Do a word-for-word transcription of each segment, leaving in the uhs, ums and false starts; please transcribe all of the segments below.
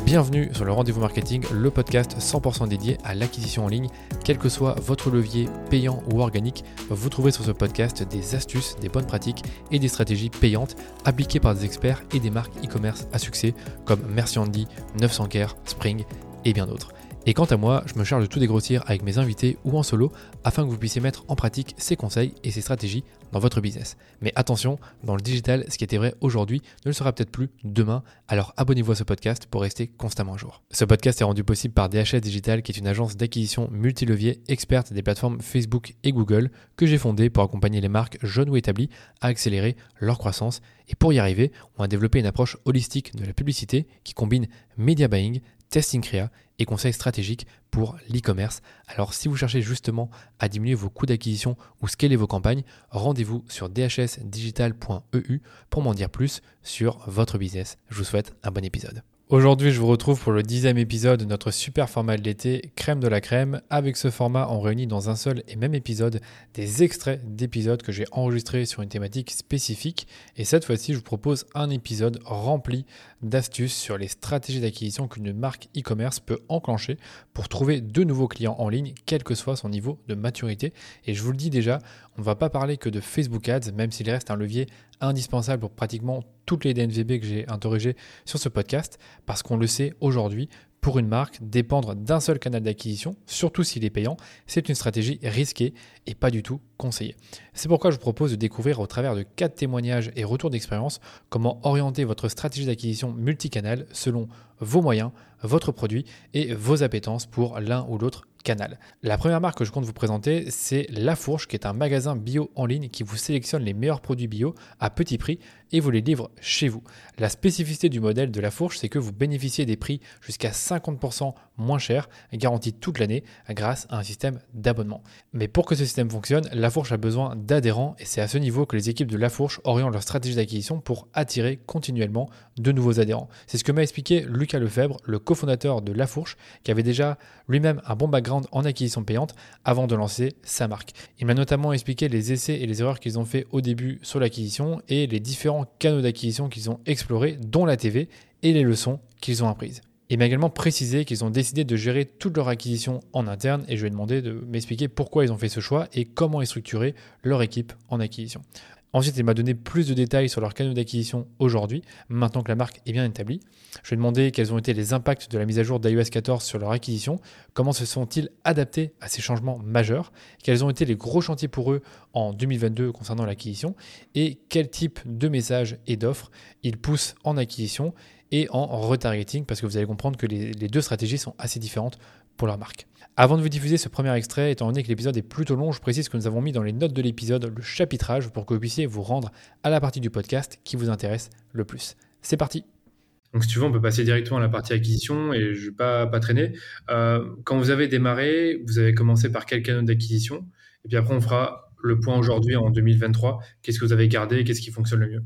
Bienvenue sur le Rendez-vous Marketing, le podcast cent pour cent dédié à l'acquisition en ligne. Quel que soit votre levier payant ou organique, vous trouverez sur ce podcast des astuces, des bonnes pratiques et des stratégies payantes appliquées par des experts et des marques e-commerce à succès comme Merci Andy, neuf cents Care, Spring et bien d'autres. Et quant à moi, je me charge de tout dégrossir avec mes invités ou en solo afin que vous puissiez mettre en pratique ces conseils et ces stratégies dans votre business. Mais attention, dans le digital, ce qui était vrai aujourd'hui ne le sera peut-être plus demain, alors abonnez-vous à ce podcast pour rester constamment à jour. Ce podcast est rendu possible par D H S Digital, qui est une agence d'acquisition multilevier experte des plateformes Facebook et Google que j'ai fondée pour accompagner les marques jeunes ou établies à accélérer leur croissance. Et pour y arriver, on a développé une approche holistique de la publicité qui combine media buying, testing créa et conseils stratégiques pour l'e-commerce. Alors si vous cherchez justement à diminuer vos coûts d'acquisition ou scaler vos campagnes, rendez-vous sur d h s digital point e u pour m'en dire plus sur votre business. Je vous souhaite un bon épisode. Aujourd'hui, je vous retrouve pour le dixième épisode de notre super format de l'été, crème de la crème. Avec ce format, on réunit dans un seul et même épisode des extraits d'épisodes que j'ai enregistrés sur une thématique spécifique. Et cette fois-ci, je vous propose un épisode rempli d'astuces sur les stratégies d'acquisition qu'une marque e-commerce peut enclencher pour trouver de nouveaux clients en ligne, quel que soit son niveau de maturité. Et je vous le dis déjà, on ne va pas parler que de Facebook Ads, même s'il reste un levier indispensable pour pratiquement toutes les D N V B que j'ai interrogées sur ce podcast, parce qu'on le sait aujourd'hui, pour une marque, dépendre d'un seul canal d'acquisition, surtout s'il est payant, c'est une stratégie risquée et pas du tout conseillée. C'est pourquoi je vous propose de découvrir au travers de quatre témoignages et retours d'expérience comment orienter votre stratégie d'acquisition multicanal selon vos moyens, votre produit et vos appétences pour l'un ou l'autre canal. La première marque que je compte vous présenter, c'est La Fourche, qui est un magasin bio en ligne qui vous sélectionne les meilleurs produits bio à petit prix et vous les livre chez vous. La spécificité du modèle de La Fourche, c'est que vous bénéficiez des prix jusqu'à cinquante pour cent moins chers, garantis toute l'année grâce à un système d'abonnement. Mais pour que ce système fonctionne, La Fourche a besoin d'adhérents et c'est à ce niveau que les équipes de La Fourche orientent leur stratégie d'acquisition pour attirer continuellement de nouveaux adhérents. C'est ce que m'a expliqué Lucas Lefebvre, le cofondateur de La Fourche, qui avait déjà lui-même un bon background en acquisition payante avant de lancer sa marque. Il m'a notamment expliqué les essais et les erreurs qu'ils ont fait au début sur l'acquisition et les différents canaux d'acquisition qu'ils ont explorés, dont la T V, et les leçons qu'ils ont apprises. Il m'a également précisé qu'ils ont décidé de gérer toute leur acquisition en interne et je lui ai demandé de m'expliquer pourquoi ils ont fait ce choix et comment est structurée leur équipe en acquisition. Ensuite, il m'a donné plus de détails sur leurs canaux d'acquisition aujourd'hui, maintenant que la marque est bien établie. Je lui ai demandé quels ont été les impacts de la mise à jour d'i O S quatorze sur leur acquisition, comment se sont-ils adaptés à ces changements majeurs, quels ont été les gros chantiers pour eux en deux mille vingt-deux concernant l'acquisition et quel type de messages et d'offres ils poussent en acquisition et en retargeting, parce que vous allez comprendre que les, les deux stratégies sont assez différentes pour leur marque. Avant de vous diffuser ce premier extrait, étant donné que l'épisode est plutôt long, je précise que nous avons mis dans les notes de l'épisode le chapitrage pour que vous puissiez vous rendre à la partie du podcast qui vous intéresse le plus. C'est parti. Donc si tu veux, on peut passer directement à la partie acquisition et je ne vais pas, pas traîner. Euh, quand vous avez démarré, vous avez commencé par quel canal d'acquisition? Et puis après, on fera le point aujourd'hui en deux mille vingt-trois. Qu'est-ce que vous avez gardé et qu'est-ce qui fonctionne le mieux?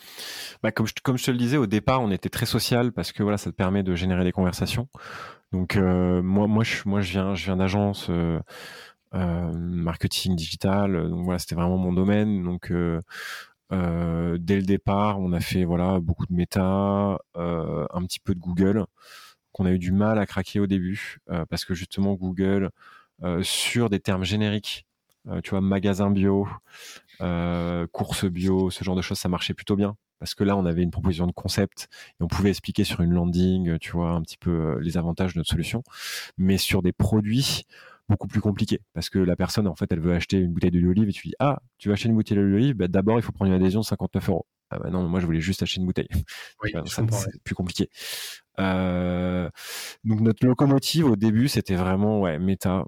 Bah, comme, je, comme je te le disais, au départ, on était très social parce que voilà, ça te permet de générer des conversations. Donc euh, moi, moi, je, moi, je viens, je viens d'agence euh, euh, marketing digital. Donc voilà, c'était vraiment mon domaine. Donc euh, euh, dès le départ, on a fait voilà beaucoup de méta, euh, un petit peu de Google, qu'on a eu du mal à craquer au début euh, parce que justement Google euh, sur des termes génériques, euh, tu vois, magasin bio, euh, course bio, ce genre de choses, ça marchait plutôt bien. Parce que là, on avait une proposition de concept et on pouvait expliquer sur une landing, tu vois, un petit peu les avantages de notre solution. Mais sur des produits beaucoup plus compliqués. Parce que la personne, en fait, elle veut acheter une bouteille d'huile d'olive et tu dis, ah, tu veux acheter une bouteille d'huile d'olive, bah, d'abord, il faut prendre une adhésion de cinquante-neuf euros. Ah bah non, moi, je voulais juste acheter une bouteille. Oui, bah, je ça, comprends, c'est ouais. plus compliqué. Euh, donc, notre locomotive, au début, c'était vraiment, ouais, méta.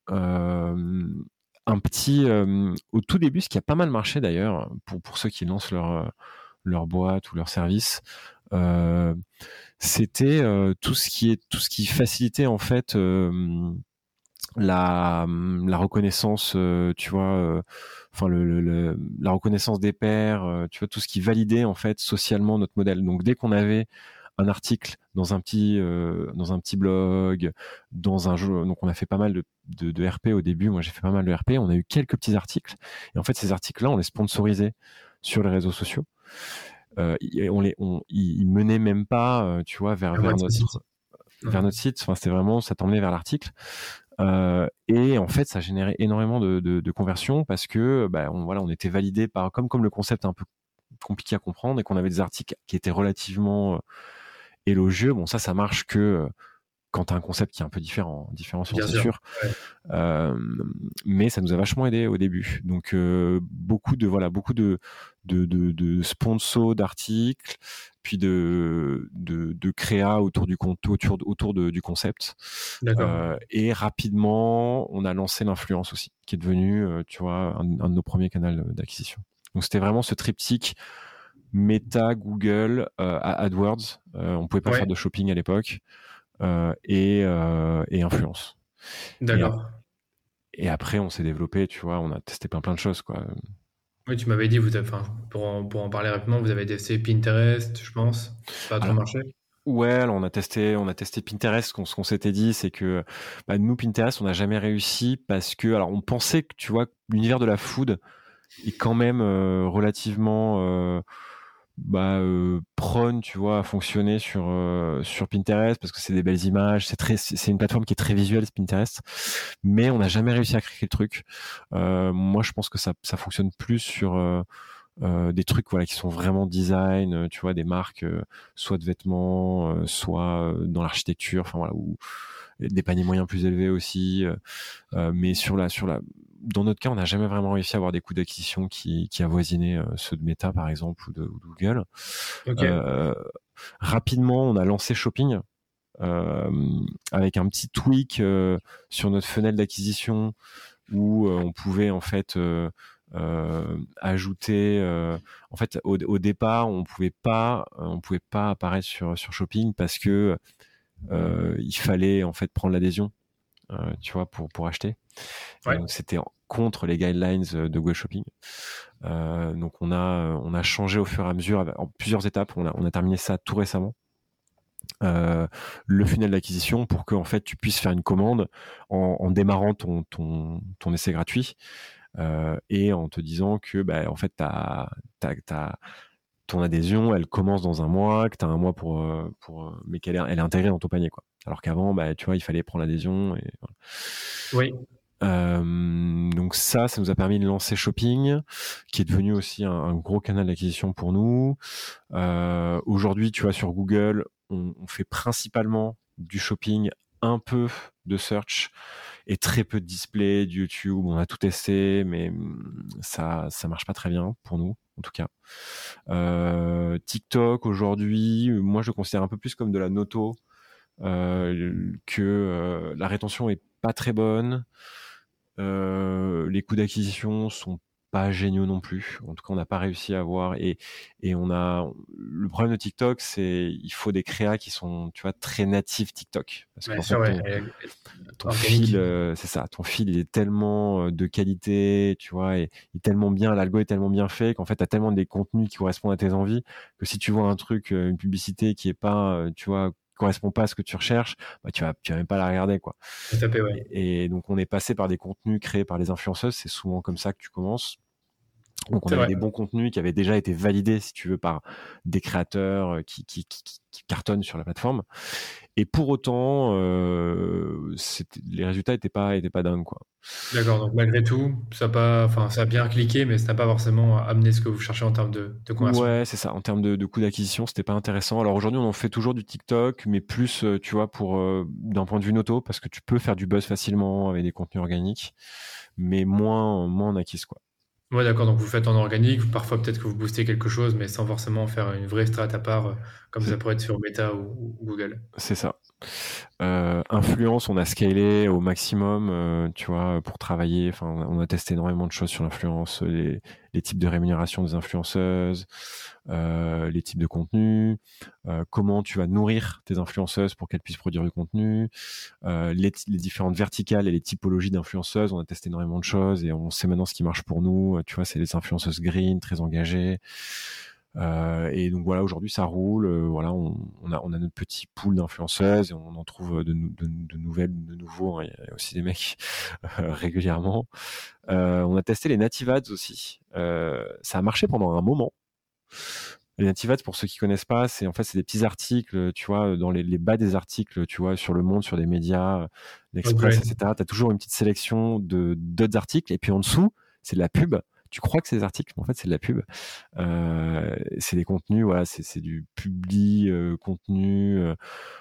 Euh, un petit, euh, au tout début, ce qui a pas mal marché d'ailleurs, pour, pour ceux qui lancent leur leur boîte ou leur service, euh, c'était euh, tout ce qui est tout ce qui facilitait en fait euh, la la reconnaissance, euh, tu vois, euh, enfin le, le, le la reconnaissance des pairs, euh, tu vois, tout ce qui validait en fait socialement notre modèle. Donc dès qu'on avait un article dans un petit euh, dans un petit blog, dans un jeu, donc on a fait pas mal de, de, de R P au début. Moi j'ai fait pas mal de R P. On a eu quelques petits articles et en fait ces articles-là on les sponsorisait sur les réseaux sociaux. Euh, on les, on, ils menaient même pas, euh, tu vois, vers, vers notre site. vers notre site. Enfin, c'était vraiment, ça t'emmenait vers l'article. Euh, et en fait, ça générait énormément de, de, de conversions parce que, bah, on, voilà, on était validé par, comme, comme le concept est un peu compliqué à comprendre et qu'on avait des articles qui étaient relativement euh, élogieux. Bon, ça, ça marche que euh, quand t'as un concept qui est un peu différent, différenciant, Bien c'est sûr. sûr. Ouais. Euh, mais ça nous a vachement aidé au début. Donc euh, beaucoup de voilà, beaucoup de de de, de sponsors d'articles, puis de de, de créa autour du compte, autour autour de, du concept. D'accord. Euh, et rapidement, on a lancé l'influence aussi, qui est devenu, euh, tu vois, un, un de nos premiers canaux d'acquisition. Donc c'était vraiment ce triptyque Meta, Google, euh, AdWords. Euh, on pouvait pas Ouais. faire de shopping à l'époque. Euh, et, euh, et influence. D'accord. Et, et après, on s'est développé, tu vois, on a testé plein plein de choses, quoi. Oui, tu m'avais dit, vous avez, enfin, pour en, pour en parler rapidement, vous avez testé Pinterest, je pense. Ça a trop Alors, marché. ouais, alors on a testé, on a testé Pinterest. Ce qu'on, ce qu'on s'était dit, c'est que bah, nous, Pinterest, on n'a jamais réussi parce que, alors, on pensait que, tu vois, l'univers de la food est quand même euh, relativement euh, bah, euh, prône, tu vois, à fonctionner sur euh, sur Pinterest parce que c'est des belles images, c'est très, c'est une plateforme qui est très visuelle, Pinterest. Mais on n'a jamais réussi à créer le truc. Euh, moi, je pense que ça ça fonctionne plus sur euh, euh, des trucs voilà qui sont vraiment design, euh, tu vois, des marques euh, soit de vêtements, euh, soit euh, dans l'architecture, enfin voilà, ou des paniers moyens plus élevés aussi. Euh, euh, mais sur la sur la dans notre cas, on n'a jamais vraiment réussi à avoir des coûts d'acquisition qui, qui avoisinaient euh, ceux de Meta, par exemple, ou de, ou de Google. Ok. Euh, rapidement, on a lancé Shopping euh, avec un petit tweak euh, sur notre fenêtre d'acquisition où euh, on pouvait en fait euh, euh, ajouter. Euh, en fait, au, au départ, on pouvait pas, on pouvait pas apparaître sur sur Shopping parce que euh, il fallait en fait prendre l'adhésion, euh, tu vois, pour pour acheter. Et Ouais. donc c'était contre les guidelines de Google Shopping. Euh, donc on a on a changé au fur et à mesure en plusieurs étapes. On a on a terminé ça tout récemment. Euh, le funnel d'acquisition pour que en fait tu puisses faire une commande en, en démarrant ton ton ton essai gratuit euh, et en te disant que bah en fait t'as t'as, t'as ton adhésion elle commence dans un mois, que t'as un mois pour pour mais qu'elle est elle est intégrée dans ton panier quoi. Alors qu'avant bah tu vois il fallait prendre l'adhésion et voilà. Oui. Euh, donc ça, ça nous a permis de lancer Shopping, qui est devenu aussi un, un gros canal d'acquisition pour nous. Euh, aujourd'hui, tu vois, sur Google, on, on fait principalement du shopping, un peu de search et très peu de display, de YouTube. On a tout testé, mais ça, ça marche pas très bien pour nous, en tout cas. Euh, TikTok aujourd'hui, moi, je le considère un peu plus comme de la noto, euh, que euh, la rétention est pas très bonne. Euh, les coûts d'acquisition sont pas géniaux non plus. En tout cas, on n'a pas réussi à avoir et et on a le problème de TikTok, c'est il faut des créas qui sont, tu vois, très natifs TikTok parce Bien qu'en sûr, fait ouais. ton Elle- ton Organique. fil, euh, c'est ça, ton fil il est tellement euh, de qualité, tu vois, et il est tellement bien, l'algo est tellement bien fait qu'en fait t'as tellement des contenus qui correspondent à tes envies que si tu vois un truc, euh, une publicité qui est pas, euh, tu vois, correspond pas à ce que tu recherches, bah tu vas tu vas même pas la regarder quoi. Tout à fait, ouais. Et, et donc on est passé par des contenus créés par les influenceuses, c'est souvent comme ça que tu commences. Donc on C'est avait vrai. des bons contenus qui avaient déjà été validés, si tu veux, par des créateurs qui, qui, qui, qui cartonnent sur la plateforme. Et pour autant, euh, les résultats n'étaient pas, étaient pas dingues, quoi. D'accord. Donc malgré tout, ça a pas, enfin, ça a bien cliqué, mais ça n'a pas forcément amené ce que vous cherchez en termes de, de conversion. Ouais, c'est ça. En termes de, de coût d'acquisition, c'était pas intéressant. Alors aujourd'hui, on en fait toujours du TikTok, mais plus, euh, tu vois, pour euh, d'un point de vue noto, parce que tu peux faire du buzz facilement avec des contenus organiques, mais moins, moins en acquise, quoi. Ouais, d'accord. Donc vous faites en organique. Parfois, peut-être que vous boostez quelque chose, mais sans forcément faire une vraie strat à part, euh, comme ça C'est pourrait être sur Meta ou, ou Google. c'est ça. Euh, influence, on a scalé au maximum, euh, tu vois, pour travailler. Enfin, on a, on a testé énormément de choses sur l'influence, les, les types de rémunération des influenceuses, euh, les types de contenus, euh, comment tu vas nourrir tes influenceuses pour qu'elles puissent produire du contenu, euh, les, les différentes verticales et les typologies d'influenceuses. On a testé énormément de choses et on sait maintenant ce qui marche pour nous. Tu vois, c'est les influenceuses green, très engagées. Euh, et donc voilà, aujourd'hui ça roule. Euh, voilà, on, on a on a notre petit pool d'influenceuses et on en trouve de, de, de nouvelles, de nouveaux. Hein, il y a aussi des mecs euh, régulièrement. Euh, on a testé les native ads aussi. Euh, ça a marché pendant un moment. Les native ads, pour ceux qui connaissent pas, c'est en fait c'est des petits articles, tu vois, dans les, les bas des articles, tu vois, sur Le Monde, sur des médias, l'Express, Outbrain. et cetera. T'as toujours une petite sélection de d'autres articles, et puis en dessous, c'est de la pub. Tu crois que c'est des articles, mais en fait c'est de la pub. Euh, c'est des contenus, voilà, c'est, c'est du publi euh, contenu euh,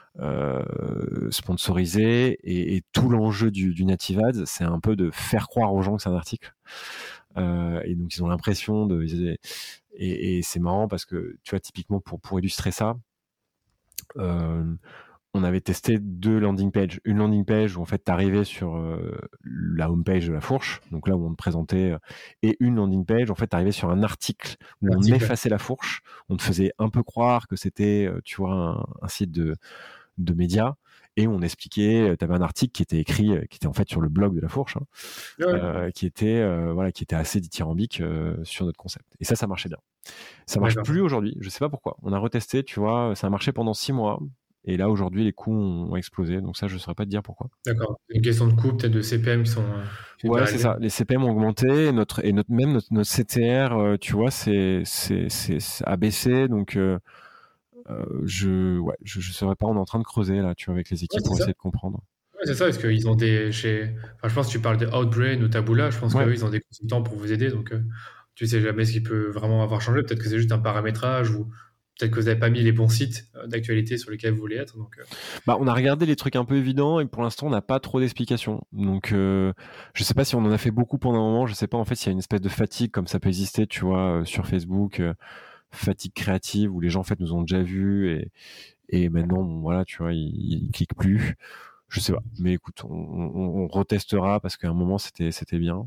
euh, sponsorisé, et, et tout l'enjeu du, du native ads, c'est un peu de faire croire aux gens que c'est un article. Euh, et donc ils ont l'impression de et, et c'est marrant parce que tu vois, typiquement pour pour illustrer ça, euh, on avait testé deux landing pages. Une landing page où en fait t'arrivais sur euh, la home page de la fourche, donc là où on te présentait, et une landing page en fait t'arrivais sur un article où on Article. effaçait la fourche, on te faisait un peu croire que c'était tu vois un, un site de de médias, et on expliquait, tu avais un article qui était écrit, qui était en fait sur le blog de la fourche, hein, Ouais. euh, qui était euh, voilà, qui était assez dithyrambique euh, sur notre concept. Et ça, ça marchait bien. Ça marche D'accord. plus aujourd'hui, je sais pas pourquoi. On a retesté, tu vois, ça a marché pendant six mois, et là aujourd'hui les coûts ont explosé. Donc ça, je saurais pas te dire pourquoi. D'accord. Une question de coût, peut-être de C P M qui sont euh, super Ouais, c'est élevés. ça. Les C P M ont augmenté, et notre et notre même notre, notre C T R, euh, tu vois, c'est c'est c'est, c'est a baissé. Donc euh, euh, je ouais, je, je saurais pas. On est en train de creuser là, tu vois, avec les Ouais, équipes c'est pour ça. essayer de comprendre. Ouais, c'est ça, parce qu'ils ont des chez enfin, je pense que tu parles de Outbrain ou Taboola, je pense Ouais. qu'eux, ils ont des consultants pour vous aider, donc heu, tu sais jamais ce qui peut vraiment avoir changé. Peut-être que c'est juste un paramétrage ou peut-être que vous avez pas mis les bons sites, heu, d'actualité sur lesquels vous voulez être, donc heu Bah, on a regardé les trucs un peu évidents, et pour l'instant, on n'a pas trop d'explications. Donc, euh, je sais pas si on en a fait beaucoup pendant un moment. Je sais pas en fait s'il y a une espèce de fatigue comme ça peut exister, tu vois, euh, sur Facebook, euh, fatigue créative où les gens en fait nous ont déjà vus, et, et maintenant, bon, voilà, tu vois, ils, ils cliquent plus. Je sais pas. Mais écoute, on, on, on retestera parce qu'à un moment c'était c'était bien.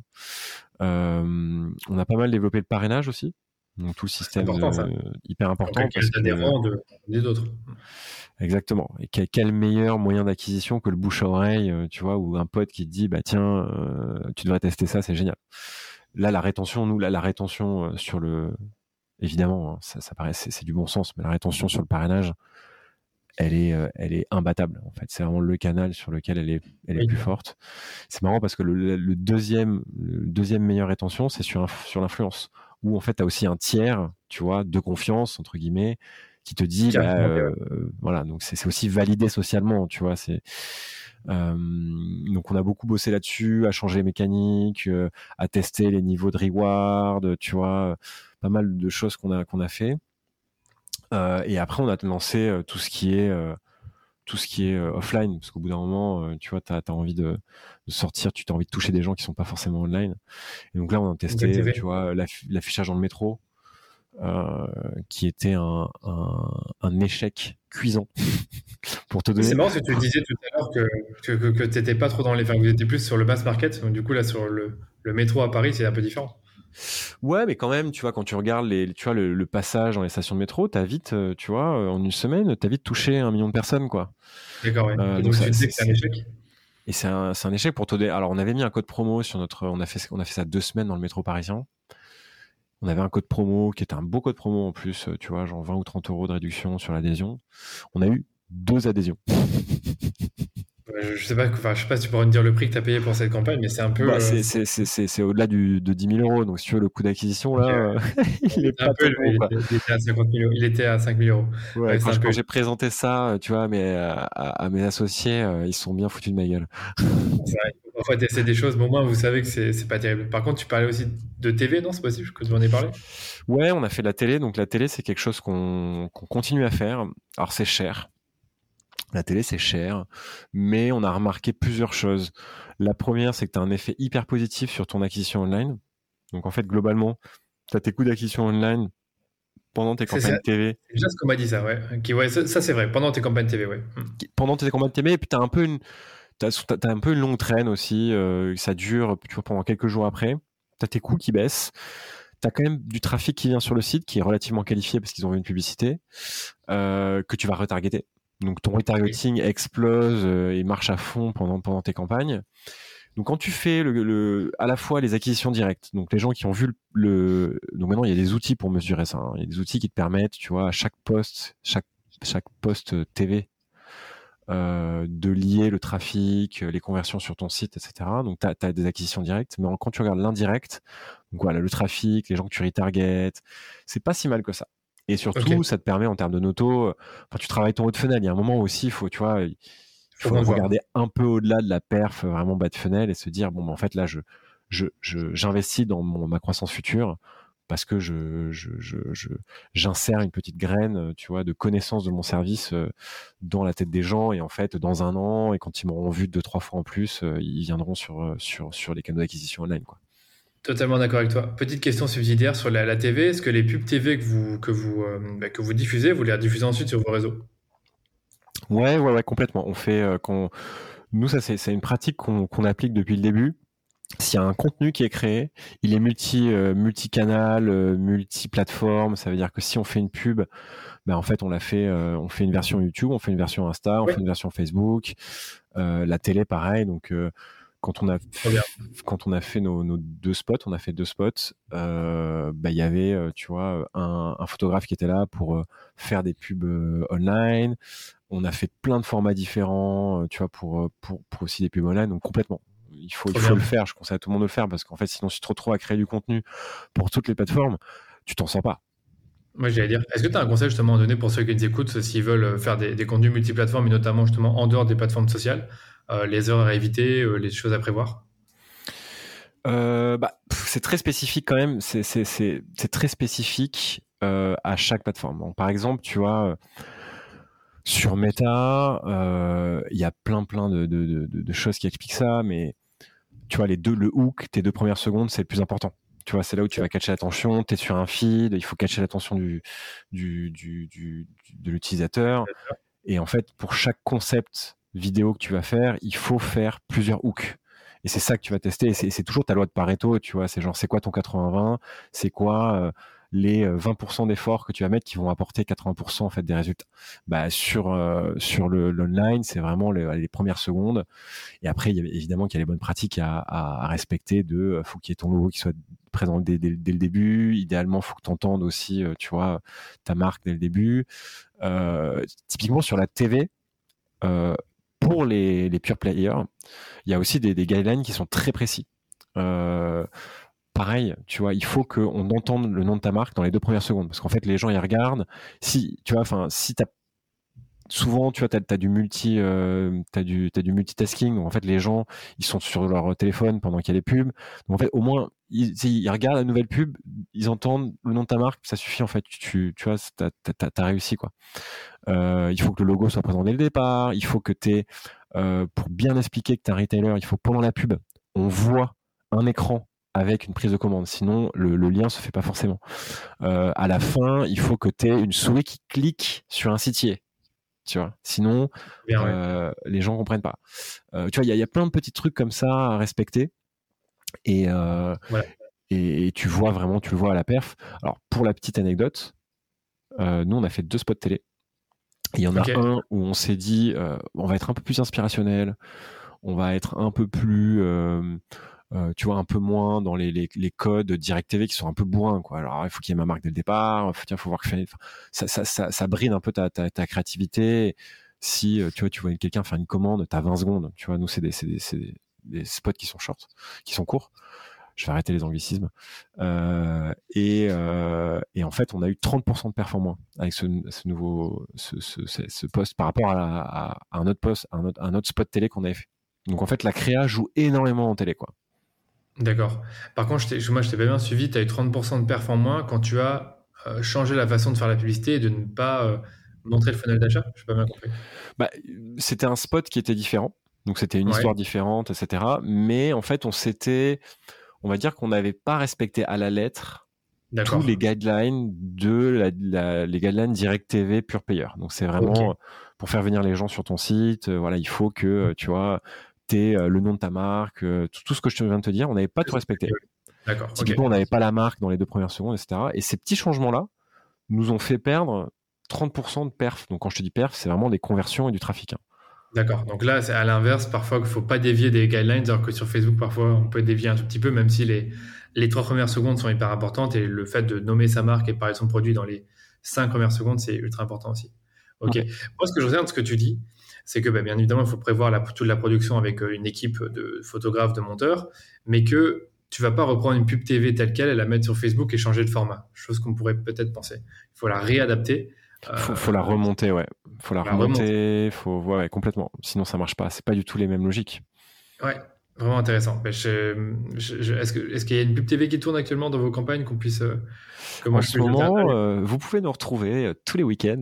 Euh, on a pas mal développé le parrainage aussi. Donc tout le c'est système important ça. de hyper Pour important quelqu'un parce que d'adhérents de des autres. exactement. Et quel, quel meilleur moyen d'acquisition que le bouche à oreille, euh, tu vois, ou un pote qui te dit, bah tiens, euh, tu devrais tester ça, c'est génial. Là, la rétention, nous, là, la rétention euh, sur le, évidemment, hein, ça, ça paraît, c'est, c'est du bon sens, mais la rétention sur le parrainage, elle est, euh, elle est imbattable. En fait, c'est vraiment le canal sur lequel elle est, elle est Oui. plus forte. C'est marrant parce que le, le deuxième, le deuxième meilleure rétention, c'est sur, sur l'influence, où en fait, tu as aussi un tiers, tu vois, de confiance entre guillemets, qui te dit, Qui a bah, recommandé, euh, ouais. voilà, donc c'est, c'est aussi validé socialement, tu vois. C'est euh, donc on a beaucoup bossé là-dessus, à changer les mécaniques, euh, à tester les niveaux de reward, tu vois, pas mal de choses qu'on a qu'on a fait. Euh, et après, on a lancé euh, tout ce qui est euh, tout ce qui est euh, offline, parce qu'au bout d'un moment, euh, tu vois, t'as as envie de, de sortir, tu as envie de toucher des gens qui sont pas forcément online. Et donc là, on a Donc testé, euh, activé. tu vois, l'aff- l'affichage dans le métro, euh, qui était un, un, un échec cuisant. Pour te Oui, c'est donner, marrant parce que tu disais tout à l'heure que que que que tu étais pas trop dans les enfin, que vous étiez plus sur le mass market, donc du coup là sur le le métro à Paris, c'est un peu différent. ouais, mais quand même, tu vois, quand tu regardes les, tu vois, le, le passage dans les stations de métro, t'as vite, euh, tu vois, euh, en une semaine, t'as vite touché un million de personnes, quoi. D'accord, ouais. Euh, Et donc donc ça, tu disais c'est, que c'est un c'est- échec? et c'est un, c'est un échec pour te donner. Alors, on avait mis un code promo sur notre, on a fait, on a fait ça deux semaines dans le métro parisien. On avait un code promo qui était un beau code promo en plus, euh, tu vois, genre vingt ou trente euros de réduction sur l'adhésion. On a eu deux adhésions. Ouais, je je sais pas enfin, je sais pas si tu pourrais me dire le prix que tu as payé pour cette campagne, mais c'est un peu, Bah, heu, c'est, c'est, c'est, c'est, c'est au-delà du, de dix mille euros. Donc, si tu veux, le coût d'acquisition, OK, là, ouais. euh, il est C'est un pas peu top élevé, bon, il quoi. était il était à cinquante mille euros. Il était à cinq mille euros. Ouais, Ouais, quand c'est un je- peu quand élevé. j'ai présenté ça, euh, tu vois, mais à, à- à mes associés, euh, ils se sont bien foutus de ma gueule. C'est vrai, il faut parfois tester des choses, mais au moins vous savez que c'est c'est pas terrible. Par contre, tu parlais aussi de T V, non, c'est possible que tu m'en aies parlé? Ouais, on a fait de la télé. Donc, la télé, c'est quelque chose qu'on qu'on continue à faire. Alors, c'est cher. La télé, c'est cher, mais on a remarqué plusieurs choses. La première, c'est que tu as un effet hyper positif sur ton acquisition online. Donc, en fait, globalement, tu as tes coûts d'acquisition online pendant tes C'est ça, campagnes T V, c'est déjà ce qu'on m'a dit ça, ouais. OK, ouais, ça ça c'est vrai, pendant tes campagnes T V, ouais. Mmh. qui- pendant tes campagnes T V, et puis tu as un peu une, t'as, t'as- t'as un peu une longue traîne aussi. Euh, ça dure, tu vois, pendant quelques jours après. Tu as tes coûts qui baissent. Tu as quand même du trafic qui vient sur le site qui est relativement qualifié parce qu'ils ont vu une publicité, euh, que tu vas retargeter. Donc ton Oui. retargeting explose euh, et marche à fond pendant, pendant tes campagnes. Donc quand tu fais le, le, à la fois les acquisitions directes, donc les gens qui ont vu le, le donc maintenant il y a des outils pour mesurer ça. Hein. Il y a des outils qui te permettent, tu vois, à chaque post, chaque chaque post T V, euh, de lier le trafic, les conversions sur ton site, et cetera. Donc tu as des acquisitions directes, mais quand tu regardes l'indirect, donc voilà, le trafic, les gens que tu retargetes, c'est pas si mal que ça. Et surtout, okay. ça te permet en termes de noto, enfin, tu travailles ton haut de funnel. Il y a un moment aussi, il faut, tu vois, il faut regarder voir. un peu au-delà de la perf, vraiment bas de funnel, et se dire, bon, ben, en fait, là, je, je, je, j'investis dans mon, ma croissance future parce que je, je, je, je, j'insère une petite graine, tu vois, de connaissance de mon service dans la tête des gens. Et en fait, dans un an, et quand ils m'auront vu deux, trois fois en plus, ils viendront sur, sur, sur les canaux d'acquisition online, quoi. Totalement d'accord avec toi. Petite question subsidiaire sur la, la T V. Est-ce que les pubs T V que vous, que vous, euh, bah, que vous diffusez, vous les rediffusez ensuite sur vos réseaux? Ouais, ouais, ouais, complètement. On fait, euh, qu'on... Nous, ça, c'est, c'est une pratique qu'on, qu'on applique depuis le début. S'il y a un contenu qui est créé, il est multi, euh, multi-canal, euh, multi-plateforme. Ça veut dire que si on fait une pub, ben en fait, on l'a fait, euh, on fait une version YouTube, on fait une version Insta, on oui. fait une version Facebook, euh, la télé, pareil. Donc, euh, quand on a f... quand on a fait nos, nos deux spots, on a fait deux spots. Euh, bah, il y avait, euh, tu vois, un, un photographe qui était là pour euh, faire des pubs euh, online. On a fait plein de formats différents, euh, tu vois, pour, pour pour aussi des pubs online. Donc complètement, il faut trop il faut bien. le faire. Je conseille à tout le monde de le faire parce qu'en fait, sinon, si tu te retrouves à créer du contenu pour toutes les plateformes, tu t'en sors pas. Moi, j'allais dire, est-ce que tu as un conseil justement à donner pour ceux qui nous écoutent, s'ils veulent faire des, des contenus multiplateformes, et notamment justement en dehors des plateformes sociales, euh, les heures à éviter, euh, les choses à prévoir? Euh, bah, pff, c'est très spécifique quand même. C'est, c'est, c'est, c'est très spécifique euh, à chaque plateforme. Donc, par exemple, tu vois, euh, sur Meta, il euh, y a plein plein de, de, de, de choses qui expliquent ça, mais tu vois, les deux, le hook, tes deux premières secondes, c'est le plus important. Tu vois, c'est là où tu vas catcher l'attention. T'es sur un feed, il faut catcher l'attention du, du, du, du, de l'utilisateur. Et en fait, pour chaque concept vidéo que tu vas faire, il faut faire plusieurs hooks. Et c'est ça que tu vas tester. Et c'est, c'est toujours ta loi de Pareto, tu vois. C'est genre, c'est quoi ton quatre-vingts vingt? C'est quoi euh, les vingt pour cent d'efforts que tu vas mettre qui vont apporter quatre-vingts pour cent en fait des résultats? Bah sur euh, sur le l'online, c'est vraiment les, les premières secondes. Et après, il y a, évidemment qu'il y a les bonnes pratiques à, à, à respecter. De, faut qu'il y ait ton logo qui soit présent dès, dès, dès le début. Idéalement, faut que tu entendes aussi, euh, tu vois, ta marque dès le début. Euh, typiquement sur la T V. Euh, Pour les, les pure players, il y a aussi des, des guidelines qui sont très précis. Euh, pareil, tu vois, il faut qu'on entende le nom de ta marque dans les deux premières secondes, parce qu'en fait, les gens ils regardent. Si, tu vois, enfin, si t'as souvent, tu vois, t'as, t'as du multi, euh, t'as du, t'as du multitasking. Donc en fait, les gens, ils sont sur leur téléphone pendant qu'il y a les pubs. Donc en fait, au moins, ils, ils regardent la nouvelle pub, ils entendent le nom de ta marque, ça suffit en fait. Tu, tu vois, t'as, t'as, t'as réussi quoi. Euh, il faut que le logo soit présent dès le départ. Il faut que t'aies, euh, pour bien expliquer que t'es un retailer, il faut que pendant la pub, on voit un écran avec une prise de commande. Sinon, le, le lien se fait pas forcément. Euh, à la fin, il faut que t'aies une souris qui clique sur un sitier. Tu vois, sinon Bien, euh, ouais. les gens comprennent pas. Euh, tu vois, il y, y a plein de petits trucs comme ça à respecter, et, euh, ouais. et, et tu vois vraiment, tu le vois à la perf. Alors pour la petite anecdote, euh, nous on a fait deux spots télé. Il y en okay. a un où on s'est dit, euh, on va être un peu plus inspirationnel, on va être un peu plus, euh, euh, tu vois, un peu moins dans les, les, les codes Direct T V qui sont un peu bourrins, quoi. Alors il faut qu'il y ait ma marque dès le départ, faut, tiens, faut voir que je fais, enfin, ça, ça, ça, ça bride un peu ta, ta, ta créativité. Si tu vois, tu vois quelqu'un faire une commande, t'as vingt secondes. Tu vois, nous c'est des, c'est des, c'est des, des spots qui sont short, qui sont courts. Je vais arrêter les anglicismes. Euh, et, euh, et en fait, on a eu trente pour cent de perf en moins avec ce, ce nouveau, ce, ce, ce, ce poste par rapport à, à, à un autre poste, à un autre, à un autre spot télé qu'on avait fait. Donc en fait, la créa joue énormément en télé, quoi. D'accord. Par contre, je t'ai, moi, je t'ai pas bien suivi. Tu as eu trente pour cent de perf en moins quand tu as euh, changé la façon de faire la publicité et de ne pas euh, montrer le funnel d'achat. Je n'ai pas bien compris. Bah, c'était un spot qui était différent. Donc c'était une ouais. histoire différente, et cetera. Mais en fait, on s'était, on va dire qu'on n'avait pas respecté à la lettre D'accord. tous les guidelines de la, la, les guidelines Direct T V Pure Player. Donc c'est vraiment okay. pour faire venir les gens sur ton site. Euh, voilà, il faut que tu vois. T'es euh, le nom de ta marque, euh, tout, tout ce que je viens de te dire, on n'avait pas tout respecté. D'accord. Typiquement, Okay. on n'avait pas la marque dans les deux premières secondes, et cetera. Et ces petits changements-là nous ont fait perdre trente pour cent de perf. Donc, quand je te dis perf, c'est vraiment des conversions et du trafic. Hein. D'accord. Donc là, c'est à l'inverse, parfois qu'il ne faut pas dévier des guidelines, alors que sur Facebook, parfois, on peut dévier un tout petit peu, même si les, les trois premières secondes sont hyper importantes, et le fait de nommer sa marque et parler de son produit dans les cinq premières secondes, c'est ultra important aussi. Ok. Ouais. Moi, ce que je retiens de ce que tu dis, c'est que bah, bien évidemment, il faut prévoir la, toute la production avec une équipe de photographes, de monteurs, mais que tu vas pas reprendre une pub T V telle quelle et la mettre sur Facebook et changer de format. Chose qu'on pourrait peut-être penser. Il faut la réadapter. Euh, faut, faut la remonter, ouais. Faut la, la remonter, remonter. Faut, ouais, complètement. Sinon, ça marche pas. C'est pas du tout les mêmes logiques. Ouais, vraiment intéressant. Mais je, je, je, est-ce, que, est-ce qu'il y a une pub T V qui tourne actuellement dans vos campagnes qu'on puisse... Euh, en ce moment, euh, vous pouvez nous retrouver euh, tous les week-ends.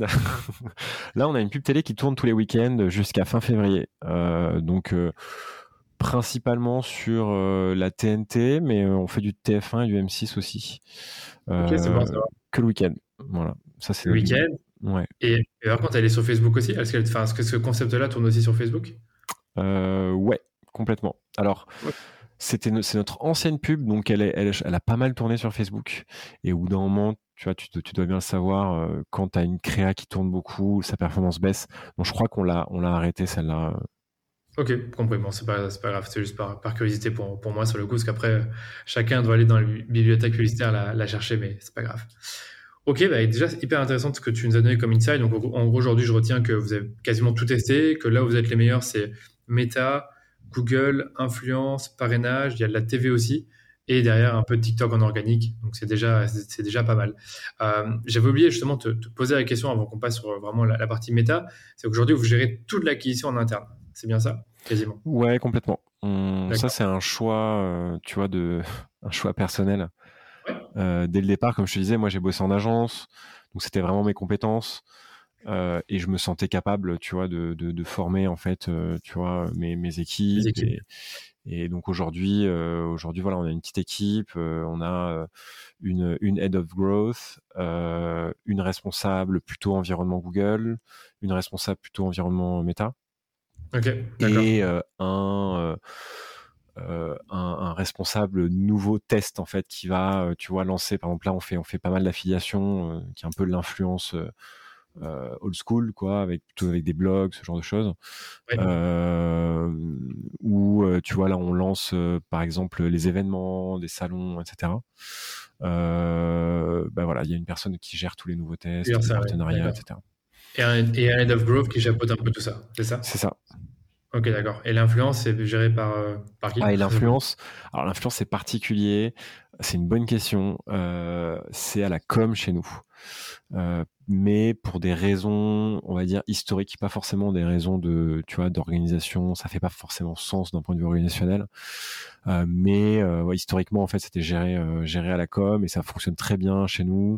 Là, on a une pub télé qui tourne tous les week-ends jusqu'à fin février. Euh, donc, euh, principalement sur euh, la T N T, mais euh, on fait du T F un et du M six aussi. Euh, ok, c'est bon, ça va. Que le week-end. Voilà. Ça, c'est le week-end. Ouais. Et, et alors, quand elle est sur Facebook aussi, est-ce, qu'elle, est-ce que ce concept-là tourne aussi sur Facebook ? euh, Ouais, complètement. Alors, ouais. C'était no- c'est notre ancienne pub, donc elle, est, elle, elle a pas mal tourné sur Facebook. Et au bout d'un moment, tu vois, tu, tu dois bien le savoir, euh, quand tu as une créa qui tourne beaucoup, sa performance baisse. Donc je crois qu'on l'a, on l'a arrêté celle-là. Ok, compris. Bon, c'est pas, c'est pas grave, c'est juste par, par curiosité pour, pour moi sur le coup, parce qu'après, chacun doit aller dans la bibliothèque publicitaire la, la chercher, mais c'est pas grave. Ok, bah déjà, c'est hyper intéressant ce que tu nous as donné comme insight. Donc, en gros, aujourd'hui, je retiens que vous avez quasiment tout testé, que là où vous êtes les meilleurs, c'est Meta, Google, influence, parrainage, il y a de la T V aussi, et derrière un peu de TikTok en organique. Donc, c'est déjà, c'est, c'est déjà pas mal. Euh, j'avais oublié justement de te, te poser la question avant qu'on passe sur vraiment la, la partie Meta. C'est qu'aujourd'hui, vous gérez toute l'acquisition en interne. C'est bien ça, quasiment? Ouais, complètement. On, ça, c'est un choix, euh, tu vois, de, un choix personnel. Ouais. Euh, dès le départ, comme je te disais, moi, j'ai bossé en agence, donc c'était vraiment mes compétences. Euh, et je me sentais capable, tu vois, de, de, de former en fait, euh, tu vois, mes, mes équipes. Les équipes. Et, et donc aujourd'hui, euh, aujourd'hui, voilà, on a une petite équipe, euh, on a une, une head of growth, euh, une responsable plutôt environnement Google, une responsable plutôt environnement Meta, okay, d'accord. et euh, un, euh, un un responsable nouveau test en fait qui va, tu vois, lancer. Par exemple, là, on fait on fait pas mal d'affiliation, euh, qui est un peu de l'influence. Euh, Euh, old school, quoi, avec plutôt avec des blogs, ce genre de choses. Ouais. Euh, où euh, tu vois, là, on lance euh, par exemple les événements, des salons, et cetera. Euh, ben voilà, il y a une personne qui gère tous les nouveaux tests, les ça, partenariats, ouais. et cetera. Et un, et un head of growth qui chapeaute un peu tout ça, c'est ça? C'est ça. Ok, d'accord. Et l'influence, c'est géré par, euh, par qui? Ah, et l'influence, alors l'influence, c'est particulier. C'est une bonne question. Euh, c'est à la com chez nous. Euh, mais pour des raisons, on va dire, historiques, pas forcément des raisons de, tu vois, d'organisation. Ça fait pas forcément sens d'un point de vue organisationnel. Euh, mais euh, ouais, historiquement, en fait, c'était géré, euh, géré à la com et ça fonctionne très bien chez nous.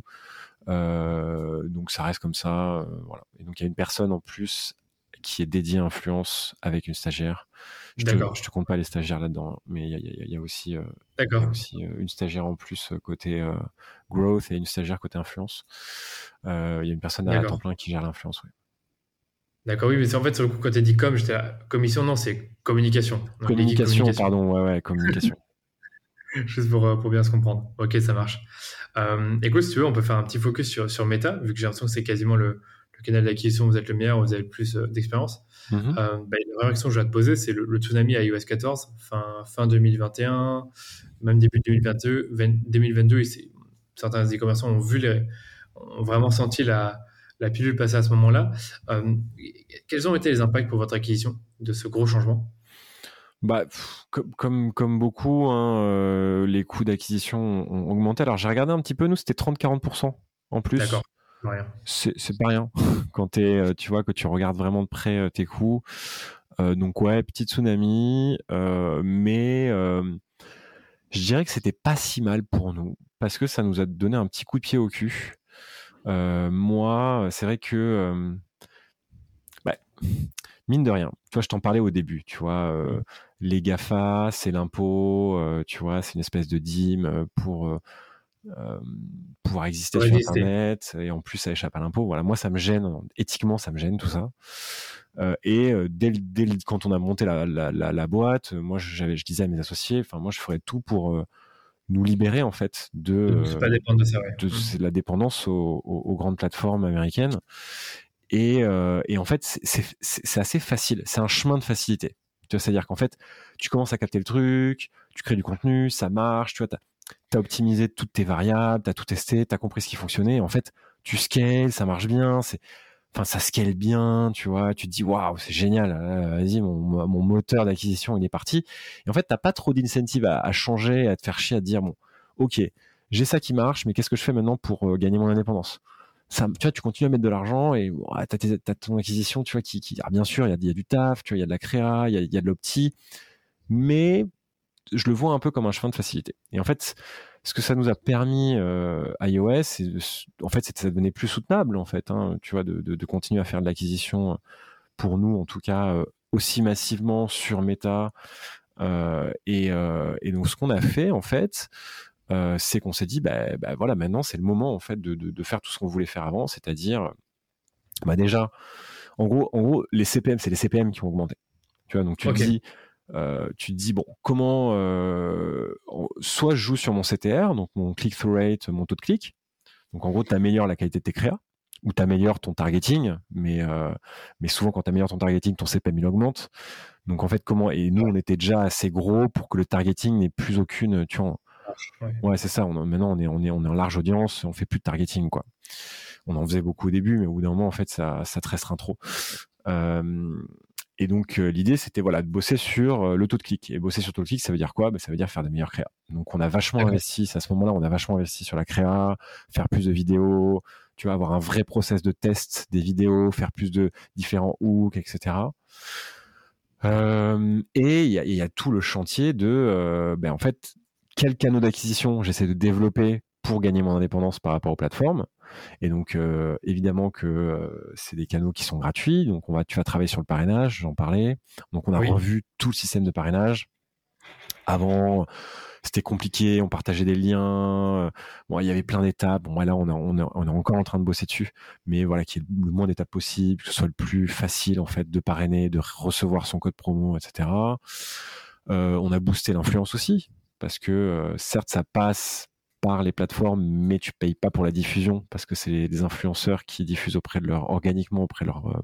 Euh, donc ça reste comme ça. Euh, voilà. Et donc il y a une personne en plus qui est dédiée à influence avec une stagiaire. Je te, je te compte pas les stagiaires là-dedans, mais il y a, y, a, y a aussi, euh, y a aussi euh, une stagiaire en plus côté euh, growth et une stagiaire côté influence. Il euh, y a une personne à temps plein qui gère l'influence. Ouais. D'accord, oui, mais c'est en fait sur le coup quand tu as dit com, j'étais là, commission, non, c'est communication. Donc, communication, communication, pardon, ouais, ouais, communication. Juste pour, pour bien se comprendre. Ok, ça marche. Euh, écoute, si tu veux, on peut faire un petit focus sur, sur Meta, vu que j'ai l'impression que c'est quasiment le, le canal d'acquisition où vous êtes le meilleur, où vous avez le plus d'expérience. Mm-hmm. Euh, bah, la première question que je vais te poser, c'est le, le tsunami à i O S quatorze, fin, fin deux mille vingt et un, même début deux mille vingt-deux. deux mille vingt-deux, et certains e-commerçants ont, vu les, ont vraiment senti la, la pilule passer à ce moment-là. Euh, quels ont été les impacts pour votre acquisition de ce gros changement? Bah, pff, comme, comme, comme beaucoup, hein, euh, les coûts d'acquisition ont augmenté. Alors, j'ai regardé un petit peu, nous, c'était trente à quarante pour cent en plus. D'accord. Rien. C'est, c'est pas rien quand t'es, tu vois, que tu regardes vraiment de près tes coûts. Euh, donc ouais, petit tsunami, euh, mais euh, je dirais que c'était pas si mal pour nous parce que ça nous a donné un petit coup de pied au cul. Euh, moi, c'est vrai que euh, bah, mine de rien, tu vois, je t'en parlais au début, tu vois, euh, les GAFA, c'est l'impôt, euh, tu vois, c'est une espèce de dîme pour euh, Euh, pouvoir exister sur exister. Internet, et en plus ça échappe à l'impôt. Voilà, moi ça me gêne, éthiquement ça me gêne tout ça. Euh, et euh, dès, dès quand on a monté la, la, la, la boîte, moi j'avais, je disais à mes associés, enfin moi je ferais tout pour euh, nous libérer en fait de, euh, pas dépendre de, ça, ouais. de mmh. la dépendance aux, aux, aux grandes plateformes américaines. Et, euh, et en fait c'est, c'est, c'est assez facile, c'est un chemin de facilité. Tu vois, c'est-à-dire qu'en fait tu commences à capter le truc, tu crées du contenu, ça marche, tu vois, t'as tu as optimisé toutes tes variables, tu as tout testé, tu as compris ce qui fonctionnait. En fait, tu scales, ça marche bien. C'est... enfin, ça scale bien, tu vois, tu te dis, waouh, c'est génial, euh, vas-y, mon, mon moteur d'acquisition, il est parti. Et en fait, t'as pas trop d'incentive à, à changer, à te faire chier, à te dire, bon, ok, j'ai ça qui marche, mais qu'est-ce que je fais maintenant pour euh, gagner mon indépendance? Ça, tu vois, tu continues à mettre de l'argent et ouais, t'as, tes, t'as ton acquisition, tu vois, qui, qui ah, bien sûr, il y a, y a du taf, tu vois, il y a de la créa, il y a, y a de l'opti, mais je le vois un peu comme un chemin de facilité. Et en fait, ce que ça nous a permis euh, iOS, c'est de, en fait, c'est que ça devenait plus soutenable, en fait, hein, tu vois, de, de, de continuer à faire de l'acquisition pour nous, en tout cas, euh, aussi massivement sur Meta. Euh, et, euh, et donc, ce qu'on a fait, en fait, euh, c'est qu'on s'est dit, bah, bah voilà, maintenant, c'est le moment, en fait, de, de, de faire tout ce qu'on voulait faire avant, c'est-à-dire, bah déjà, en gros, en gros, les C P M, c'est les C P M qui ont augmenté. Tu vois, donc tu okay. te dis, Euh, tu te dis bon comment euh, soit je joue sur mon C T R, donc mon click-through rate, mon taux de clic, donc en gros tu améliores la qualité de tes créas ou tu améliores ton targeting, mais euh, mais souvent quand tu améliores ton targeting, ton C P M il augmente. Donc en fait comment, et nous on était déjà assez gros pour que le targeting n'ait plus aucune, tu vois, ouais, ouais c'est ça, on, maintenant on est on est on est en large audience, on fait plus de targeting quoi. On en faisait beaucoup au début, mais au bout d'un moment en fait ça ça te restreint trop. Euh, Et donc, euh, l'idée, c'était voilà, de bosser sur euh, le taux de clic. Et bosser sur le taux de clic, ça veut dire quoi? Ben, ça veut dire faire des meilleures créas. Donc, on a vachement okay. investi, à ce moment-là, on a vachement investi sur la créa, faire plus de vidéos, tu vois, avoir un vrai process de test des vidéos, faire plus de différents hooks, et cetera. Euh, et il y, y a tout le chantier de, euh, ben, en fait, quels canaux d'acquisition j'essaie de développer pour gagner mon indépendance par rapport aux plateformes. Et donc, euh, évidemment que euh, c'est des canaux qui sont gratuits. Donc, on va, tu vas travailler sur le parrainage, j'en parlais. Donc, on a oui. revu tout le système de parrainage. Avant, c'était compliqué, on partageait des liens. Bon, il y avait plein d'étapes. Bon, là, on, a, on, a, on est encore en train de bosser dessus. Mais voilà, qu'il y ait le moins d'étapes possible, que ce soit le plus facile, en fait, de parrainer, de recevoir son code promo, et cetera. Euh, on a boosté l'influence aussi. Parce que, euh, certes, ça passe par les plateformes, mais tu payes pas pour la diffusion parce que c'est les, les influenceurs qui diffusent auprès de leur, organiquement auprès de leur, euh,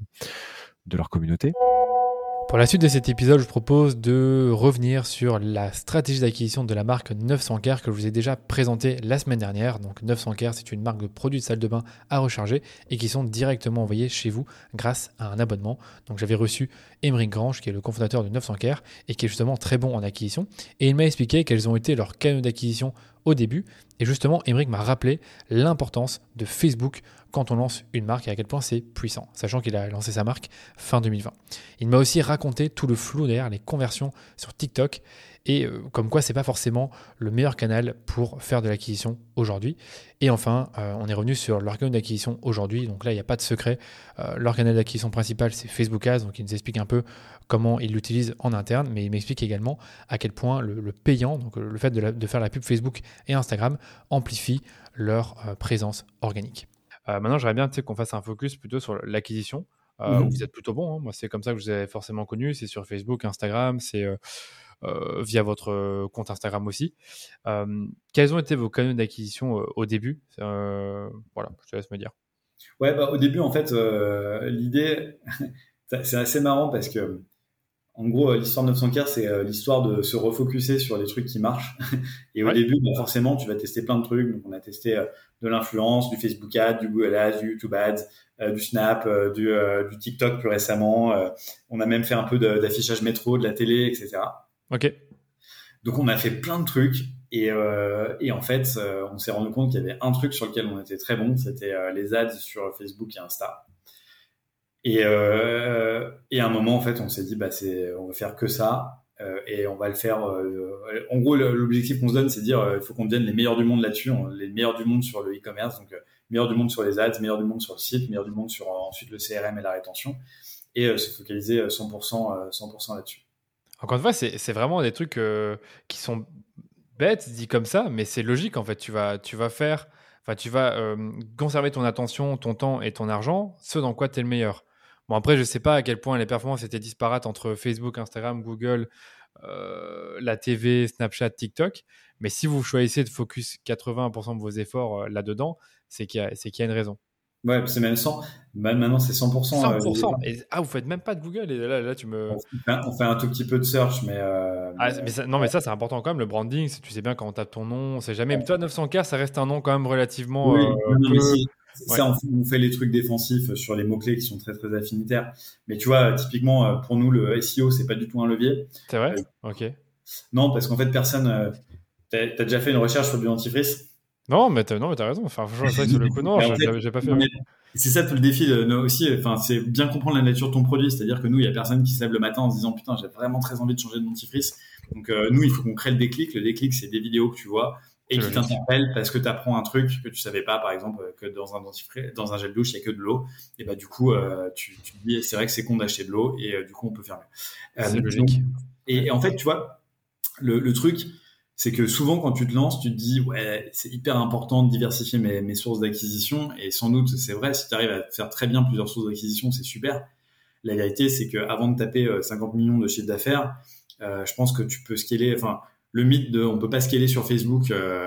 de leur communauté. Pour la suite de cet épisode, je vous propose de revenir sur la stratégie d'acquisition de la marque neuf cents Care que je vous ai déjà présentée la semaine dernière. Donc neuf cents Care, c'est une marque de produits de salle de bain à recharger et qui sont directement envoyés chez vous grâce à un abonnement. Donc j'avais reçu Émeric Grange, qui est le cofondateur de neuf cents Care et qui est justement très bon en acquisition. Et il m'a expliqué quels ont été leurs canaux d'acquisition au début. Et justement, Émeric m'a rappelé l'importance de Facebook quand on lance une marque et à quel point c'est puissant, sachant qu'il a lancé sa marque fin deux mille vingt. Il m'a aussi raconté tout le flou derrière les conversions sur TikTok et euh, comme quoi c'est pas forcément le meilleur canal pour faire de l'acquisition aujourd'hui. Et enfin, euh, on est revenu sur leur canal d'acquisition aujourd'hui, donc là il n'y a pas de secret. Euh, leur canal d'acquisition principal c'est Facebook Ads, donc il nous explique un peu comment ils l'utilisent en interne, mais il m'explique également à quel point le, le payant, donc le fait de, la, de faire la pub Facebook et Instagram amplifie leur euh, présence organique. Euh, maintenant, j'aimerais bien qu'on fasse un focus plutôt sur l'acquisition. Euh, mmh. Vous êtes plutôt bon. Hein. Moi, c'est comme ça que je vous ai forcément connu. C'est sur Facebook, Instagram, c'est euh, euh, via votre compte Instagram aussi. Euh, quels ont été vos canaux d'acquisition euh, au début? euh, Voilà, je te laisse me dire. Ouais, bah, au début, en fait, euh, l'idée, c'est assez marrant parce que, en gros, l'histoire de neuf cents Care, c'est euh, l'histoire de se refocuser sur les trucs qui marchent. Et ouais. Au début, bah, forcément, tu vas tester plein de trucs. Donc, on a testé euh, de l'influence, du Facebook Ads, du Google Ads, du YouTube Ads, euh, du Snap, euh, du, euh, du TikTok plus récemment. Euh, on a même fait un peu de, d'affichage métro, de la télé, et cetera. Ok. Donc, on a fait plein de trucs. Et, euh, et en fait, euh, on s'est rendu compte qu'il y avait un truc sur lequel on était très bon. C'était euh, les ads sur Facebook et Insta. Et, euh, et à un moment, en fait, on s'est dit, bah, c'est, on va faire que ça, euh, et on va le faire. Euh, en gros, l'objectif qu'on se donne, c'est de dire, euh, il faut qu'on devienne les meilleurs du monde là-dessus, les meilleurs du monde sur le e-commerce, donc euh, meilleurs du monde sur les ads, meilleurs du monde sur le site, meilleurs du monde sur euh, ensuite le C R M et la rétention, et euh, se focaliser cent pour cent, euh, cent pour cent là-dessus. Encore une fois, c'est, c'est vraiment des trucs euh, qui sont bêtes, dit comme ça, mais c'est logique en fait. Tu vas, tu vas faire, enfin, tu vas euh, conserver ton attention, ton temps et ton argent, ce dans quoi tu es le meilleur. Bon, après, je ne sais pas à quel point les performances étaient disparates entre Facebook, Instagram, Google, euh, la T V, Snapchat, TikTok. Mais si vous choisissez de focus quatre-vingts pour cent de vos efforts euh, là-dedans, c'est qu'il y a, c'est qu'il y a une raison. Ouais, c'est même cent. Bah, maintenant, c'est cent pour cent. cent pour cent. Euh, et, ah, vous faites même pas de Google. Et là, là tu me... on, fait un, on fait un tout petit peu de search, mais... Euh, ah, mais ça, non, mais ça, c'est important quand même. Le branding, tu sais bien quand on tape ton nom, on sait jamais. Ouais. Mais toi, neuf cents Care, ça reste un nom quand même relativement... Oui, euh, non, peu... mais si, Ouais. Ça, on, on fait les trucs défensifs sur les mots-clés qui sont très, très affinitaires. Mais tu vois, typiquement, pour nous, le S E O, c'est pas du tout un levier. C'est vrai euh, Ok. Non, parce qu'en fait, personne... Euh, t'as, t'as déjà fait une recherche sur du dentifrice ? Non, mais t'as, non, mais t'as raison. Enfin, franchement, c'est vrai que sur le coup, non, je, fait, j'ai pas fait. Non, c'est ça tout le défi de, de, aussi. Enfin, c'est bien comprendre la nature de ton produit. C'est-à-dire que nous, il y a personne qui se lève le matin en se disant putain, j'ai vraiment très envie de changer de dentifrice. Donc euh, nous, il faut qu'on crée le déclic. Le déclic, c'est des vidéos que tu vois et qui t'interpellent parce que tu apprends un truc que tu savais pas, par exemple, que dans un dentifrice, dans un gel douche, il y a que de l'eau. Et bah du coup, euh, tu, tu te dis c'est vrai que c'est con d'acheter de l'eau et euh, du coup, on peut faire mieux. Euh, c'est logique. Donc, et, et en fait, tu vois, le, le truc. C'est que souvent, quand tu te lances, tu te dis, ouais, c'est hyper important de diversifier mes, mes sources d'acquisition. Et sans doute, c'est vrai, si tu arrives à faire très bien plusieurs sources d'acquisition, c'est super. La vérité, c'est que avant de taper cinquante millions de chiffre d'affaires, euh, je pense que tu peux scaler, enfin, le mythe de on peut pas scaler sur Facebook, euh,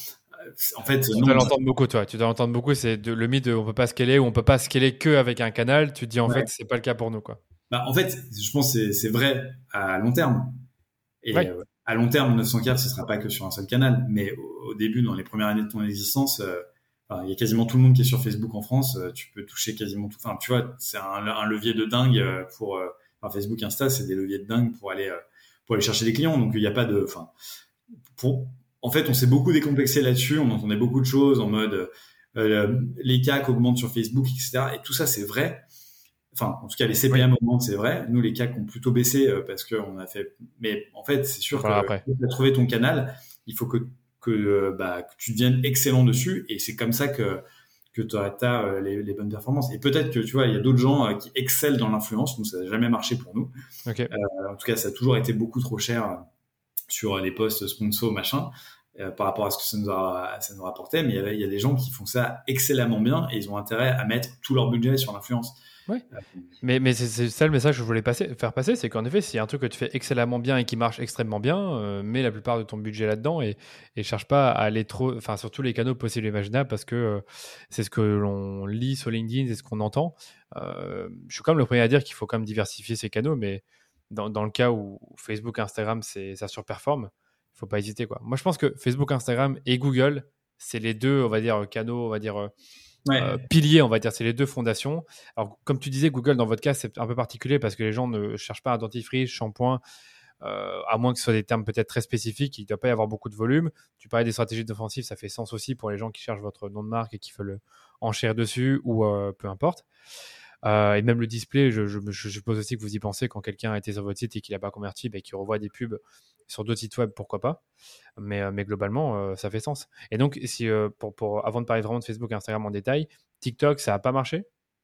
en fait, tu non. dois l'entendre beaucoup, toi. Tu dois l'entendre beaucoup, c'est de, le mythe de on peut pas scaler ou on peut pas scaler que avec un canal. Tu te dis, en ouais. fait, c'est pas le cas pour nous, quoi. Bah, en fait, je pense que c'est, c'est vrai à long terme. Et, ouais. euh, à long terme, neuf cent quatre, ce sera pas que sur un seul canal, mais au, au début, dans les premières années de ton existence, euh, enfin, il y a quasiment tout le monde qui est sur Facebook en France. Euh, tu peux toucher quasiment tout. Enfin, tu vois, c'est un, un levier de dingue pour. Euh, enfin, Facebook, Insta, c'est des leviers de dingue pour aller euh, pour aller chercher des clients. Donc, il n'y a pas de. Enfin, pour. En fait, on s'est beaucoup décomplexé là-dessus. On entendait beaucoup de choses en mode euh, les C A C augmentent sur Facebook, et cetera. Et tout ça, c'est vrai. Enfin, en tout cas, les C P M oui. augmentent, c'est vrai. Nous, les C A C ont plutôt baissé euh, parce qu'on a fait. Mais en fait, c'est sûr voilà, que pour trouver ton canal, il faut que que, euh, bah, que tu deviennes excellent dessus, et c'est comme ça que que tu as euh, les, les bonnes performances. Et peut-être que tu vois, il y a d'autres gens euh, qui excellent dans l'influence. Nous, ça n'a jamais marché pour nous. Okay. Euh, en tout cas, ça a toujours été beaucoup trop cher sur les posts sponsors, machin. Euh, par rapport à ce que ça nous a, ça nous rapportait, mais il y, a, il y a des gens qui font ça excellemment bien et ils ont intérêt à mettre tout leur budget sur l'influence. Ouais. Euh, mais mais c'est, c'est ça le message que je voulais passer, faire passer, c'est qu'en effet, s'il y a un truc que tu fais excellemment bien et qui marche extrêmement bien, euh, mets la plupart de ton budget là-dedans et, et cherche pas à aller trop, enfin sur tous les canaux possibles et imaginables parce que euh, c'est ce que l'on lit sur LinkedIn, c'est ce qu'on entend. Euh, je suis quand même le premier à dire qu'il faut quand même diversifier ces canaux, mais dans, dans le cas où Facebook, Instagram, c'est, ça surperforme, faut pas hésiter, quoi. Moi, je pense que Facebook, Instagram et Google, c'est les deux, on va dire, canaux, on va dire, ouais. euh, piliers, on va dire, c'est les deux fondations. Alors, comme tu disais, Google, dans votre cas, c'est un peu particulier parce que les gens ne cherchent pas un dentifrice, shampoing, euh, à moins que ce soit des termes peut-être très spécifiques, il ne doit pas y avoir beaucoup de volume. Tu parlais des stratégies d'offensive, ça fait sens aussi pour les gens qui cherchent votre nom de marque et qui veulent enchérir dessus ou euh, peu importe. Euh, et même le display, je, je, je suppose aussi que vous y pensez quand quelqu'un a été sur votre site et qu'il n'a pas converti, bah, qu'il revoit des pubs sur d'autres sites web, pourquoi pas. Mais, mais globalement, euh, ça fait sens. Et donc, si, euh, pour, pour, avant de parler vraiment de Facebook et Instagram en détail, TikTok, ça n'a pas marché ?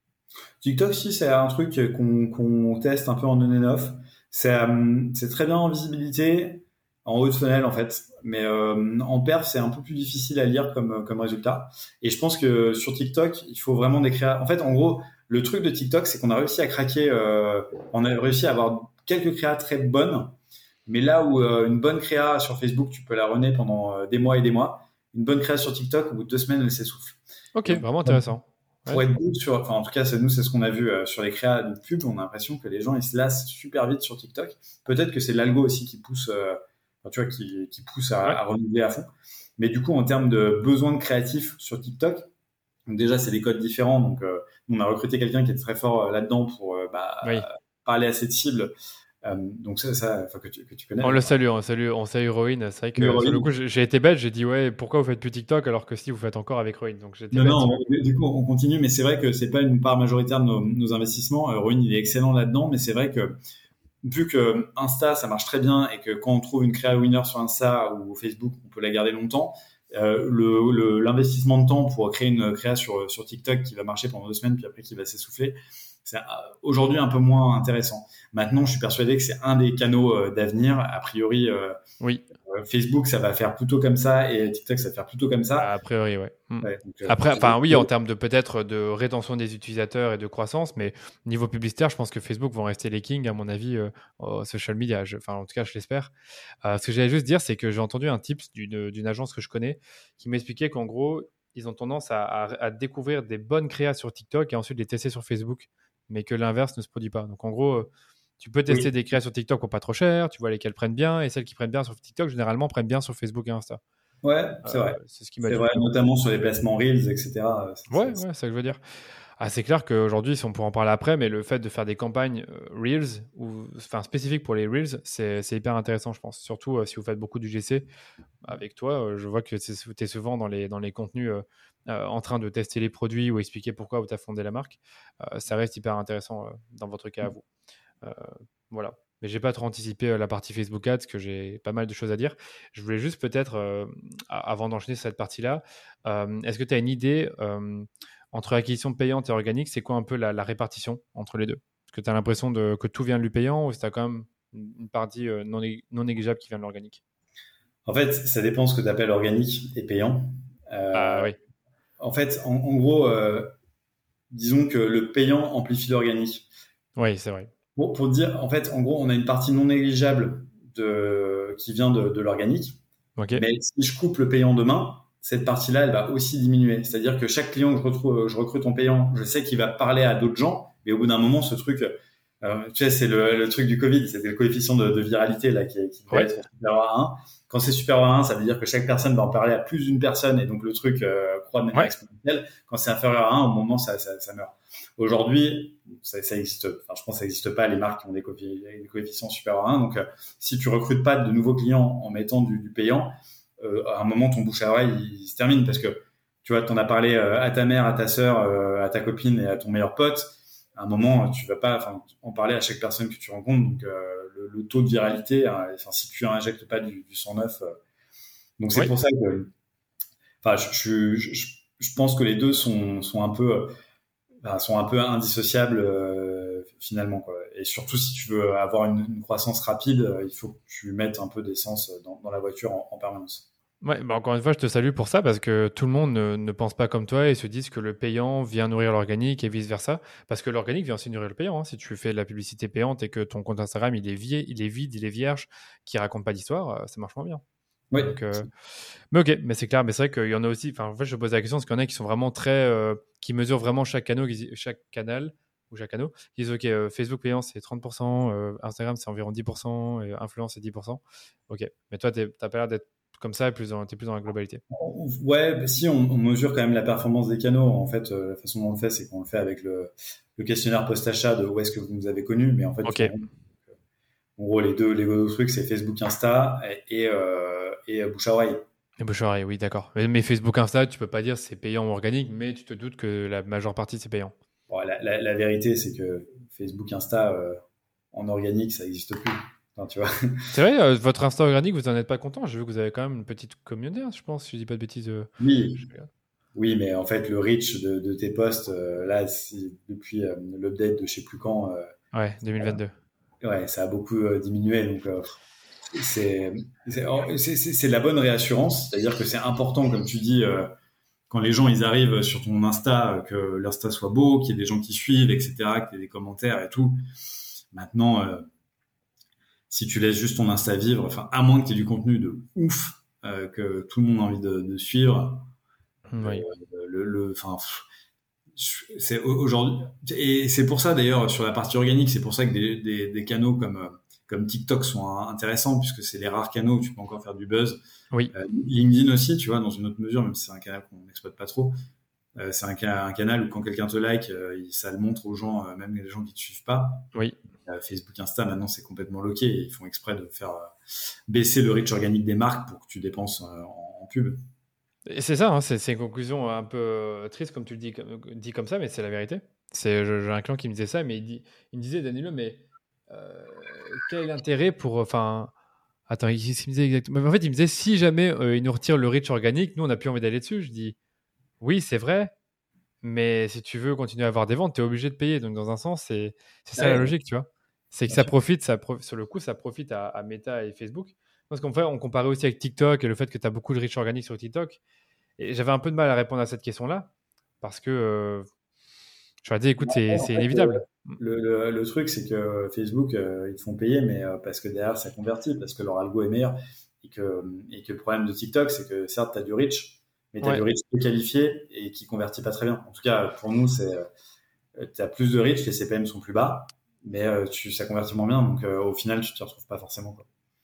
TikTok, si, c'est un truc qu'on, qu'on teste un peu en on and off. C'est, euh, c'est très bien en visibilité, en haut de funnel en fait, mais euh, en perf, c'est un peu plus difficile à lire comme, comme résultat. Et je pense que sur TikTok, il faut vraiment des créa... En fait, en gros, le truc de TikTok, c'est qu'on a réussi à craquer, euh, on a réussi à avoir quelques créas très bonnes, mais là où euh, une bonne créa sur Facebook, tu peux la runner pendant euh, des mois et des mois, une bonne créa sur TikTok, au bout de deux semaines, elle s'essouffle. Ok, donc, vraiment intéressant. Pour ouais. être good sur, enfin en tout cas, c'est, nous, c'est ce qu'on a vu euh, sur les créas de pub, on a l'impression que les gens ils se lassent super vite sur TikTok. Peut-être que c'est l'algo aussi qui pousse, euh, enfin, tu vois, qui, qui pousse à, ouais. à renouveler à fond. Mais du coup, en termes de besoin de créatif sur TikTok, donc déjà c'est des codes différents. Donc, euh, on a recruté quelqu'un qui est très fort euh, là-dedans pour euh, bah, oui. euh, parler à cette cible. Euh, donc ça, ça que, tu, que tu connais. On le salue, on salue, on salue Rohin. C'est vrai que Rohin. Sur le coup, j'ai été bête. J'ai dit ouais, pourquoi vous faites plus TikTok alors que si vous faites encore avec Rohin. Donc j'étais non, bête. non. On, du coup, on continue, mais c'est vrai que c'est pas une part majoritaire de nos, nos investissements. Euh, Rohin, il est excellent là-dedans, mais c'est vrai que vu que Insta, ça marche très bien et que quand on trouve une créa winner sur Insta ou Facebook, on peut la garder longtemps. Euh, le, le, l'investissement de temps pour créer une créa sur, sur TikTok qui va marcher pendant deux semaines puis après qui va s'essouffler, c'est aujourd'hui un peu moins intéressant. Maintenant, je suis persuadé que c'est un des canaux euh, d'avenir. A priori, euh, oui. euh, Facebook, ça va faire plutôt comme ça et TikTok, ça va faire plutôt comme ça. A priori, ouais. ouais donc, euh, Après, enfin oui, en termes de peut-être de rétention des utilisateurs et de croissance, mais niveau publicitaire, je pense que Facebook vont rester les kings, à mon avis, euh, au social media. Je, enfin, en tout cas, je l'espère. Euh, ce que j'allais juste dire, c'est que j'ai entendu un tips d'une, d'une agence que je connais qui m'expliquait qu'en gros, ils ont tendance à, à, à découvrir des bonnes créas sur TikTok et ensuite les tester sur Facebook, mais que l'inverse ne se produit pas. Donc en gros, tu peux tester oui. des créas sur TikTok pour pas trop cher, tu vois lesquelles prennent bien, et celles qui prennent bien sur TikTok, généralement, prennent bien sur Facebook et Insta. Ouais, c'est Euh, vrai. c'est ce qui m'a C'est dit. vrai, notamment sur les placements Reels, et cetera. C'est- Ouais, c'est- ouais, c'est ça que je veux dire. Ah, c'est clair qu'aujourd'hui, si on pourra en parler après, mais le fait de faire des campagnes euh, Reels, ou, enfin spécifiques pour les Reels, c'est, c'est hyper intéressant, je pense. Surtout euh, si vous faites beaucoup du G C avec toi. euh, je vois que tu es souvent dans les, dans les contenus euh, euh, en train de tester les produits ou expliquer pourquoi tu as fondé la marque. Euh, ça reste hyper intéressant euh, dans votre cas à vous. Euh, voilà. Mais j'ai pas trop anticipé euh, la partie Facebook Ads, parce que j'ai pas mal de choses à dire. Je voulais juste peut-être, euh, a- avant d'enchaîner cette partie-là, euh, est-ce que tu as une idée euh, entre acquisition payante et organique, c'est quoi un peu la, la répartition entre les deux? Est-ce que tu as l'impression de, que tout vient de du payant ou est-ce que tu as quand même une partie euh, non, né- non négligeable qui vient de l'organique? En fait, ça dépend ce que tu appelles organique et payant. Ah Euh, oui, en fait, en, en gros, euh, disons que le payant amplifie l'organique. oui, c'est vrai. Pour, pour dire, en fait, en gros, on a une partie non négligeable de, qui vient de, de l'organique. Ok. Mais si je coupe le payant demain, cette partie-là, elle va aussi diminuer. C'est-à-dire que chaque client que je, retrouve, je recrute en payant, je sais qu'il va parler à d'autres gens, mais au bout d'un moment, ce truc, euh, tu sais, c'est le, le truc du Covid, c'était le coefficient de, de viralité là qui, qui devait Ouais. être supérieur à un. Quand c'est supérieur à un, ça veut dire que chaque personne va en parler à plus d'une personne et donc le truc euh, croît de manière Ouais. exponentielle. Quand c'est inférieur à un, au moment, ça, ça, ça meurt. Aujourd'hui, ça, ça existe. Enfin, je pense que ça n'existe pas les marques qui ont des, coeffi- des coefficients supérieurs à un. Donc, euh, si tu recrutes pas de nouveaux clients en mettant du, du payant, euh, à un moment, ton bouche à oreille, il, il se termine parce que tu vois, t'en as parlé euh, à ta mère, à ta sœur, euh, à ta copine et à ton meilleur pote. À un moment, tu vas pas, enfin, en parler à chaque personne que tu rencontres. Donc, euh, le, le taux de viralité, hein, enfin, si tu injectes pas du, du sang neuf, euh, donc c'est Oui. pour ça que, enfin, je, je, je, je pense que les deux sont, sont un peu, enfin, sont un peu indissociables euh, finalement, quoi. Et surtout, si tu veux avoir une, une croissance rapide, euh, il faut que tu mettes un peu d'essence dans, dans la voiture en, en permanence. Ouais, bah encore une fois, je te salue pour ça parce que tout le monde ne, ne pense pas comme toi et se disent que le payant vient nourrir l'organique et vice-versa. Parce que l'organique vient aussi nourrir le payant. Hein. Si tu fais de la publicité payante et que ton compte Instagram il est, vie, il est vide, il est vierge, qui raconte pas d'histoire, euh, ça marche moins bien. Oui. Donc, euh... Mais ok, mais c'est clair, mais c'est vrai qu'il y en a aussi. Enfin, en fait, je pose la question parce qu'il y en a qui sont vraiment très. Euh, qui mesurent vraiment chaque canal, chaque canal ou chaque canal. Ils disent ok, euh, Facebook payant c'est trente pour cent, euh, Instagram c'est environ dix pour cent, et influence c'est dix pour cent. Ok, mais toi, tu n'as pas l'air d'être comme ça, plus dans, t'es plus dans la globalité. Ouais, bah si on, on mesure quand même la performance des canaux. En fait, euh, la façon dont on le fait, c'est qu'on le fait avec le, le questionnaire post-achat de où est-ce que vous nous avez connus. Mais en fait, Ok. en, en gros, les deux, les deux trucs, c'est Facebook, Insta et, et, euh, et bouche à oreille. Et bouche à oreille, oui, d'accord. Mais, mais Facebook, Insta, tu peux pas dire c'est payant ou organique, mais tu te doutes que la majeure partie c'est payant. Bon, la, la, la vérité, c'est que Facebook, Insta, euh, en organique, ça n'existe plus. Enfin, tu vois. C'est vrai, euh, votre Insta organique, vous en êtes pas content. J'ai vu que vous avez quand même une petite communauté, hein, je pense, si je dis pas de bêtises. Euh... Oui. Oui, mais en fait, le reach de, de tes posts, euh, là, depuis euh, l'update de je sais plus quand. Euh, ouais, deux mille vingt-deux. Euh, ouais, ça a beaucoup euh, diminué. Donc, euh, c'est, c'est, c'est, c'est de la bonne réassurance. C'est-à-dire que c'est important, comme tu dis, euh, quand les gens ils arrivent sur ton Insta, que l'Insta soit beau, qu'il y ait des gens qui suivent, et cetera, qu'il y ait des commentaires et tout. Maintenant, euh, si tu laisses juste ton Insta vivre, enfin, à moins que tu aies du contenu de ouf, euh, que tout le monde a envie de, de suivre, oui. euh, le, le, enfin, c'est aujourd'hui, et c'est pour ça d'ailleurs sur la partie organique, c'est pour ça que des, des, des canaux comme comme TikTok sont intéressants puisque c'est les rares canaux où tu peux encore faire du buzz. Oui. Euh, LinkedIn aussi, tu vois, dans une autre mesure, même si c'est un canal qu'on n'exploite pas trop. Euh, c'est un, un canal où quand quelqu'un te like, euh, ça le montre aux gens, euh, même les gens qui te suivent pas. Oui. Euh, Facebook, Insta, maintenant c'est complètement loqué. Ils font exprès de faire euh, baisser le reach organique des marques pour que tu dépenses euh, en, en pub. Et c'est ça, hein, c'est, c'est une conclusion un peu triste comme tu le dis, dis comme ça, mais c'est la vérité. C'est, j'ai un client qui me disait ça, mais il, dit, il me disait, Danilo, mais euh, quel est l'intérêt pour... Enfin, attends, il, il me disait exactement... Mais en fait, il me disait, si jamais euh, il nous retire le reach organique, nous, on n'a plus envie d'aller dessus. Je dis, oui, c'est vrai, mais si tu veux continuer à avoir des ventes, tu es obligé de payer. Donc, dans un sens, c'est, c'est ça Ouais. la logique, tu vois. C'est que ça profite, ça prof... sur le coup, ça profite à, à Meta et Facebook. Parce qu'en fait, on comparait aussi avec TikTok et le fait que tu as beaucoup de reach organique sur TikTok. Et j'avais un peu de mal à répondre à cette question-là parce que euh, je leur ai dit, écoute, c'est, c'est inévitable. Le, le, le truc, c'est que Facebook, euh, ils te font payer, mais euh, parce que derrière, ça convertit, parce que leur algo est meilleur. Et que, et que le problème de TikTok, c'est que certes, tu as du reach, mais tu as Ouais. du reach peu qualifié et qui convertit pas très bien. En tout cas, pour nous, c'est euh, tu as plus de reach, les C P M sont plus bas, mais euh, tu, ça convertit moins bien. Donc, euh, au final, tu te retrouves pas forcément, quoi.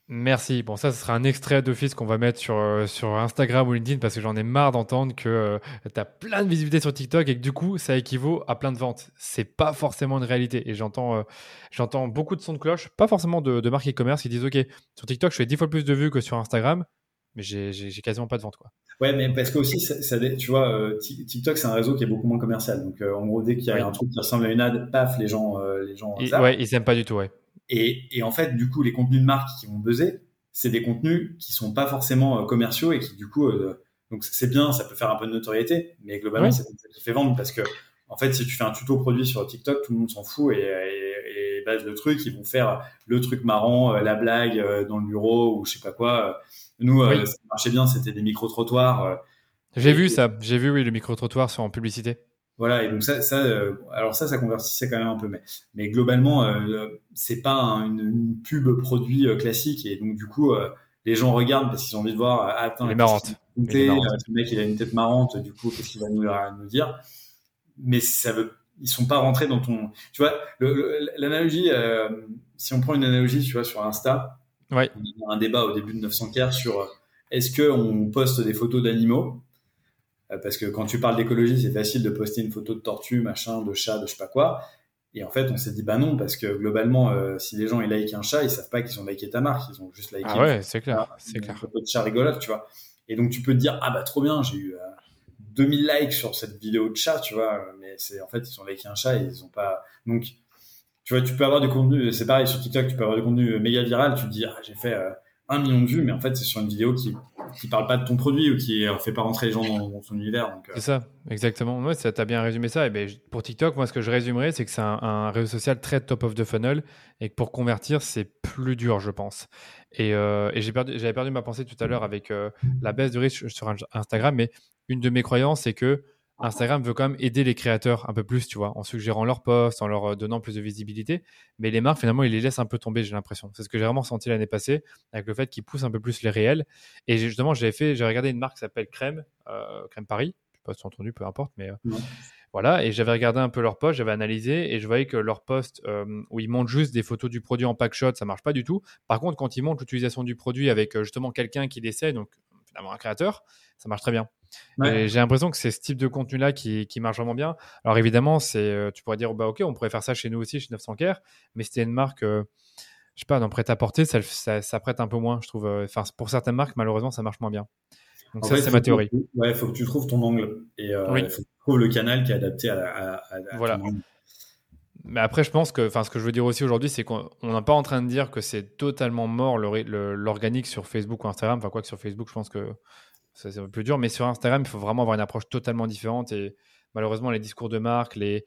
Merci. Bon, ça, ce sera un extrait d'office qu'on va mettre sur, euh, sur Instagram ou LinkedIn parce que j'en ai marre d'entendre que euh, tu as plein de visibilité sur TikTok et que du coup, ça équivaut à plein de ventes. C'est pas forcément une réalité. Et j'entends, euh, j'entends beaucoup de sons de cloche, pas forcément de, de marques e-commerce qui disent OK, sur TikTok, je fais dix fois plus de vues que sur Instagram, mais j'ai, j'ai, j'ai quasiment pas de ventes, quoi. Ouais, mais parce que aussi, ça, ça, tu vois, euh, TikTok, c'est un réseau qui est beaucoup moins commercial. Donc, euh, en gros, dès qu'il y a oui. un truc qui ressemble à une ad, paf, les gens, euh, les gens. Et, ouais, ils aiment pas du tout, ouais. Et, et en fait, du coup, les contenus de marque qui vont buzzer, c'est des contenus qui sont pas forcément euh, commerciaux et qui, du coup, euh, donc c'est bien, ça peut faire un peu de notoriété, mais globalement, ouais. c'est ça qui fait vendre parce que, en fait, si tu fais un tuto produit sur TikTok, tout le monde s'en fout et, et, et base le truc, ils vont faire le truc marrant, euh, la blague euh, dans le bureau ou je sais pas quoi. Nous, euh, oui. ça marchait bien, c'était des micro-trottoirs. Euh, j'ai et, vu ça, j'ai vu, oui, le micro-trottoir sur en publicité. Voilà, et donc ça, ça euh, alors ça, ça convertissait quand même un peu, mais, mais globalement, euh, c'est pas un, une, une pub produit euh, classique, et donc du coup, euh, les gens regardent parce qu'ils ont envie de voir, ah, attends, il est marrante. Il est marrante. Le mec, il a une tête marrante, du coup, qu'est-ce qu'il va nous, nous dire? Mais ça veut, ils sont pas rentrés dans ton, tu vois, le, le, l'analogie, euh, si on prend une analogie, tu vois, sur Insta, ouais. on a un débat au début de neuf cents K sur euh, est-ce que on poste des photos d'animaux? Parce que quand tu parles d'écologie, c'est facile de poster une photo de tortue, machin, de chat, de je sais pas quoi. Et en fait, on s'est dit bah non, parce que globalement, euh, si les gens ils likent un chat, ils savent pas qu'ils ont liké ta marque, ils ont juste liké. Ah ouais, c'est clair, c'est une clair. photo de chat rigolote, tu vois. Et donc tu peux te dire ah bah trop bien, j'ai eu euh, deux mille likes sur cette vidéo de chat, tu vois. Mais c'est en fait ils ont liké un chat et ils ont pas. Donc tu vois, tu peux avoir du contenu. C'est pareil sur TikTok, tu peux avoir du contenu méga viral. Tu te dis ah j'ai fait euh, un million de vues, mais en fait c'est sur une vidéo qui qui parle pas de ton produit ou qui ne fait pas rentrer les gens dans, dans son univers. Donc, euh... C'est ça, exactement. Ouais, ça, t'as bien résumé ça. Et ben, pour TikTok, moi, ce que je résumerais, c'est que c'est un, un réseau social très top of the funnel et que pour convertir, c'est plus dur, je pense. Et, euh, et j'ai perdu, j'avais perdu ma pensée tout à l'heure avec euh, la baisse de risque sur Instagram, mais une de mes croyances, c'est que Instagram veut quand même aider les créateurs un peu plus, tu vois, en suggérant leurs posts, en leur donnant plus de visibilité. Mais les marques, finalement, ils les laissent un peu tomber, j'ai l'impression. C'est ce que j'ai vraiment senti l'année passée, avec le fait qu'ils poussent un peu plus les réels. Et justement, j'avais fait, j'ai regardé une marque qui s'appelle Crème, euh, Crème Paris. Je ne sais pas si tu as entendu, peu importe, mais euh, voilà. Et j'avais regardé un peu leurs posts, j'avais analysé, et je voyais que leurs posts euh, où ils montrent juste des photos du produit en pack shot, ça ne marche pas du tout. Par contre, quand ils montrent l'utilisation du produit avec euh, justement quelqu'un qui l'essaie, donc finalement un créateur, ça marche très bien. Ouais. Et j'ai l'impression que c'est ce type de contenu-là qui, qui marche vraiment bien. Alors évidemment, c'est, tu pourrais dire, bah, ok, on pourrait faire ça chez nous aussi, chez neuf cents K, mais c'était une marque, euh, je sais pas, dans prêt-à-porter, ça, ça, ça prête un peu moins, je trouve. Enfin, pour certaines marques, malheureusement, ça marche moins bien. Donc en ça, fait, c'est ma théorie. Il ouais, faut que tu trouves ton angle. Et euh, oui. il faut que tu trouves le canal qui est adapté à, à, à, à voilà. ton angle. Mais après, je pense que, enfin, ce que je veux dire aussi aujourd'hui, c'est qu'on n'est pas en train de dire que c'est totalement mort le, le, l'organique sur Facebook ou Instagram. Enfin, quoi que sur Facebook, je pense que ça, c'est un peu plus dur, mais sur Instagram, il faut vraiment avoir une approche totalement différente et malheureusement, les discours de marque, les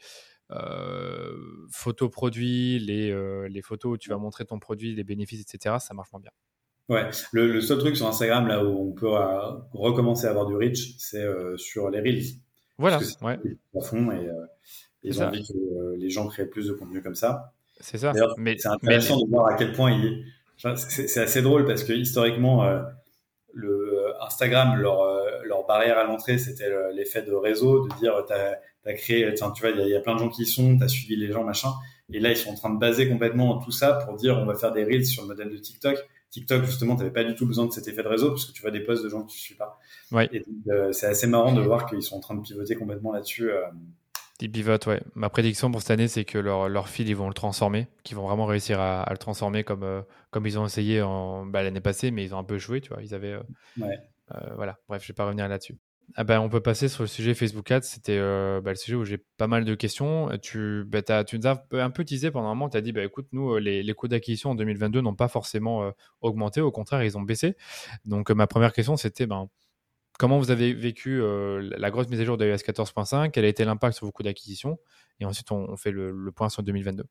euh, photos produits, les, euh, les photos où tu vas montrer ton produit, les bénéfices, et cetera, ça marche moins bien. Ouais, le, le seul truc sur Instagram, là où on peut euh, recommencer à avoir du reach, c'est euh, sur les Reels. Voilà, parce que c'est ouais. à fond et euh, ils ont envie que euh, les gens créent plus de contenu comme ça. C'est ça. D'ailleurs, mais, c'est intéressant mais... de voir à quel point il est... c'est, c'est assez drôle parce que historiquement, euh, le Instagram, leur, leur barrière à l'entrée, c'était l'effet de réseau, de dire t'as, t'as créé, tu vois, il y, y a plein de gens qui y sont, t'as suivi les gens, machin. Et là, ils sont en train de baser complètement tout ça pour dire on va faire des reels sur le modèle de TikTok. TikTok, justement, t'avais pas du tout besoin de cet effet de réseau parce que tu vois des posts de gens que tu suis pas. Ouais. Et donc, euh, c'est assez marrant de voir qu'ils sont en train de pivoter complètement là-dessus. Euh... Ils pivotent, ouais. Ma prédiction pour cette année, c'est que leur, leur feed, ils vont le transformer, qu'ils vont vraiment réussir à, à le transformer comme, euh, comme ils ont essayé en, bah, l'année passée, mais ils ont un peu joué, tu vois. Ils avaient. Euh, ouais. euh, voilà, bref, je vais pas revenir là-dessus. Ah bah, on peut passer sur le sujet Facebook Ads. C'était euh, bah, le sujet où j'ai pas mal de questions. Tu, bah, tu nous as un peu teasé pendant un moment. Tu as dit, bah, écoute, nous, les, les coûts d'acquisition en deux mille vingt-deux n'ont pas forcément euh, augmenté. Au contraire, ils ont baissé. Donc, euh, ma première question, c'était ben, comment vous avez vécu euh, la grosse mise à jour de i O S quatorze point cinq? Quel a été l'impact sur vos coûts d'acquisition? Et ensuite, on, on fait le, le point sur deux mille vingt-deux.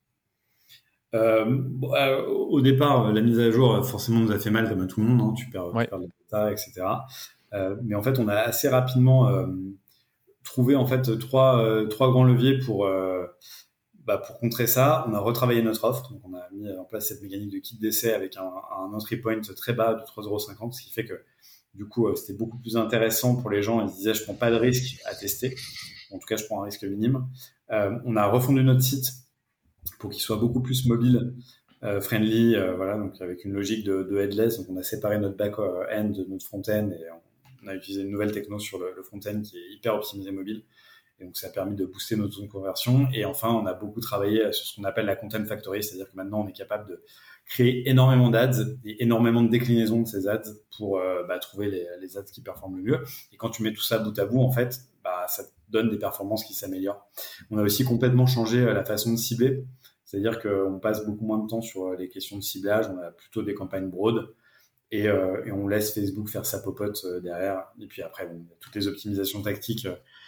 Euh, bon, euh, au départ, la mise à jour, forcément, nous a fait mal comme à tout le monde. Hein. Tu perds, ouais. tu perds de la data, et cetera. Euh, mais en fait, on a assez rapidement euh, trouvé en fait trois euh, trois grands leviers pour euh, bah, pour contrer ça. On a retravaillé notre offre, donc on a mis en place cette mécanique de kit d'essai avec un, un entry point très bas de trois euros cinquante, ce qui fait que du coup, euh, c'était beaucoup plus intéressant pour les gens. Ils se disaient, je prends pas de risque à tester. En tout cas, je prends un risque minime. Euh, on a refondu notre site pour qu'il soit beaucoup plus mobile euh, friendly, euh, voilà, donc avec une logique de, de headless. Donc on a séparé notre back-end de notre front-end et on a utilisé une nouvelle techno sur le, le front-end qui est hyper optimisé mobile. Et donc ça a permis de booster notre zone de conversion. Et enfin, on a beaucoup travaillé sur ce qu'on appelle la content factory, c'est-à-dire que maintenant on est capable de créer énormément d'ads et énormément de déclinaisons de ces ads pour euh, bah, trouver les, les ads qui performent le mieux. Et quand tu mets tout ça bout à bout, en fait, bah, ça te donne des performances qui s'améliorent. On a aussi complètement changé la façon de cibler, c'est-à-dire qu'on passe beaucoup moins de temps sur les questions de ciblage, on a plutôt des campagnes broad et, euh, et on laisse Facebook faire sa popote derrière. Et puis après, bon, toutes les optimisations tactiques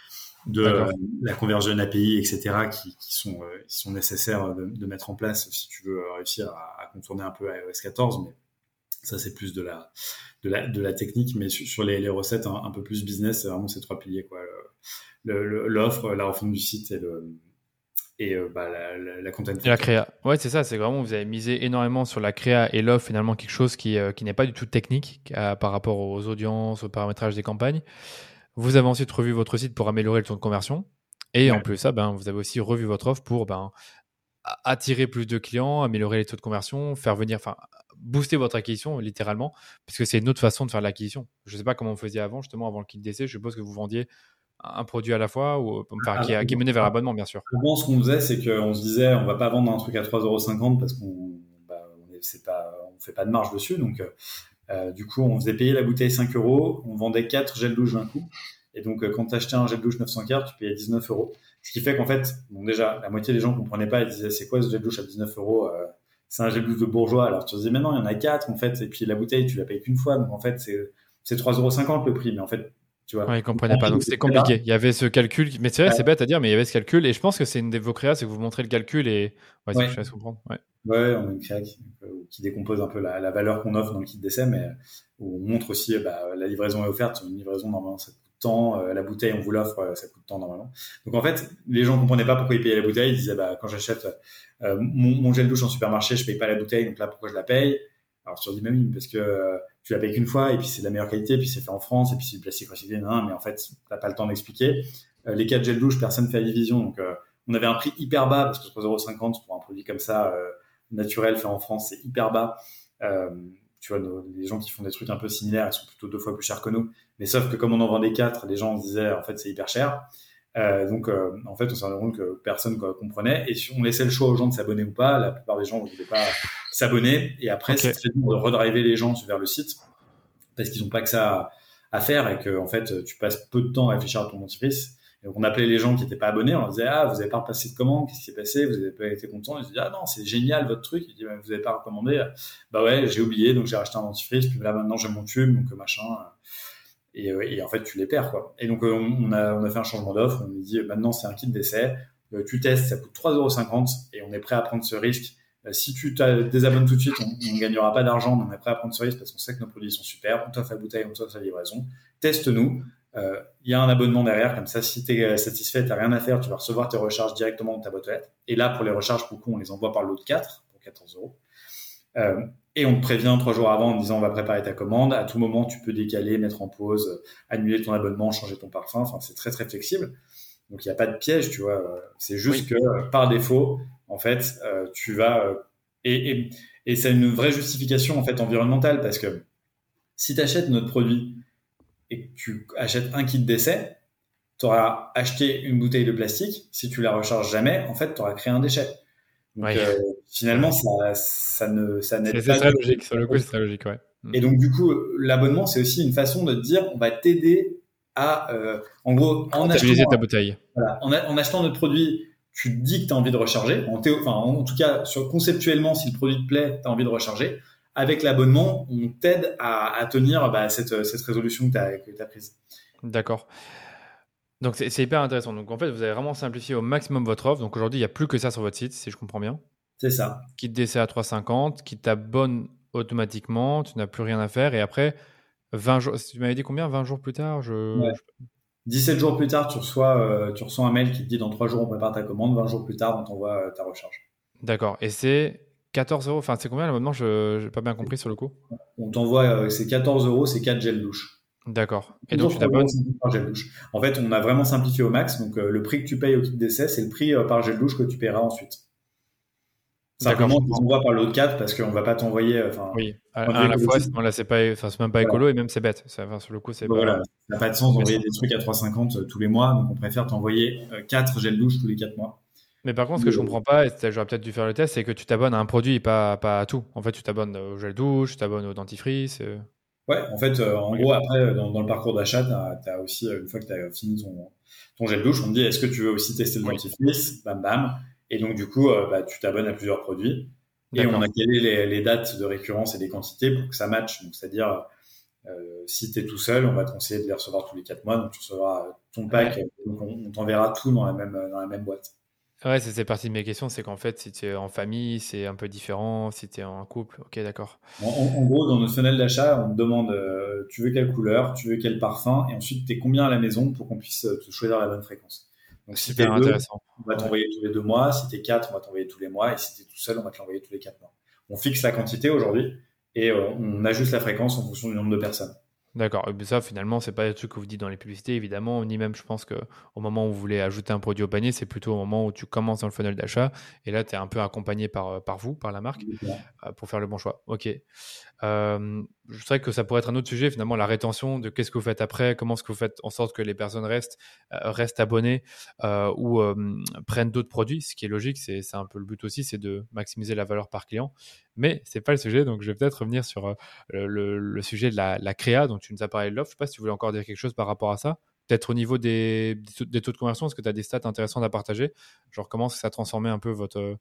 de euh, la conversion A P I, et cetera, qui, qui, sont, euh, qui sont nécessaires de, de mettre en place si tu veux réussir à, à contourner un peu iOS quatorze. Mais ça, c'est plus de la, de la, de la technique. Mais sur, sur les, les recettes un, un peu plus business, c'est vraiment ces trois piliers, quoi. Le, le, l'offre, la refonte du site et, le, et euh, bah, la, la, la content. Et la créa. Ouais, c'est ça. C'est vraiment, vous avez misé énormément sur la créa et l'offre, finalement, quelque chose qui, euh, qui n'est pas du tout technique à, par rapport aux audiences, au paramétrage des campagnes. Vous avez ensuite revu votre site pour améliorer le taux de conversion. Et ouais. En plus de ça, ben, vous avez aussi revu votre offre pour ben, attirer plus de clients, améliorer les taux de conversion, faire venir, enfin, booster votre acquisition littéralement, parce que c'est une autre façon de faire l'acquisition. Je ne sais pas comment vous faisiez avant, justement, avant le kit d'essai. Je suppose que vous vendiez un produit à la fois, ou, enfin, ah, qui, ah, qui menait vers l'abonnement, bien sûr. Avant, ce qu'on faisait, c'est qu'on se disait, on ne va pas vendre un truc à trois euros cinquante parce qu'on bah, ne fait pas de marge dessus. Donc, Euh, du coup, on faisait payer la bouteille cinq euros, on vendait quatre gels douche d'un coup. Et donc, euh, quand tu achetais un gel douche neuf cents cartes, tu payais dix-neuf euros. Ce qui fait qu'en fait, bon, déjà, la moitié des gens ne comprenaient pas. Ils disaient, c'est quoi ce gel douche à dix-neuf euros euh, C'est un gel douche de bourgeois. Alors, tu te disais, mais non, il y en a quatre, en fait. Et puis, la bouteille, tu la payes qu'une fois. Donc, en fait, c'est, c'est trois euros cinquante le prix. Mais en fait, tu vois. Ouais, ils ne comprenaient pas. Donc, c'était compliqué. Il y avait ce calcul. Mais c'est vrai, ouais. C'est bête à dire, mais il y avait ce calcul. Et je pense que c'est une de vos créas, c'est que vous montrez le calcul et ouais, c'est ouais. que je laisse comprendre. Ouais. Ouais, on a une créa qui, qui décompose un peu la, la valeur qu'on offre dans le kit d'essai, mais où on montre aussi bah, la livraison est offerte. Une livraison, normalement, ça coûte tant. Euh, la bouteille, on vous l'offre, ça coûte tant, normalement. Donc, en fait, les gens ne comprenaient pas pourquoi ils payaient la bouteille. Ils disaient, bah, quand j'achète euh, mon, mon gel douche en supermarché, je ne paye pas la bouteille. Donc là, pourquoi je la paye? Alors, tu te dis, mais oui, parce que euh, tu la payes qu'une fois, et puis c'est de la meilleure qualité, puis c'est fait en France, et puis c'est du plastique recyclé. Non, mais en fait, tu n'as pas le temps d'expliquer. Euh, les quatre gels douche, personne ne fait la division. Donc, euh, on avait un prix hyper bas, parce que trois euros cinquante pour un produit comme ça, euh, naturel fait en France, c'est hyper bas. Euh, tu vois, nos, les gens qui font des trucs un peu similaires, ils sont plutôt deux fois plus chers que nous. Mais sauf que comme on en vendait quatre, les gens disaient en fait c'est hyper cher. Euh, donc euh, en fait, on s'est rendu compte que personne quoi, comprenait. Et si on laissait le choix aux gens de s'abonner ou pas, la plupart des gens ne voulaient pas s'abonner. Et après, okay. c'est très dur de redriver les gens vers le site parce qu'ils n'ont pas que ça à faire et que en fait, tu passes peu de temps à réfléchir à ton dentifrice. Donc, on appelait les gens qui n'étaient pas abonnés, on leur disait « Ah, vous n'avez pas repassé de commande, qu'est-ce qui s'est passé? Vous n'avez pas été content ?» Ils disaient « Ah non, c'est génial votre truc. » Ils disaient « Vous n'avez pas recommandé ?» Bah ouais, j'ai oublié, donc j'ai racheté un dentifrice, puis là maintenant j'ai mon tube, donc machin. Et, et en fait, tu les perds, quoi. Et donc, on a, on a fait un changement d'offre, on lui dit « Maintenant, c'est un kit d'essai, tu testes, ça coûte trois euros cinquante et on est prêt à prendre ce risque. Si tu te désabonnes tout de suite, on ne gagnera pas d'argent, mais on est prêt à prendre ce risque parce qu'on sait que nos produits sont super, on t'offre la bouteille, on t'offre la livraison. Teste-nous. Il euh, y a un abonnement derrière, comme ça, si tu es satisfait, tu n'as rien à faire, tu vas recevoir tes recharges directement dans ta boîte aux lettres. Et là, pour les recharges, beaucoup, on les envoie par le lot de quatre pour quatorze euros. Euh, et on te prévient trois jours avant en disant on va préparer ta commande. À tout moment, tu peux décaler, mettre en pause, annuler ton abonnement, changer ton parfum. Enfin, c'est très, très flexible. Donc, il n'y a pas de piège, tu vois. C'est juste oui. que, par défaut, en fait, euh, tu vas... Euh, et, et, et c'est une vraie justification, en fait, environnementale parce que si tu achètes notre produit et que tu achètes un kit d'essai, tu auras acheté une bouteille de plastique. Si tu la recharges jamais, en fait, tu auras créé un déchet. Donc, ouais. euh, finalement, ça, ça ne, ça n'aide c'est, pas. C'est très logique. Sur le coup, c'est très logique, ouais. Et donc, du coup, l'abonnement, c'est aussi une façon de te dire, on va t'aider à, euh, en gros, en achetant, ta bouteille. Voilà, en, a, en achetant notre produit, tu te dis que tu as envie de recharger. En, théo, enfin, en tout cas, sur, conceptuellement, si le produit te plaît, tu as envie de recharger. Avec l'abonnement, on t'aide à, à tenir bah, cette, cette résolution que tu as prise. D'accord. Donc, c'est, c'est hyper intéressant. Donc, en fait, vous avez vraiment simplifié au maximum votre offre. Donc, aujourd'hui, il n'y a plus que ça sur votre site, si je comprends bien. C'est ça. Kit d'essai à trois euros cinquante, qui t'abonne automatiquement, tu n'as plus rien à faire. Et après, vingt jours, tu m'avais dit combien? vingt jours plus tard je... ouais. dix-sept jours plus tard, tu reçois, euh, tu reçois un mail qui te dit dans trois jours, on prépare ta commande. vingt jours plus tard, on t'envoie euh, ta recharge. D'accord. Et c'est quatorze euros. Enfin, c'est combien l'abonnement? Je n'ai pas bien compris sur le coup. On t'envoie, euh, c'est quatorze euros, c'est quatre gels douche. D'accord. Et donc, tu t'abonnes par gel douche. En fait, on a vraiment simplifié au max. Donc, euh, le prix que tu payes au kit d'essai, c'est le prix euh, par gel douche que tu paieras ensuite. Simplement, on voit par l'autre cadre parce qu'on va pas t'envoyer. Oui, à, à la fois, sinon là, c'est pas, enfin, c'est même pas écolo voilà. Et même c'est bête. Ça, enfin, sur le coup, c'est voilà. pas. Ça n'a pas de sens d'envoyer des trucs à trois cinquante tous les mois, donc on préfère t'envoyer quatre gels douche tous les quatre mois. Mais par contre, ce que je comprends pas, et j'aurais peut-être dû faire le test, c'est que tu t'abonnes à un produit et pas, pas à tout. En fait, tu t'abonnes au gel douche, tu t'abonnes au dentifrice. Euh... Ouais, en fait, euh, en oui. gros, après, dans, dans le parcours d'achat, tu as aussi, une fois que tu as fini ton, ton gel douche, on te dit est-ce que tu veux aussi tester le oui. dentifrice? Bam, bam. Et donc, du coup, euh, bah, tu t'abonnes à plusieurs produits. Et on a calé les, les dates de récurrence et les quantités pour que ça matche. Donc, c'est-à-dire, euh, si tu es tout seul, on va te conseiller de les recevoir tous les quatre mois. Donc, tu recevras ton pack. Ouais. Donc, on, on t'enverra tout dans la même, dans la même boîte. Ouais, c'est, c'est partie de mes questions. C'est qu'en fait, si tu es en famille, c'est un peu différent. Si tu es en couple, ok, d'accord. En, en, en gros, dans notre funnel d'achat, on te demande euh, tu veux quelle couleur, tu veux quel parfum, et ensuite, tu es combien à la maison pour qu'on puisse te choisir la bonne fréquence. Donc, si super intéressant. Deux, on va t'envoyer ouais. tous les deux mois. Si t'es quatre, on va t'envoyer tous les mois. Et si t'es tout seul, on va te l'envoyer tous les quatre mois. On fixe la quantité aujourd'hui et euh, on ajuste la fréquence en fonction du nombre de personnes. D'accord. Et ça, finalement, c'est pas des trucs que vous dites dans les publicités, évidemment, ni même, je pense qu'au moment où vous voulez ajouter un produit au panier, c'est plutôt au moment où tu commences dans le funnel d'achat. Et là, tu es un peu accompagné par, par vous, par la marque, ouais. pour faire le bon choix. OK. Euh, je dirais que ça pourrait être un autre sujet, finalement, la rétention de qu'est-ce que vous faites après, comment est-ce que vous faites en sorte que les personnes restent, euh, restent abonnées euh, ou euh, prennent d'autres produits. Ce qui est logique, c'est, c'est un peu le but aussi, c'est de maximiser la valeur par client. Mais c'est pas le sujet, donc je vais peut-être revenir sur euh, le, le sujet de la, la créa. Donc tu nous as parlé de l'offre. Je sais pas si tu voulais encore dire quelque chose par rapport à ça. Peut-être au niveau des, des taux de conversion, est-ce que tu as des stats intéressantes à partager? Genre comment ça a transformé un peu votre,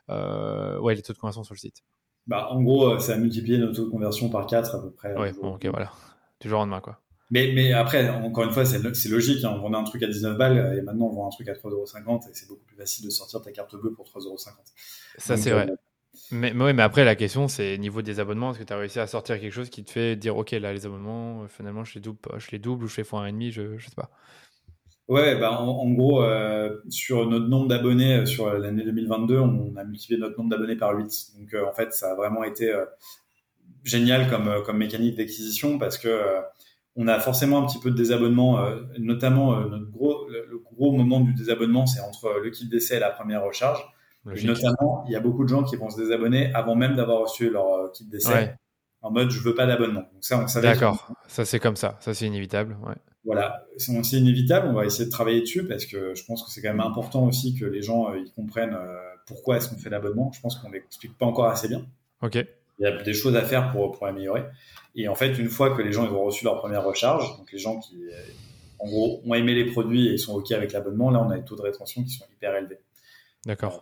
euh, ouais, les taux de conversion sur le site? Bah, en gros, ça a multiplié notre taux de conversion par quatre à peu près. Oui, bon, ok, voilà. Du jour au lendemain, quoi. Mais, mais après, encore une fois, c'est, c'est logique. Hein. On vendait un truc à dix-neuf balles et maintenant on vend un truc à trois euros cinquante et c'est beaucoup plus facile de sortir ta carte bleue pour trois euros cinquante. Ça, Donc, c'est euh, vrai. Mais, mais, ouais, mais après, la question, c'est niveau des abonnements. Est-ce que tu as réussi à sortir quelque chose qui te fait dire, OK, là, les abonnements, euh, finalement, je les double, je les double ou je fais fois un virgule cinq, je, je sais pas. Ouais, bah, en, en gros, euh, sur notre nombre d'abonnés, sur l'année deux mille vingt-deux, on a multiplié notre nombre d'abonnés par huit. Donc, euh, en fait, ça a vraiment été euh, génial comme, comme mécanique d'acquisition parce que euh, on a forcément un petit peu de désabonnement, euh, notamment euh, notre gros, le, le gros moment du désabonnement, c'est entre le kit d'essai et la première recharge. Et notamment, il y a beaucoup de gens qui vont se désabonner avant même d'avoir reçu leur euh, kit d'essai, ouais. en mode je veux pas d'abonnement. Donc ça, on savait. D'accord, ça c'est comme ça, ça c'est inévitable. Ouais. Voilà, c'est, c'est inévitable. On va essayer de travailler dessus parce que je pense que c'est quand même important aussi que les gens euh, ils comprennent euh, pourquoi est-ce qu'on fait l'abonnement. Je pense qu'on l'explique pas encore assez bien. Ok. Il y a des choses à faire pour pour l'améliorer. Et en fait, une fois que les gens ils ont reçu leur première recharge, donc les gens qui en gros ont aimé les produits et ils sont ok avec l'abonnement, là on a des taux de rétention qui sont hyper élevés. D'accord.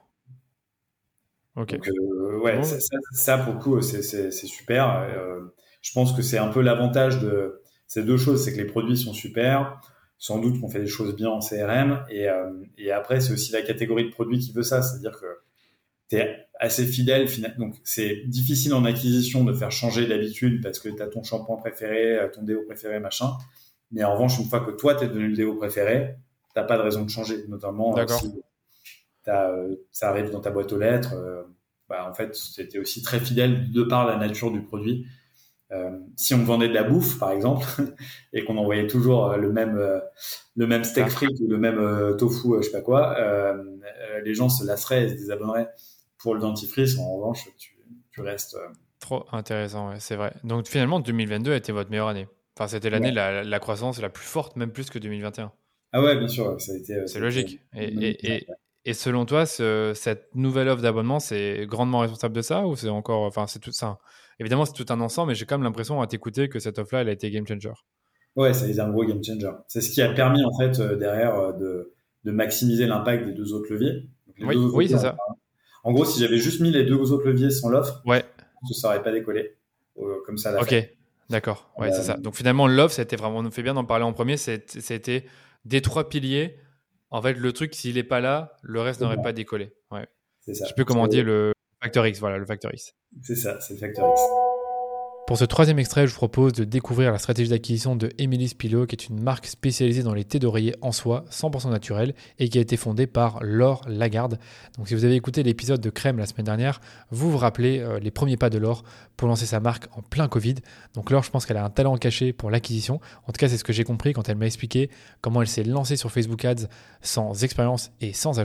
Ok. Donc, euh, ouais, bon. ça, ça, ça, pour le coup, c'est, c'est, c'est super. Euh, je pense que c'est un peu l'avantage de ces deux choses, c'est que les produits sont super. Sans doute qu'on fait des choses bien en C R M. Et, euh, et après, c'est aussi la catégorie de produits qui veut ça. C'est-à-dire que tu es assez fidèle. Donc, c'est difficile en acquisition de faire changer d'habitude parce que tu as ton shampoing préféré, ton déo préféré, machin. Mais en revanche, une fois que toi, tu es devenu le déo préféré, tu n'as pas de raison de changer. Notamment, euh, si Euh, ça arrive dans ta boîte aux lettres, euh, bah, en fait, c'était aussi très fidèle de par la nature du produit. Euh, si on vendait de la bouffe, par exemple, et qu'on envoyait toujours euh, le même euh, le même steak frites ou le même euh, tofu, euh, je sais pas quoi, euh, euh, les gens se lasseraient et se désabonneraient. Pour le dentifrice, en revanche, tu, tu restes. Euh... Trop intéressant, ouais, c'est vrai. Donc finalement, deux mille vingt-deux a été votre meilleure année. Enfin, c'était l'année ouais. la, la croissance la plus forte, même plus que deux mille vingt et un. Ah ouais, bien sûr, ça a été. C'est logique. Et, et, et, Et selon toi, ce, cette nouvelle offre d'abonnement, c'est grandement responsable de ça ou c'est encore, enfin, c'est tout ça. Évidemment, c'est tout un ensemble, mais j'ai quand même l'impression à t'écouter que cette offre-là, elle a été game changer. Ouais, ça a été un gros game changer. C'est ce qui a permis en fait euh, derrière euh, de, de maximiser l'impact des deux autres leviers. Donc, les oui, deux autres oui, leviers, c'est ça. En gros, si j'avais juste mis les deux autres leviers sans l'offre, ouais. ça n'aurait pas décollé euh, comme ça. À la ok, fin. D'accord. Ouais, euh, c'est ça. Donc finalement, l'offre, ça a été vraiment, on nous fait bien d'en parler en premier. C'est, c'était des trois piliers. En fait, le truc, s'il n'est pas là, le reste n'aurait pas décollé. Ouais. C'est ça. Je peux commenter le facteur X. Voilà, le facteur X. C'est ça, c'est le facteur X. Pour ce troisième extrait, je vous propose de découvrir la stratégie d'acquisition de Emily's Pillow, qui est une marque spécialisée dans les thés d'oreiller en soie, cent pour cent naturel, et qui a été fondée par Laure Lagarde. Donc si vous avez écouté l'épisode de Crème la semaine dernière, vous vous rappelez euh, les premiers pas de Laure pour lancer sa marque en plein Covid. Donc Laure, je pense qu'elle a un talent caché pour l'acquisition. En tout cas, c'est ce que j'ai compris quand elle m'a expliqué comment elle s'est lancée sur Facebook Ads sans expérience et sans agence,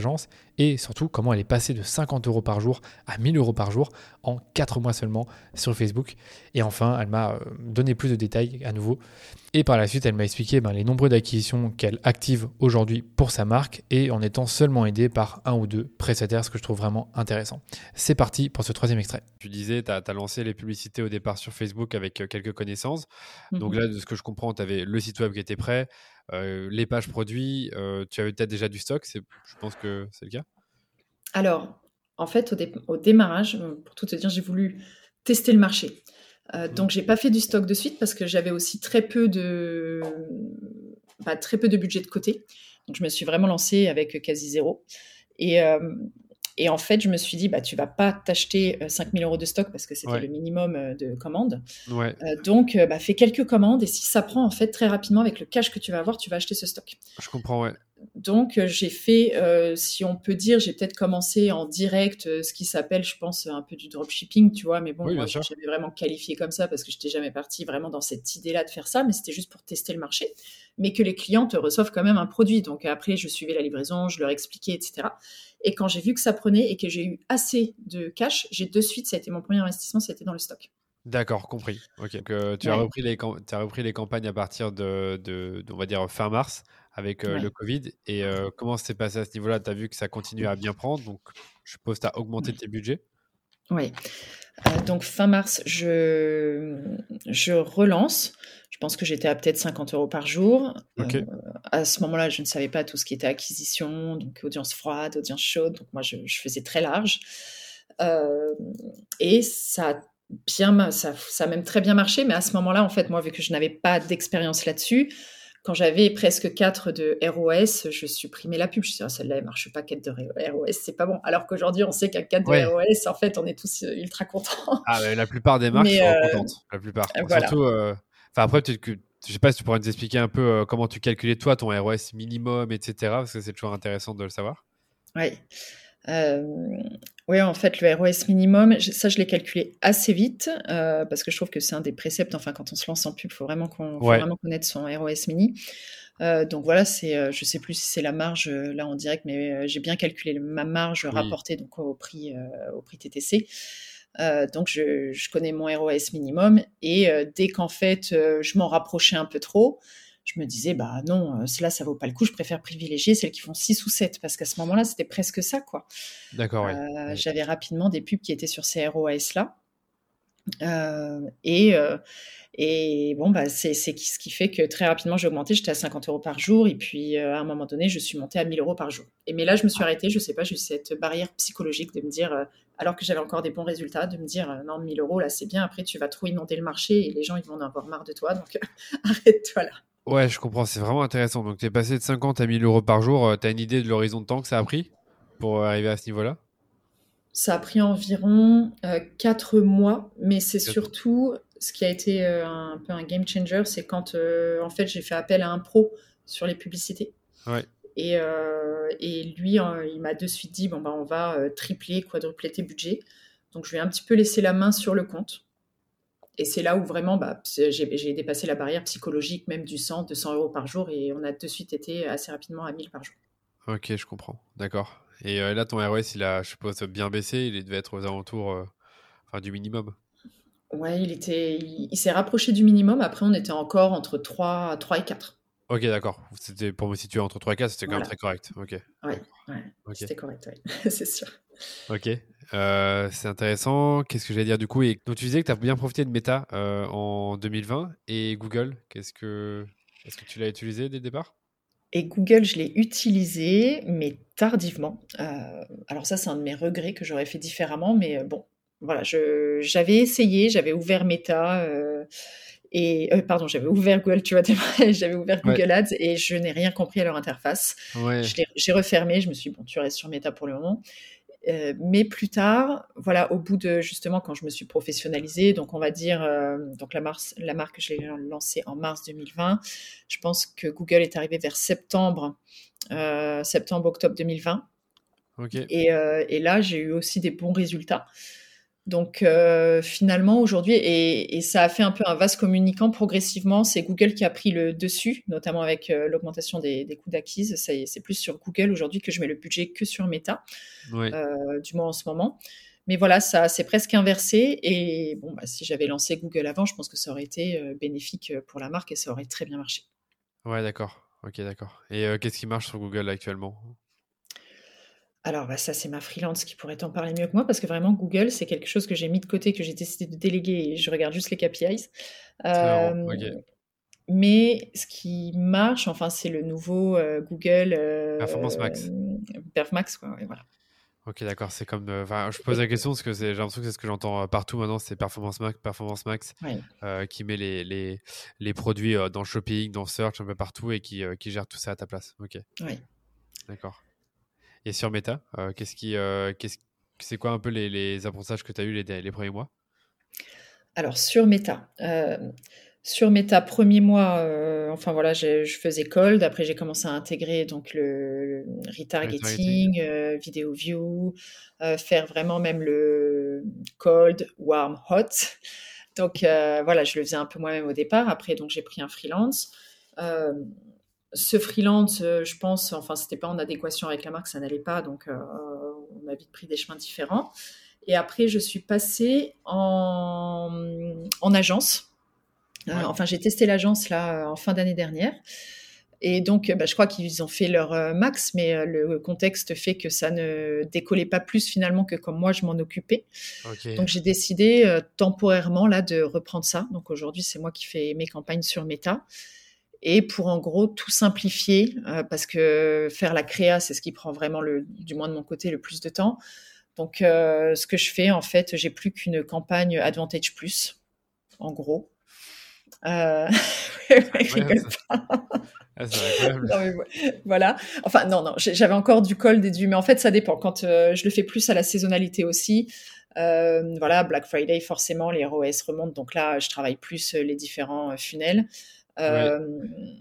et surtout comment elle est passée de cinquante euros par jour à mille euros par jour en quatre mois seulement sur Facebook. Et enfin, elle m'a donné plus de détails à nouveau. Et par la suite, elle m'a expliqué ben, les nombreuses acquisitions qu'elle active aujourd'hui pour sa marque et en étant seulement aidée par un ou deux prestataires, ce que je trouve vraiment intéressant. C'est parti pour ce troisième extrait. Tu disais, tu as lancé les publicités au départ sur Facebook avec quelques connaissances. Mm-hmm. Donc là, de ce que je comprends, tu avais le site web qui était prêt, euh, les pages produits, euh, tu avais peut-être déjà du stock, c'est, je pense que c'est le cas. Alors, en fait, au, dé- au démarrage, pour tout te dire, j'ai voulu tester le marché. Euh, donc, j'ai pas fait du stock de suite parce que j'avais aussi très peu de, bah, très peu de budget de côté. Donc, je me suis vraiment lancée avec quasi zéro. Et, euh, et en fait, je me suis dit, bah, tu vas pas t'acheter cinq mille euros de stock parce que c'était ouais. le minimum de commandes. Ouais. Euh, donc, bah, fais quelques commandes et si ça prend, en fait, très rapidement, avec le cash que tu vas avoir, tu vas acheter ce stock. Je comprends, ouais. Donc, j'ai fait, euh, si on peut dire, j'ai peut-être commencé en direct, euh, ce qui s'appelle, je pense, un peu du dropshipping, tu vois. Mais bon, oui, moi, je n'avais vraiment qualifié comme ça parce que je n'étais jamais partie vraiment dans cette idée-là de faire ça, mais c'était juste pour tester le marché. Mais que les clients te reçoivent quand même un produit. Donc, après, je suivais la livraison, je leur expliquais, et cetera. Et quand j'ai vu que ça prenait et que j'ai eu assez de cash, j'ai de suite, ça a été mon premier investissement, c'était dans le stock. D'accord, compris. Ok. Donc, euh, tu, ouais. as repris les, tu as repris les campagnes à partir de, de, de on va dire, fin mars avec euh, ouais. le Covid. Et euh, comment s'est passé à ce niveau-là? Tu as vu que ça continue à bien prendre. Donc, je suppose que tu as augmenté ouais. tes budgets. Oui. Euh, donc, fin mars, je, je relance. Je pense que j'étais à peut-être cinquante euros par jour. Okay. Euh, à ce moment-là, je ne savais pas tout ce qui était acquisition, donc audience froide, audience chaude. Donc, moi, je, je faisais très large. Euh, et ça a bien, ça, ça a même très bien marché, mais à ce moment-là, en fait, moi, vu que je n'avais pas d'expérience là-dessus, quand j'avais presque quatre de R O S, je supprimais la pub. Je disais, oh, celle-là, elle marche pas, quatre de R O S, c'est pas bon. Alors qu'aujourd'hui, on sait qu'à quatre ouais. de R O S, en fait, on est tous ultra contents. Ah, mais la plupart des marques mais sont euh, contentes. La plupart. Voilà. Surtout, euh, enfin, après, peut-être que, je sais pas si tu pourrais nous expliquer un peu euh, comment tu calculais toi ton R O S minimum, et cetera, parce que c'est toujours intéressant de le savoir. Oui. Euh, oui, en fait, le R O S minimum, ça, je l'ai calculé assez vite euh, parce que je trouve que c'est un des préceptes. Enfin, quand on se lance en pub, il faut vraiment, qu'on, faut ouais. vraiment connaître son R O S mini. Euh, donc voilà, c'est, euh, je ne sais plus si c'est la marge euh, là en direct, mais euh, j'ai bien calculé ma marge oui. rapportée donc, au, prix, euh, au prix T T C. Euh, donc, je, je connais mon R O S minimum et euh, dès qu'en fait, euh, je m'en rapprochais un peu trop, je me disais, bah non, cela, ça vaut pas le coup, je préfère privilégier celles qui font six ou sept, parce qu'à ce moment-là, c'était presque ça, quoi. D'accord, euh, oui. J'avais rapidement des pubs qui étaient sur ces R O S-là. Euh, et, euh, et bon, bah, c'est, c'est ce qui fait que très rapidement, j'ai augmenté, j'étais à cinquante euros par jour, et puis euh, à un moment donné, je suis montée à mille euros par jour. Et mais là, je me suis arrêtée, je sais pas, j'ai eu cette barrière psychologique de me dire, euh, alors que j'avais encore des bons résultats, de me dire, euh, non, mille euros, là, c'est bien, après, tu vas trop inonder le marché, et les gens, ils vont en avoir marre de toi, donc arrête-toi là. Ouais, je comprends, c'est vraiment intéressant. Donc, tu es passé de cinquante à mille euros par jour. Tu as une idée de l'horizon de temps que ça a pris pour arriver à ce niveau-là? Ça a pris environ euh, quatre mois, mais c'est surtout ce qui a été euh, un peu un game changer, c'est quand euh, en fait, j'ai fait appel à un pro sur les publicités. Ouais. Et, euh, et lui, euh, il m'a de suite dit, bon, bah, on va euh, tripler, quadrupler tes budgets. Donc, je lui ai un petit peu laissé la main sur le compte. Et c'est là où vraiment, bah, j'ai, j'ai dépassé la barrière psychologique, même du cent, deux cents euros par jour, et on a de suite été assez rapidement à mille par jour. Ok, je comprends. D'accord. Et euh, là, ton R O S, il a, je suppose, bien baissé. Il devait être aux alentours euh, enfin, du minimum. Ouais, il, était, il, il s'est rapproché du minimum. Après, on était encore entre trois, trois et quatre. Ok, d'accord. C'était, pour me situer entre trois et quatre, c'était quand voilà. même très correct. Ok. Ouais, ouais. Okay. C'était correct, ouais. C'est sûr. Ok. Euh, c'est intéressant. Qu'est-ce que j'allais dire du coup? Et donc, tu disais que tu as bien profité de Meta euh, en deux mille vingt. Et Google, qu'est-ce que... est-ce que tu l'as utilisé dès le départ? Et Google, je l'ai utilisé, mais tardivement. Euh, alors ça, c'est un de mes regrets que j'aurais fait différemment. Mais bon, voilà, je, j'avais essayé, j'avais ouvert Meta... Euh, Et, euh, pardon, j'avais ouvert Google, tu vois, j'avais ouvert Google ouais. Ads et je n'ai rien compris à leur interface. Ouais. Je l'ai, j'ai refermé, je me suis dit, bon, tu restes sur Meta pour le moment. Euh, mais plus tard, voilà, au bout de, justement, quand je me suis professionnalisée, donc on va dire, euh, donc la, mars, la marque, je l'ai lancée en mars deux mille vingt. Je pense que Google est arrivé vers septembre, euh, septembre, octobre deux mille vingt. Okay. Et, euh, et là, j'ai eu aussi des bons résultats. Donc euh, finalement aujourd'hui, et, et ça a fait un peu un vase communicant progressivement, c'est Google qui a pris le dessus, notamment avec euh, l'augmentation des, des coûts d'acquise. C'est, c'est plus sur Google aujourd'hui que je mets le budget que sur Meta, Ouais. euh, du moins en ce moment. Mais voilà, ça c'est presque inversé. Et bon, bah, si j'avais lancé Google avant, je pense que ça aurait été euh, bénéfique pour la marque et ça aurait très bien marché. Ouais, d'accord. Ok, d'accord. Et euh, qu'est-ce qui marche sur Google actuellement? Alors, bah, ça, c'est ma freelance qui pourrait t'en parler mieux que moi parce que vraiment, Google, c'est quelque chose que j'ai mis de côté, que j'ai décidé de déléguer et je regarde juste les K P Is. C'est marrant. Euh, Ok. mais ce qui marche, enfin, c'est le nouveau euh, Google Performance euh, Max. Perfmax, quoi. Et voilà. Ok, d'accord. C'est comme. Enfin, je pose la question parce que c'est, j'ai l'impression que c'est ce que j'entends euh, partout maintenant. C'est Performance Max, Performance Max, Ouais. euh, qui met les, les, les produits euh, dans Shopping, dans Search, un peu partout et qui, euh, qui gère tout ça à ta place. Ok, Ouais. d'accord. Et sur Meta, euh, qu'est-ce qui, euh, qu'est-ce, c'est quoi un peu les, les apprentissages que tu as eu les, les premiers mois? Alors, sur Meta. euh, Sur Meta, premier mois, euh, enfin voilà, j'ai- je faisais cold. Après, j'ai commencé à intégrer donc le, le Retargeting. retargeting, euh, vidéo view, euh, faire vraiment même le cold, warm, hot. Donc euh, voilà, je le faisais un peu moi-même au départ. Après, donc j'ai pris un freelance. Euh, Ce freelance, euh, je pense, enfin, c'était pas en adéquation avec la marque, ça n'allait pas, donc euh, on a vite pris des chemins différents. Et après, je suis passée en, en agence. Euh, Ouais. enfin, j'ai testé l'agence là en fin d'année dernière. Et donc, bah, je crois qu'ils ont fait leur euh, max, mais euh, le contexte fait que ça ne décollait pas plus finalement que comme moi je m'en occupais. Ok. Donc, j'ai décidé euh, temporairement là de reprendre ça. Donc, aujourd'hui, c'est moi qui fais mes campagnes sur Meta. Et pour en gros tout simplifier, euh, parce que faire la créa, c'est ce qui prend vraiment, le, du moins de mon côté, le plus de temps. Donc, euh, ce que je fais, en fait, j'ai plus qu'une campagne Advantage Plus, en gros. Euh... Incroyable rigole ça. pas. Ah, c'est incroyable. Non, mais voilà. Enfin, non, non, j'avais encore du cold et du... Mais en fait, ça dépend. Quand euh, je le fais plus à la saisonnalité aussi, euh, voilà, Black Friday, forcément, les R O S remontent. Donc là, je travaille plus les différents funnels. Ouais. Euh,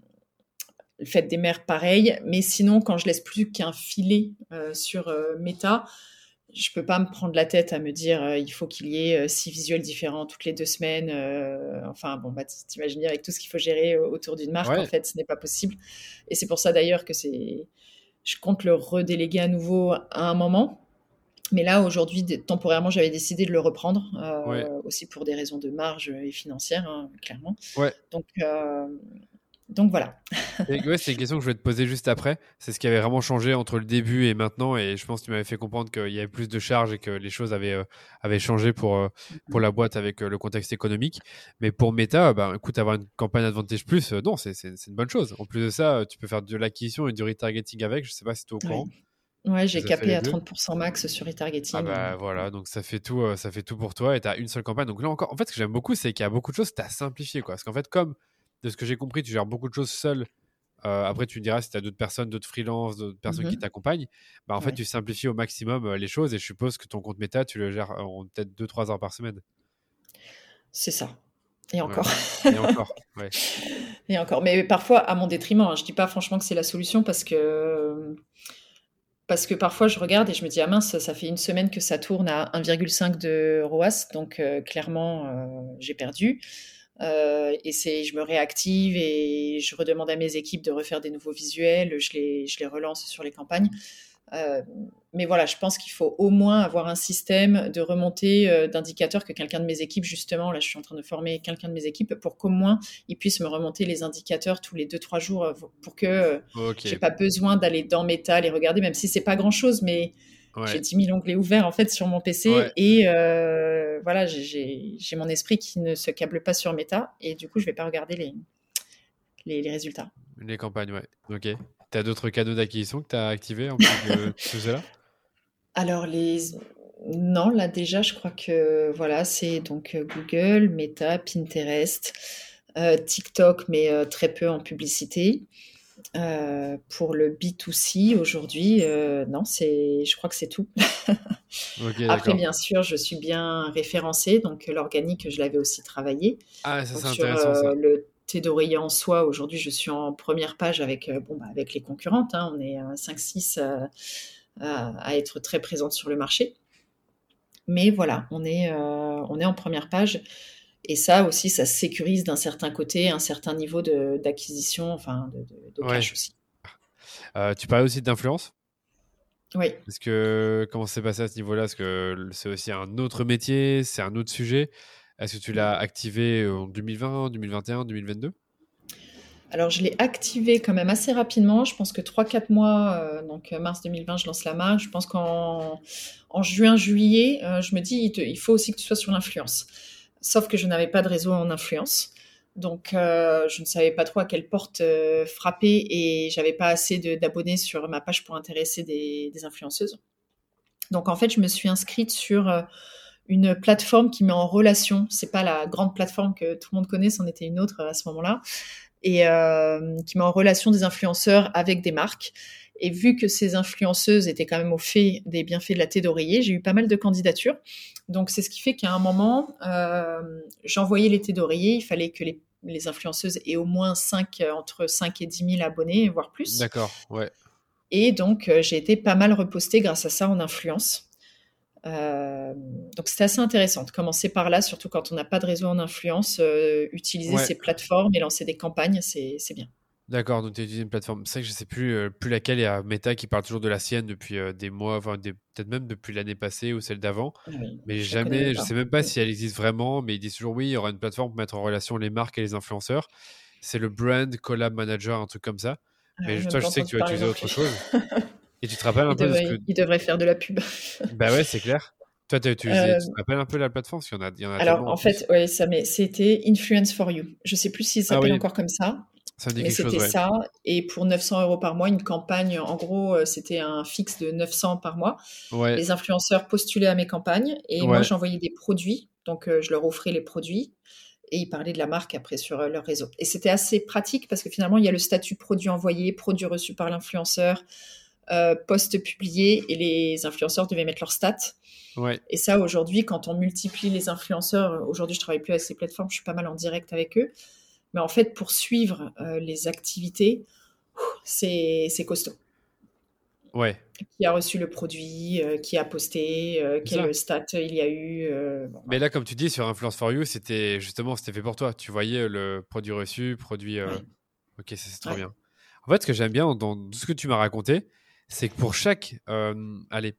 Fête des mères, pareil. Mais sinon, quand je laisse plus qu'un filet euh, sur euh, Meta, je peux pas me prendre la tête à me dire euh, il faut qu'il y ait euh, six visuels différents toutes les deux semaines. Euh, enfin, bon, bah, t'imagines bien avec tout ce qu'il faut gérer autour d'une marque, en Ouais. fait, ce n'est pas possible. Et c'est pour ça d'ailleurs que c'est, je compte le redéléguer à nouveau à un moment. Mais là, aujourd'hui, temporairement, j'avais décidé de le reprendre, euh, Ouais. aussi pour des raisons de marge et financière, hein, clairement. Ouais. Donc, euh, donc voilà. Et ouais, c'est une question que je vais te poser juste après. C'est ce qui avait vraiment changé entre le début et maintenant. Et je pense que tu m'avais fait comprendre qu'il y avait plus de charges et que les choses avaient, euh, avaient changé pour, euh, pour la boîte avec euh, le contexte économique. Mais pour Meta, bah, écoute, avoir une campagne Advantage Plus, euh, non, c'est, c'est, c'est une bonne chose. En plus de ça, euh, tu peux faire de l'acquisition et du retargeting avec. Je sais pas si tu es au courant. Ouais, ouais, j'ai Ça fait capé les à deux. trente pour cent max sur retargeting. Ah bah euh, voilà, donc ça fait tout, euh, ça fait tout pour toi et tu as une seule campagne. Donc là encore, en fait, ce que j'aime beaucoup, c'est qu'il y a beaucoup de choses que tu as simplifié, quoi. Parce qu'en fait, comme de ce que j'ai compris, tu gères beaucoup de choses seul. Euh, après, tu me diras si tu as d'autres personnes, d'autres freelances, d'autres personnes qui mhm, t'accompagnent. Bah, en fait, ouais, tu simplifies au maximum euh, les choses et je suppose que ton compte méta, tu le gères en peut-être deux trois heures par semaine. c'est ça. Et Ouais. encore. Et encore, ouais. Et encore. Mais parfois à mon détriment, hein. Je dis pas franchement que c'est la solution parce que parce que parfois je regarde et je me dis ah mince, ça fait une semaine que ça tourne à un virgule cinq de R O A S, donc euh, clairement euh, j'ai perdu. Euh, et c'est, je me réactive et je redemande à mes équipes de refaire des nouveaux visuels, je les, je les relance sur les campagnes. Euh, mais voilà, je pense qu'il faut au moins avoir un système de remontée euh, d'indicateurs que quelqu'un de mes équipes, justement, là je suis en train de former quelqu'un de mes équipes pour qu'au moins il puisse me remonter les indicateurs tous les deux trois jours euh, pour que euh, Ok, j'ai pas besoin d'aller dans Meta les regarder, même si c'est pas grand chose, mais j'ai ouais, dix mille onglets ouverts en fait sur mon P C ouais. et euh, voilà, j'ai- j'ai j'ai mon esprit qui ne se câble pas sur Meta et du coup je vais pas regarder les, les, les résultats. Les campagnes, ouais. Ok. Tu as d'autres canaux d'acquisition que tu as activés en plus de tout cela? Alors les non, là déjà je crois que voilà, c'est donc euh, Google, Meta, Pinterest, euh, TikTok, mais euh, très peu en publicité. Euh, pour le B deux C aujourd'hui, euh, non, c'est, je crois que c'est tout. Ok, Après, d'accord. bien sûr, je suis bien référencée, donc euh, l'organique, je l'avais aussi travaillé. Ah, ça c'est Donc sur intéressant ça. euh, le thé d'oreiller en soi, aujourd'hui, je suis en première page avec, euh, bon, bah, avec les concurrentes, hein. On est cinq six à, à, à être très présente sur le marché. Mais voilà, on est, euh, on est en première page. Et ça aussi, ça sécurise d'un certain côté un certain niveau de, d'acquisition, enfin de, de, de cash ouais. aussi. Euh, tu parlais aussi d'influence. Oui. Est-ce que, comment ça s'est passé à ce niveau-là? Parce que c'est aussi un autre métier, c'est un autre sujet. Est-ce que tu l'as activé en deux mille vingt, deux mille vingt et un, deux mille vingt-deux? Alors, je l'ai activé quand même assez rapidement. Je pense que trois quatre mois, euh, donc mars deux mille vingt, je lance la marque. Je pense qu'en en juin, juillet, euh, je me dis, il, te, il faut aussi que tu sois sur l'influence. Sauf que je n'avais pas de réseau en influence. Donc, euh, je ne savais pas trop à quelle porte euh, frapper et j'avais pas assez de, d'abonnés sur ma page pour intéresser des, des influenceuses. Donc, en fait, je me suis inscrite sur euh, une plateforme qui met en relation. C'est pas la grande plateforme que tout le monde connaît, c'en était une autre à ce moment-là. Et euh, qui met en relation des influenceurs avec des marques. Et vu que ces influenceuses étaient quand même au fait des bienfaits de la thé d'oreiller, j'ai eu pas mal de candidatures. Donc, c'est ce qui fait qu'à un moment, euh, j'envoyais les thés d'oreiller. Il fallait que les, les influenceuses aient au moins cinq, entre cinq et dix mille abonnés, voire plus. D'accord, ouais. Et donc, euh, j'ai été pas mal repostée grâce à ça en influence. Euh, donc c'était assez intéressant de commencer par là, surtout quand on n'a pas de réseau en influence, euh, utiliser Ouais. ces plateformes et lancer des campagnes, c'est, c'est bien. D'accord, donc tu as utilisé une plateforme. C'est vrai que je ne sais plus, euh, plus laquelle. Il y a Meta qui parle toujours de la sienne depuis euh, des mois, enfin des, peut-être même depuis l'année passée ou celle d'avant. Oui, mais je jamais, connais je pas. ne sais même pas si elle existe vraiment, mais ils disent toujours oui, il y aura une plateforme pour mettre en relation les marques et les influenceurs. C'est le Brand Collab Manager, un truc comme ça. Ah, Mais j'ai toi, même je pas sais que entendu tu vas parler utiliser non autre plus. chose. Et tu te rappelles un Il peu de ce devrait, que. il devrait faire de la pub. Bah ouais, c'est clair. Toi, tu as utilisé. Euh, Tu te rappelles un peu la plateforme? Parce qu'il y en a, il y en a alors tellement en en plus. fait, ouais, ça m'est- c'était Influence for You. Je sais plus s'il Ah s'appelle oui, encore comme ça, ça me dit mais quelque chose, c'était ouais. ça. Et pour neuf cents euros par mois, une campagne, en gros, euh, c'était un fixe de neuf cents par mois. Ouais, Les influenceurs postulaient à mes campagnes et moi, ouais, j'envoyais des produits. Donc, euh, je leur offrais les produits et ils parlaient de la marque après sur euh, leur réseau. Et c'était assez pratique parce que finalement, il y a le statut produit envoyé, produit reçu par l'influenceur, euh, post publié et les influenceurs devaient mettre leurs stats. ouais. Et ça, aujourd'hui, quand on multiplie les influenceurs, aujourd'hui, je travaille plus avec ces plateformes, je suis pas mal en direct avec eux. Mais en fait, pour suivre euh, les activités, c'est, c'est costaud. Ouais, Qui a reçu le produit, euh, qui a posté, euh, c'est ça. quel stat il y a eu. euh, bon, Mais voilà. là, comme tu dis, sur Influence for You, c'était justement, c'était fait pour toi. Tu voyais le produit reçu, produit. euh, Ouais. Ok, ça c'est trop Ouais. bien. En fait, ce que j'aime bien dans tout ce que tu m'as raconté, c'est que pour chaque, euh, allez,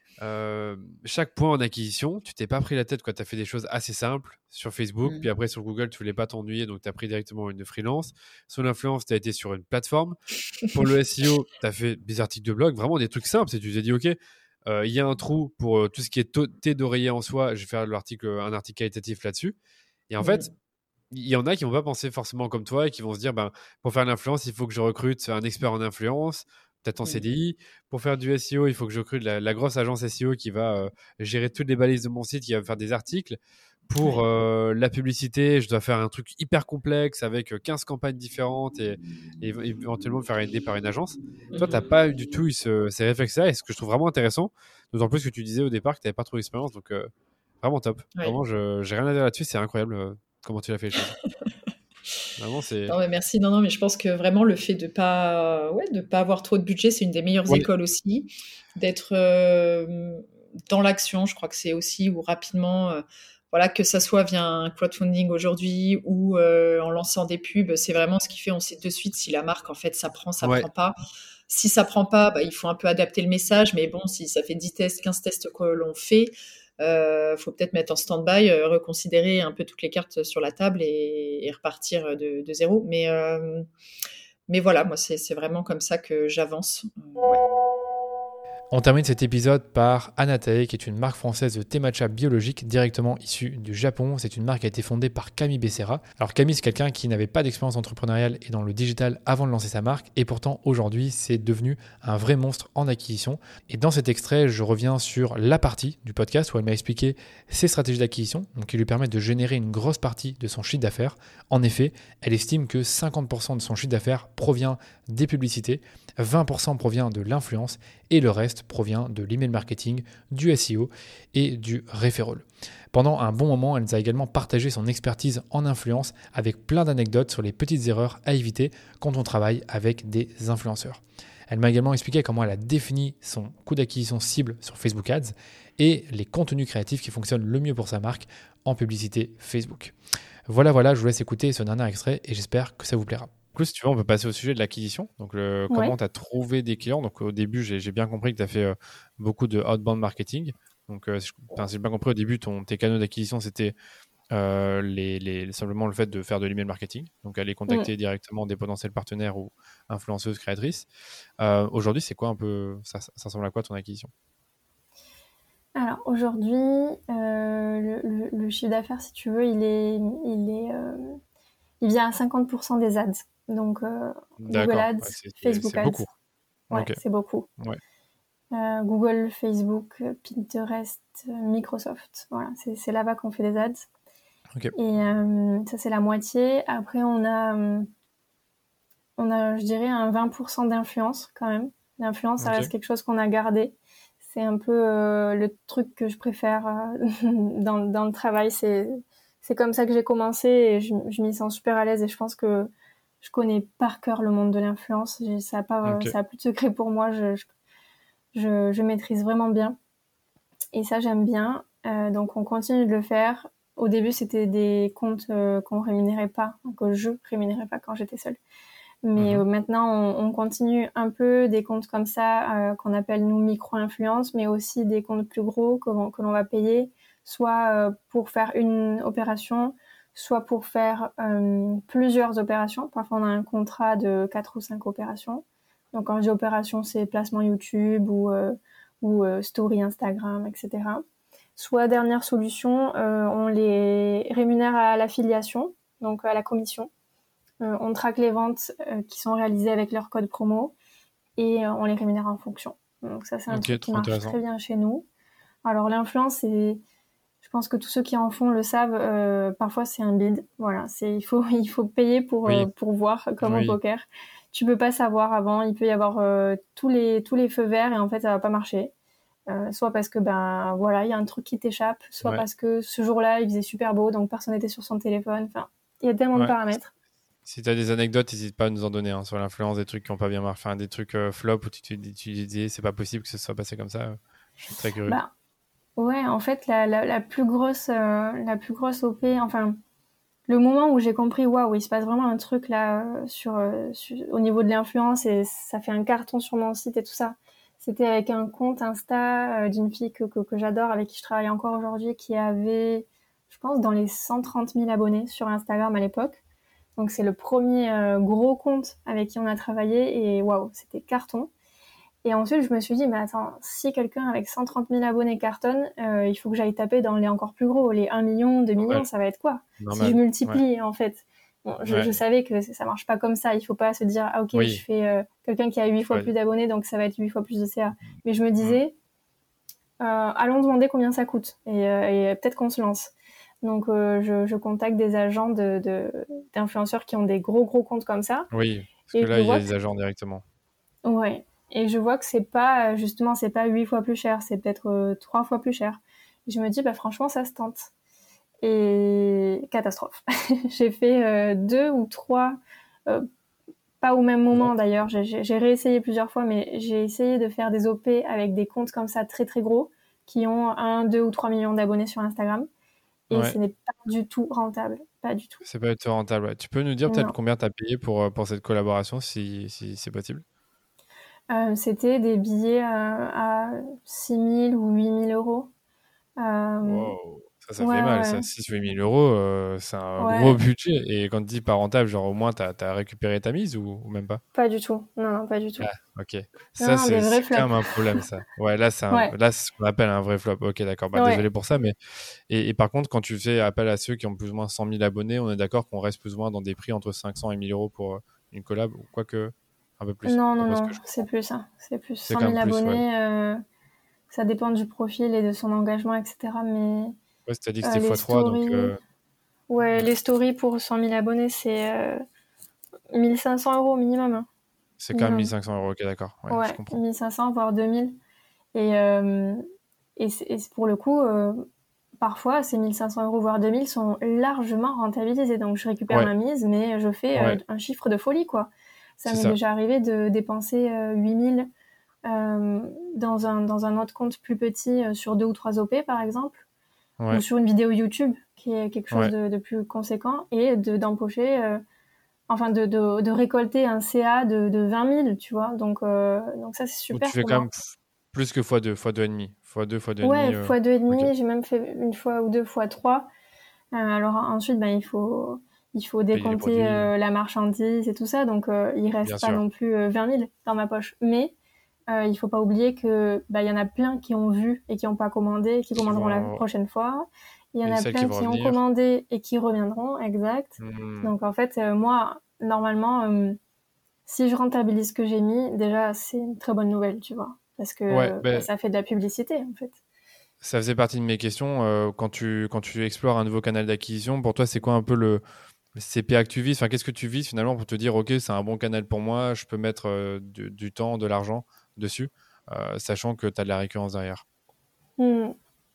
euh, chaque point en acquisition, tu t'es pas pris la tête, quoi. Tu as fait des choses assez simples sur Facebook, Mm. puis après sur Google, tu voulais pas t'ennuyer, donc tu as pris directement une freelance. Sur l'influence, tu as été sur une plateforme. Pour le S E O, tu as fait des articles de blog, vraiment des trucs simples. C'est tu t'es dit, OK, euh, il y a un trou pour euh, tout ce qui est to- thé d'oreiller en soi, je vais faire l'article, un article qualitatif là-dessus. Et en Mm. fait, il y en a qui vont pas penser forcément comme toi et qui vont se dire, ben, pour faire l'influence, il faut que je recrute un expert en influence, peut-être en Mm. C D I. Pour faire du S E O, il faut que je recrute la, la grosse agence S E O qui va euh, gérer toutes les balises de mon site, qui va me faire des articles. Pour Ouais. euh, la publicité, je dois faire un truc hyper complexe avec quinze campagnes différentes et, et éventuellement me faire aider par une agence. Toi, tu n'as Mhm. pas eu du tout eu ce- ces réflexes-là, et ce que je trouve vraiment intéressant, d'autant plus que tu disais au départ que tu n'avais pas trop d'expérience, donc euh, vraiment top. Ouais. Vraiment, je j'ai rien à dire là-dessus, c'est incroyable euh, comment tu l'as fait les choses. Vraiment, c'est. Non, mais merci. Non, non, mais je pense que vraiment le fait de pas, ouais, de pas avoir trop de budget, c'est une des meilleures Ouais. écoles aussi. D'être euh, dans l'action, je crois que c'est aussi où rapidement, euh, voilà, que ça soit via un crowdfunding aujourd'hui ou euh, en lançant des pubs, c'est vraiment ce qui fait, on sait de suite si la marque, en fait, ça prend, ça Ouais. prend pas. Si ça prend pas, bah, il faut un peu adapter le message, mais bon, si ça fait dix tests, quinze tests que l'on fait, euh, faut peut-être mettre en stand-by, euh, reconsidérer un peu toutes les cartes sur la table et, et repartir de, de zéro. Mais, euh, mais voilà, moi, c'est, c'est vraiment comme ça que j'avance. Euh, ouais. On termine cet épisode par Anatae, qui est une marque française de thé matcha biologique directement issue du Japon. C'est une marque qui a été fondée par Camille Becerra. Alors Camille, c'est quelqu'un qui n'avait pas d'expérience entrepreneuriale et dans le digital avant de lancer sa marque. Et pourtant, aujourd'hui, c'est devenu un vrai monstre en acquisition. Et dans cet extrait, je reviens sur la partie du podcast où elle m'a expliqué ses stratégies d'acquisition, donc qui lui permettent de générer une grosse partie de son chiffre d'affaires. En effet, elle estime que cinquante pour cent de son chiffre d'affaires provient des publicités, vingt pour cent provient de l'influence et le reste provient de l'email marketing, du S E O et du referral. Pendant un bon moment, elle nous a également partagé son expertise en influence avec plein d'anecdotes sur les petites erreurs à éviter quand on travaille avec des influenceurs. Elle m'a également expliqué comment elle a défini son coût d'acquisition cible sur Facebook Ads et les contenus créatifs qui fonctionnent le mieux pour sa marque en publicité Facebook. Voilà, voilà, je vous laisse écouter ce dernier extrait et j'espère que ça vous plaira. Du coup, si tu veux, on peut passer au sujet de l'acquisition. Donc, le, Ouais. comment tu as trouvé des clients. Donc, au début, j'ai, j'ai bien compris que tu as fait euh, beaucoup de outbound marketing. Donc, euh, si, je, enfin, si j'ai bien compris, au début, ton, tes canaux d'acquisition, c'était euh, les, les, simplement le fait de faire de l'email marketing. Donc, aller contacter Ouais. directement des potentiels partenaires ou influenceuses, créatrices. Euh, aujourd'hui, c'est quoi un peu, ça, ça ressemble à quoi ton acquisition? Alors aujourd'hui, euh, le, le, le chiffre d'affaires, si tu veux, il est, il est, euh, il vient à cinquante pour cent des ads. Donc euh, Google Ads, Ouais, c'est, c'est, Facebook c'est Ads. beaucoup. Ouais, Okay. c'est beaucoup. Ouais. Euh, Google, Facebook, Pinterest, Microsoft. Voilà, c'est, c'est là-bas qu'on fait des ads. Okay. Et euh, ça, c'est la moitié. Après, on a, on a, je dirais, un vingt pour cent d'influence quand même. L'influence, ça Okay. reste quelque chose qu'on a gardé. C'est un peu euh, le truc que je préfère euh, dans, dans le travail. C'est, c'est comme ça que j'ai commencé et je, je m'y sens super à l'aise et je pense que je connais par cœur le monde de l'influence. J'ai, ça a pas, Okay. ça a plus de secret pour moi. Je, je, je, je maîtrise vraiment bien et ça j'aime bien. Euh, donc on continue de le faire. Au début c'était des comptes euh, qu'on rémunérait pas, que je rémunérais pas quand j'étais seule. Mais mmh. euh, maintenant, on, on continue un peu des comptes comme ça euh, qu'on appelle nous micro-influence, mais aussi des comptes plus gros que, l'on, que l'on va payer, soit euh, pour faire une opération, soit pour faire euh, plusieurs opérations. Parfois, on a un contrat de quatre ou cinq opérations. Donc, quand je dis opération, c'est placement YouTube ou, euh, ou euh, story Instagram, et cetera. Soit, dernière solution, euh, on les rémunère à l'affiliation, donc à la commission. Euh, on traque les ventes euh, qui sont réalisées avec leur code promo et euh, on les rémunère en fonction. Donc ça, c'est un okay, truc qui marche très bien chez nous. Alors l'influence, c'est, je pense que tous ceux qui en font le savent. Euh, parfois, c'est un bid. Voilà, c'est il faut il faut payer pour oui. euh, pour voir, comme oui. au poker. Tu peux pas savoir avant. Il peut y avoir euh, tous les tous les feux verts et en fait, ça va pas marcher. Euh, soit parce que ben voilà, il y a un truc qui t'échappe, soit ouais. parce que ce jour-là, il faisait super beau, donc personne n'était sur son téléphone. Enfin, il y a tellement ouais. de paramètres. Si tu as des anecdotes, n'hésite pas à nous en donner hein, sur l'influence, des trucs qui n'ont pas bien marché, enfin, des trucs euh, flop où tu, tu, tu disais c'est pas possible que ce soit passé comme ça. Je suis très curieux. Bah, ouais, en fait, la, la, la, plus grosse, euh, la plus grosse O P, enfin, le moment où j'ai compris, waouh, il se passe vraiment un truc là sur, sur, au niveau de l'influence et ça fait un carton sur mon site et tout ça. C'était avec un compte Insta euh, d'une fille que, que, que j'adore, avec qui je travaille encore aujourd'hui, qui avait, je pense, dans les cent trente mille abonnés sur Instagram à l'époque. Donc, c'est le premier euh, gros compte avec qui on a travaillé et waouh, c'était carton. Et ensuite, je me suis dit, mais attends, si quelqu'un avec cent trente mille abonnés cartonne, euh, il faut que j'aille taper dans les encore plus gros, les un million, deux millions, ouais. ça va être quoi? Normal. Si je multiplie, ouais. en fait. Bon, je, ouais. je savais que ça marche pas comme ça. Il faut pas se dire, ah ok, oui. je fais euh, quelqu'un qui a huit fois ouais. plus d'abonnés, donc ça va être huit fois plus de C A. Mais je me disais, mmh. euh, allons demander combien ça coûte et, euh, et peut-être qu'on se lance. Donc, euh, je, je contacte des agents de, de, d'influenceurs qui ont des gros, gros comptes comme ça. Oui, parce et que là, il y a des que... agents directement. Ouais. Et je vois que c'est pas, justement, c'est pas huit fois plus cher, c'est peut-être euh, trois fois plus cher. Et je me dis, bah, franchement, ça se tente. Et catastrophe. J'ai fait euh, deux ou trois, euh, pas au même moment d'ailleurs, j'ai, j'ai réessayé plusieurs fois, mais j'ai essayé de faire des O P avec des comptes comme ça très, très gros, qui ont un, deux ou trois millions d'abonnés sur Instagram. Et ouais. ce n'est pas du tout rentable, pas du tout. C'est pas du tout rentable, ouais. Tu peux nous dire peut-être non. combien tu as payé pour, pour cette collaboration, si, si c'est possible? euh, C'était des billets à, à six mille ou huit mille euros. Euh, wow. Ça, ça ouais, fait mal, ouais. ça. six ou huit mille euros, euh, c'est un ouais. gros budget. Et quand tu dis pas rentable, genre au moins tu as récupéré ta mise ou, ou même pas? Pas du tout, non, non, pas du tout. Ah, ok. Ça, non, c'est, c'est quand même un problème, ça. Ouais, là, c'est, un... ouais. là, c'est ce qu'on appelle un vrai flop. Ok, d'accord. Bah, ouais. Désolé pour ça. Mais... Et, et par contre, quand tu fais appel à ceux qui ont plus ou moins cent mille abonnés, on est d'accord qu'on reste plus ou moins dans des prix entre cinq cents et mille euros pour une collab ou quoi que un peu plus. Non, non, non, c'est plus ça. C'est plus. C'est cent mille abonnés, ouais. euh, ça dépend du profil et de son engagement, et cetera. Mais. Ouais, c'est-à-dire que c'était euh, fois trois, donc... Euh... Ouais, les stories pour cent mille abonnés, c'est euh, mille cinq cents euros minimum. Hein. C'est quand même mille cinq cents euros, ok, d'accord. Ouais, ouais je comprends. mille cinq cents, voire deux mille. Et, euh, et, c'est, et c'est pour le coup, euh, parfois, ces mille cinq cents euros, voire deux mille sont largement rentabilisés. Donc, je récupère ouais. ma mise, mais je fais ouais. euh, un chiffre de folie, quoi. Ça c'est m'est ça. déjà arrivé de dépenser euh, huit mille euh, dans, un, dans un autre compte plus petit euh, sur deux ou trois O P, par exemple, Ouais. ou sur une vidéo YouTube qui est quelque chose Ouais. de, de plus conséquent, et de, d'empocher, euh, enfin de, de, de récolter un C A de, de vingt mille, tu vois. Donc, euh, donc ça, c'est Où super tu fais pour quand moi. même f- plus que fois deux, fois deux et demi. Fois deux, fois deux et Ouais, demi. euh, fois deux et Ok. demi, j'ai même fait une fois ou deux fois trois. Euh, alors ensuite, ben, il faut, il faut Payer les décompter produits, euh, la marchandise et tout ça, donc euh, il bien reste pas sûr. non plus euh, vingt mille dans ma poche. Mais euh, il faut pas oublier que bah, il y en a plein qui ont vu et qui n'ont pas commandé, qui Qui commanderont la vont... prochaine fois. Il y en Et a celles qui plein vont qui ont revenir. commandé et qui reviendront, exact. Hmm. Donc en fait, euh, moi, normalement, euh, si je rentabilise ce que j'ai mis, déjà c'est une très bonne nouvelle, tu vois, parce que Ouais, bah, ben, ça fait de la publicité en fait. ça faisait partie de mes questions. euh, quand tu, quand tu explores un nouveau canal d'acquisition, pour toi, c'est quoi un peu le, le C P A que tu vises? Enfin, qu'est-ce que tu vises finalement pour te dire, OK, c'est un bon canal pour moi, je peux mettre euh, du, du temps, de l'argent dessus, euh, sachant que tu as de la récurrence derrière. Hmm.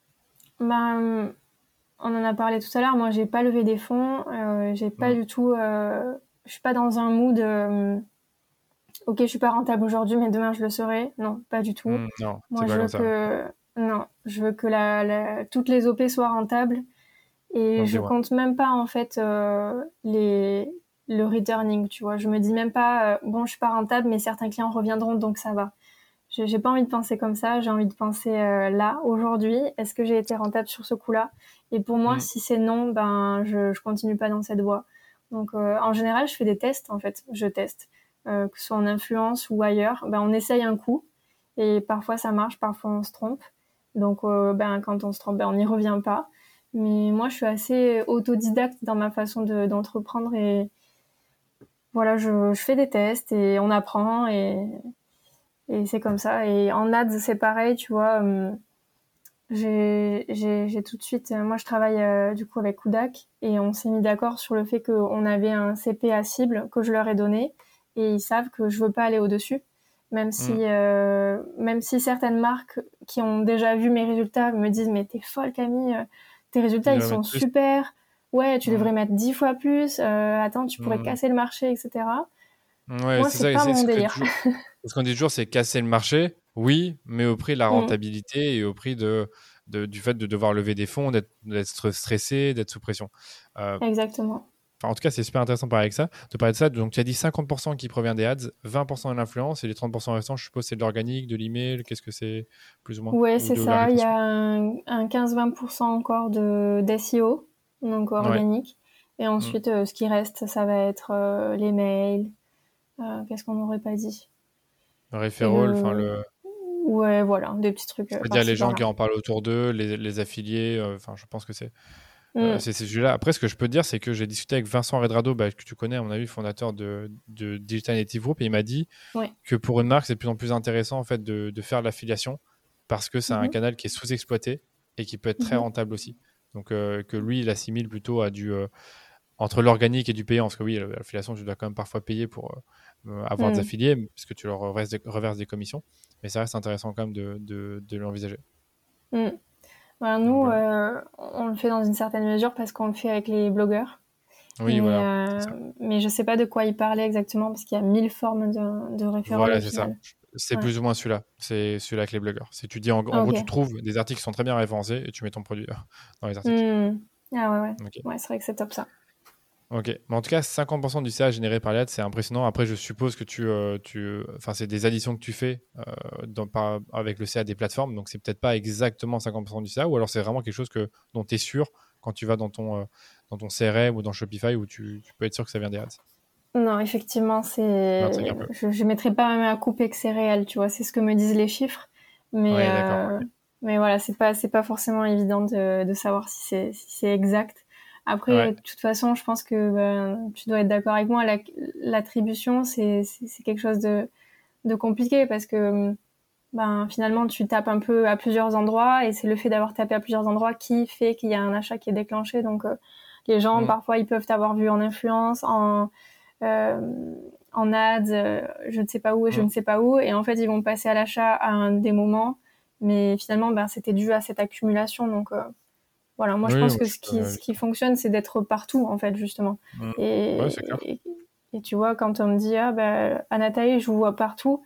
Ben, on en a parlé tout à l'heure. Moi, j'ai pas levé des fonds. Euh, j'ai pas Hmm. du tout. Euh, je suis pas dans un mood. Euh, ok, je suis pas rentable aujourd'hui, mais demain je le serai. Non, pas du tout. Hmm, non, c'est Moi, pas je comme veux ça. que non, je veux que la, la- toutes les O P soient rentables et Ok, je ouais. compte même pas en fait euh, les le returning. Tu vois, je me dis même pas euh, bon, je suis pas rentable, mais certains clients reviendront, donc ça va. Je- J'ai pas envie de penser comme ça. J'ai envie de penser euh, là, aujourd'hui. Est-ce que j'ai été rentable sur ce coup-là? Et pour moi, Hmm. si c'est non, ben je je continue pas dans cette voie. Donc euh, en général, je fais des tests en fait. Je teste, euh, que ce soit en influence ou ailleurs. Ben on essaye un coup et parfois ça marche, parfois on se trompe. Donc euh, ben quand on se trompe, ben on n'y revient pas. Mais moi, je suis assez autodidacte dans ma façon de d'entreprendre et voilà, je je fais des tests et on apprend et et c'est comme ça. Et en ads, c'est pareil, tu vois. euh, j'ai, j'ai, j'ai tout de suite. euh, Moi, je travaille euh, du coup avec Kudak et on s'est mis d'accord sur le fait qu'on avait un C P A cible que je leur ai donné et ils savent que je veux pas aller au-dessus. Même si, Hmm. euh, même si certaines marques qui ont déjà vu mes résultats me disent mais t'es folle Camille, euh, tes résultats Tu ils devrais sont mettre plus. super. Ouais, tu Hmm. devrais mettre dix fois plus. Euh, attends, tu pourrais Hmm. casser le marché, et cetera. Ouais, Moi, c'est c'est ça. Et pas c'est mon ce que délire. toujours... ce qu'on dit toujours, c'est casser le marché, oui, mais au prix de la Mm, rentabilité et au prix de, de- du fait de devoir lever des fonds, d'être, d'être stressé, d'être sous pression. Euh, exactement. Enfin, en tout cas, c'est super intéressant de parler, avec ça, de parler de ça. Donc, tu as dit cinquante pour cent qui provient des ads, vingt pour cent de l'influence et les trente pour cent restants, je suppose, c'est de l'organique, de l'email. Qu'est-ce que c'est, plus ou moins? Ouais, Ou c'est de la ça. Il y rétention? a un, un quinze vingt pour cent encore de d'S E O, donc Ouais. organique. Et Mm. ensuite, euh, ce qui reste, ça va être euh, les mails. Euh, qu'est-ce qu'on n'aurait pas dit? Le Et referral, enfin, le... le... Ouais, voilà, des petits trucs euh, c'est-à-dire les par-ci, gens qui par-là. en parlent autour d'eux, les, les affiliés. euh, Enfin, je pense que c'est. Euh, Mm, c'est ces sujets-là. Après, ce que je peux te dire, c'est que j'ai discuté avec Vincent Redrado, bah, que tu connais, à mon avis, fondateur de, de Digital Native Group, et il m'a dit ouais. que pour une marque, c'est de plus en plus intéressant en fait, de, de faire de l'affiliation parce que c'est un Mhm, canal qui est sous-exploité et qui peut être très mhm, rentable aussi. Donc, euh, que lui, il assimile plutôt à du. Euh, entre l'organique et du payant, parce que oui, l'affiliation, tu dois quand même parfois payer pour euh, avoir des mm. affiliés, puisque tu leur reverses des, reverses des commissions, mais ça reste intéressant quand même de, de, de l'envisager. Mm. Voilà, Donc, nous, voilà. euh, on le fait dans une certaine mesure parce qu'on le fait avec les blogueurs. Oui, Mais, voilà, euh, c'est ça. mais je sais pas de quoi il parlait exactement parce qu'il y a mille formes de, de référents au Voilà, c'est ça. final. C'est Ouais. plus ou moins celui-là. C'est celui-là avec les blogueurs. C'est tu dis en, en Ah, gros, ok. tu trouves des articles qui sont très bien référencés et tu mets ton produit dans les articles. Mm. Ah ouais, ouais. Ok. Ouais, c'est vrai que c'est top ça. Ok. Mais en tout cas, cinquante pour cent du C A généré par les ads, c'est impressionnant. Après, je suppose que tu, euh, tu, enfin, c'est des additions que tu fais euh, dans, par, avec le C A des plateformes. Donc, c'est peut-être pas exactement cinquante pour cent du C A, ou alors c'est vraiment quelque chose que, dont tu es sûr quand tu vas dans ton, euh, dans ton C R M ou dans Shopify où tu, tu peux être sûr que ça vient des ads. Non, effectivement, Non, c'est c'est. un peu. Je, je mettrais pas ma main à couper que c'est réel, tu vois. C'est ce que me disent les chiffres, mais Ouais, d'accord. euh... mais voilà, c'est pas c'est pas forcément évident de, de savoir si c'est si c'est exact. Après, Ouais. de toute façon, je pense que ben, tu dois être d'accord avec moi. La, l'attribution, c'est c'est c'est quelque chose de de compliqué parce que ben finalement, tu tapes un peu à plusieurs endroits et c'est le fait d'avoir tapé à plusieurs endroits qui fait qu'il y a un achat qui est déclenché. Donc euh, les gens, Mm. parfois, ils peuvent t'avoir vu en influence, en euh, en ads, euh, je ne sais pas où et je Mm. ne sais pas où, et en fait ils vont passer à l'achat à un des moments, mais finalement ben c'était dû à cette accumulation. Donc euh, voilà, moi je Oui, pense moi, que je ce suis qui pas- ce qui fonctionne, c'est d'être partout en fait justement. Mm. Et, Ouais, c'est clair. et et tu vois quand on me dit ah ben Anataï, je vous vois partout,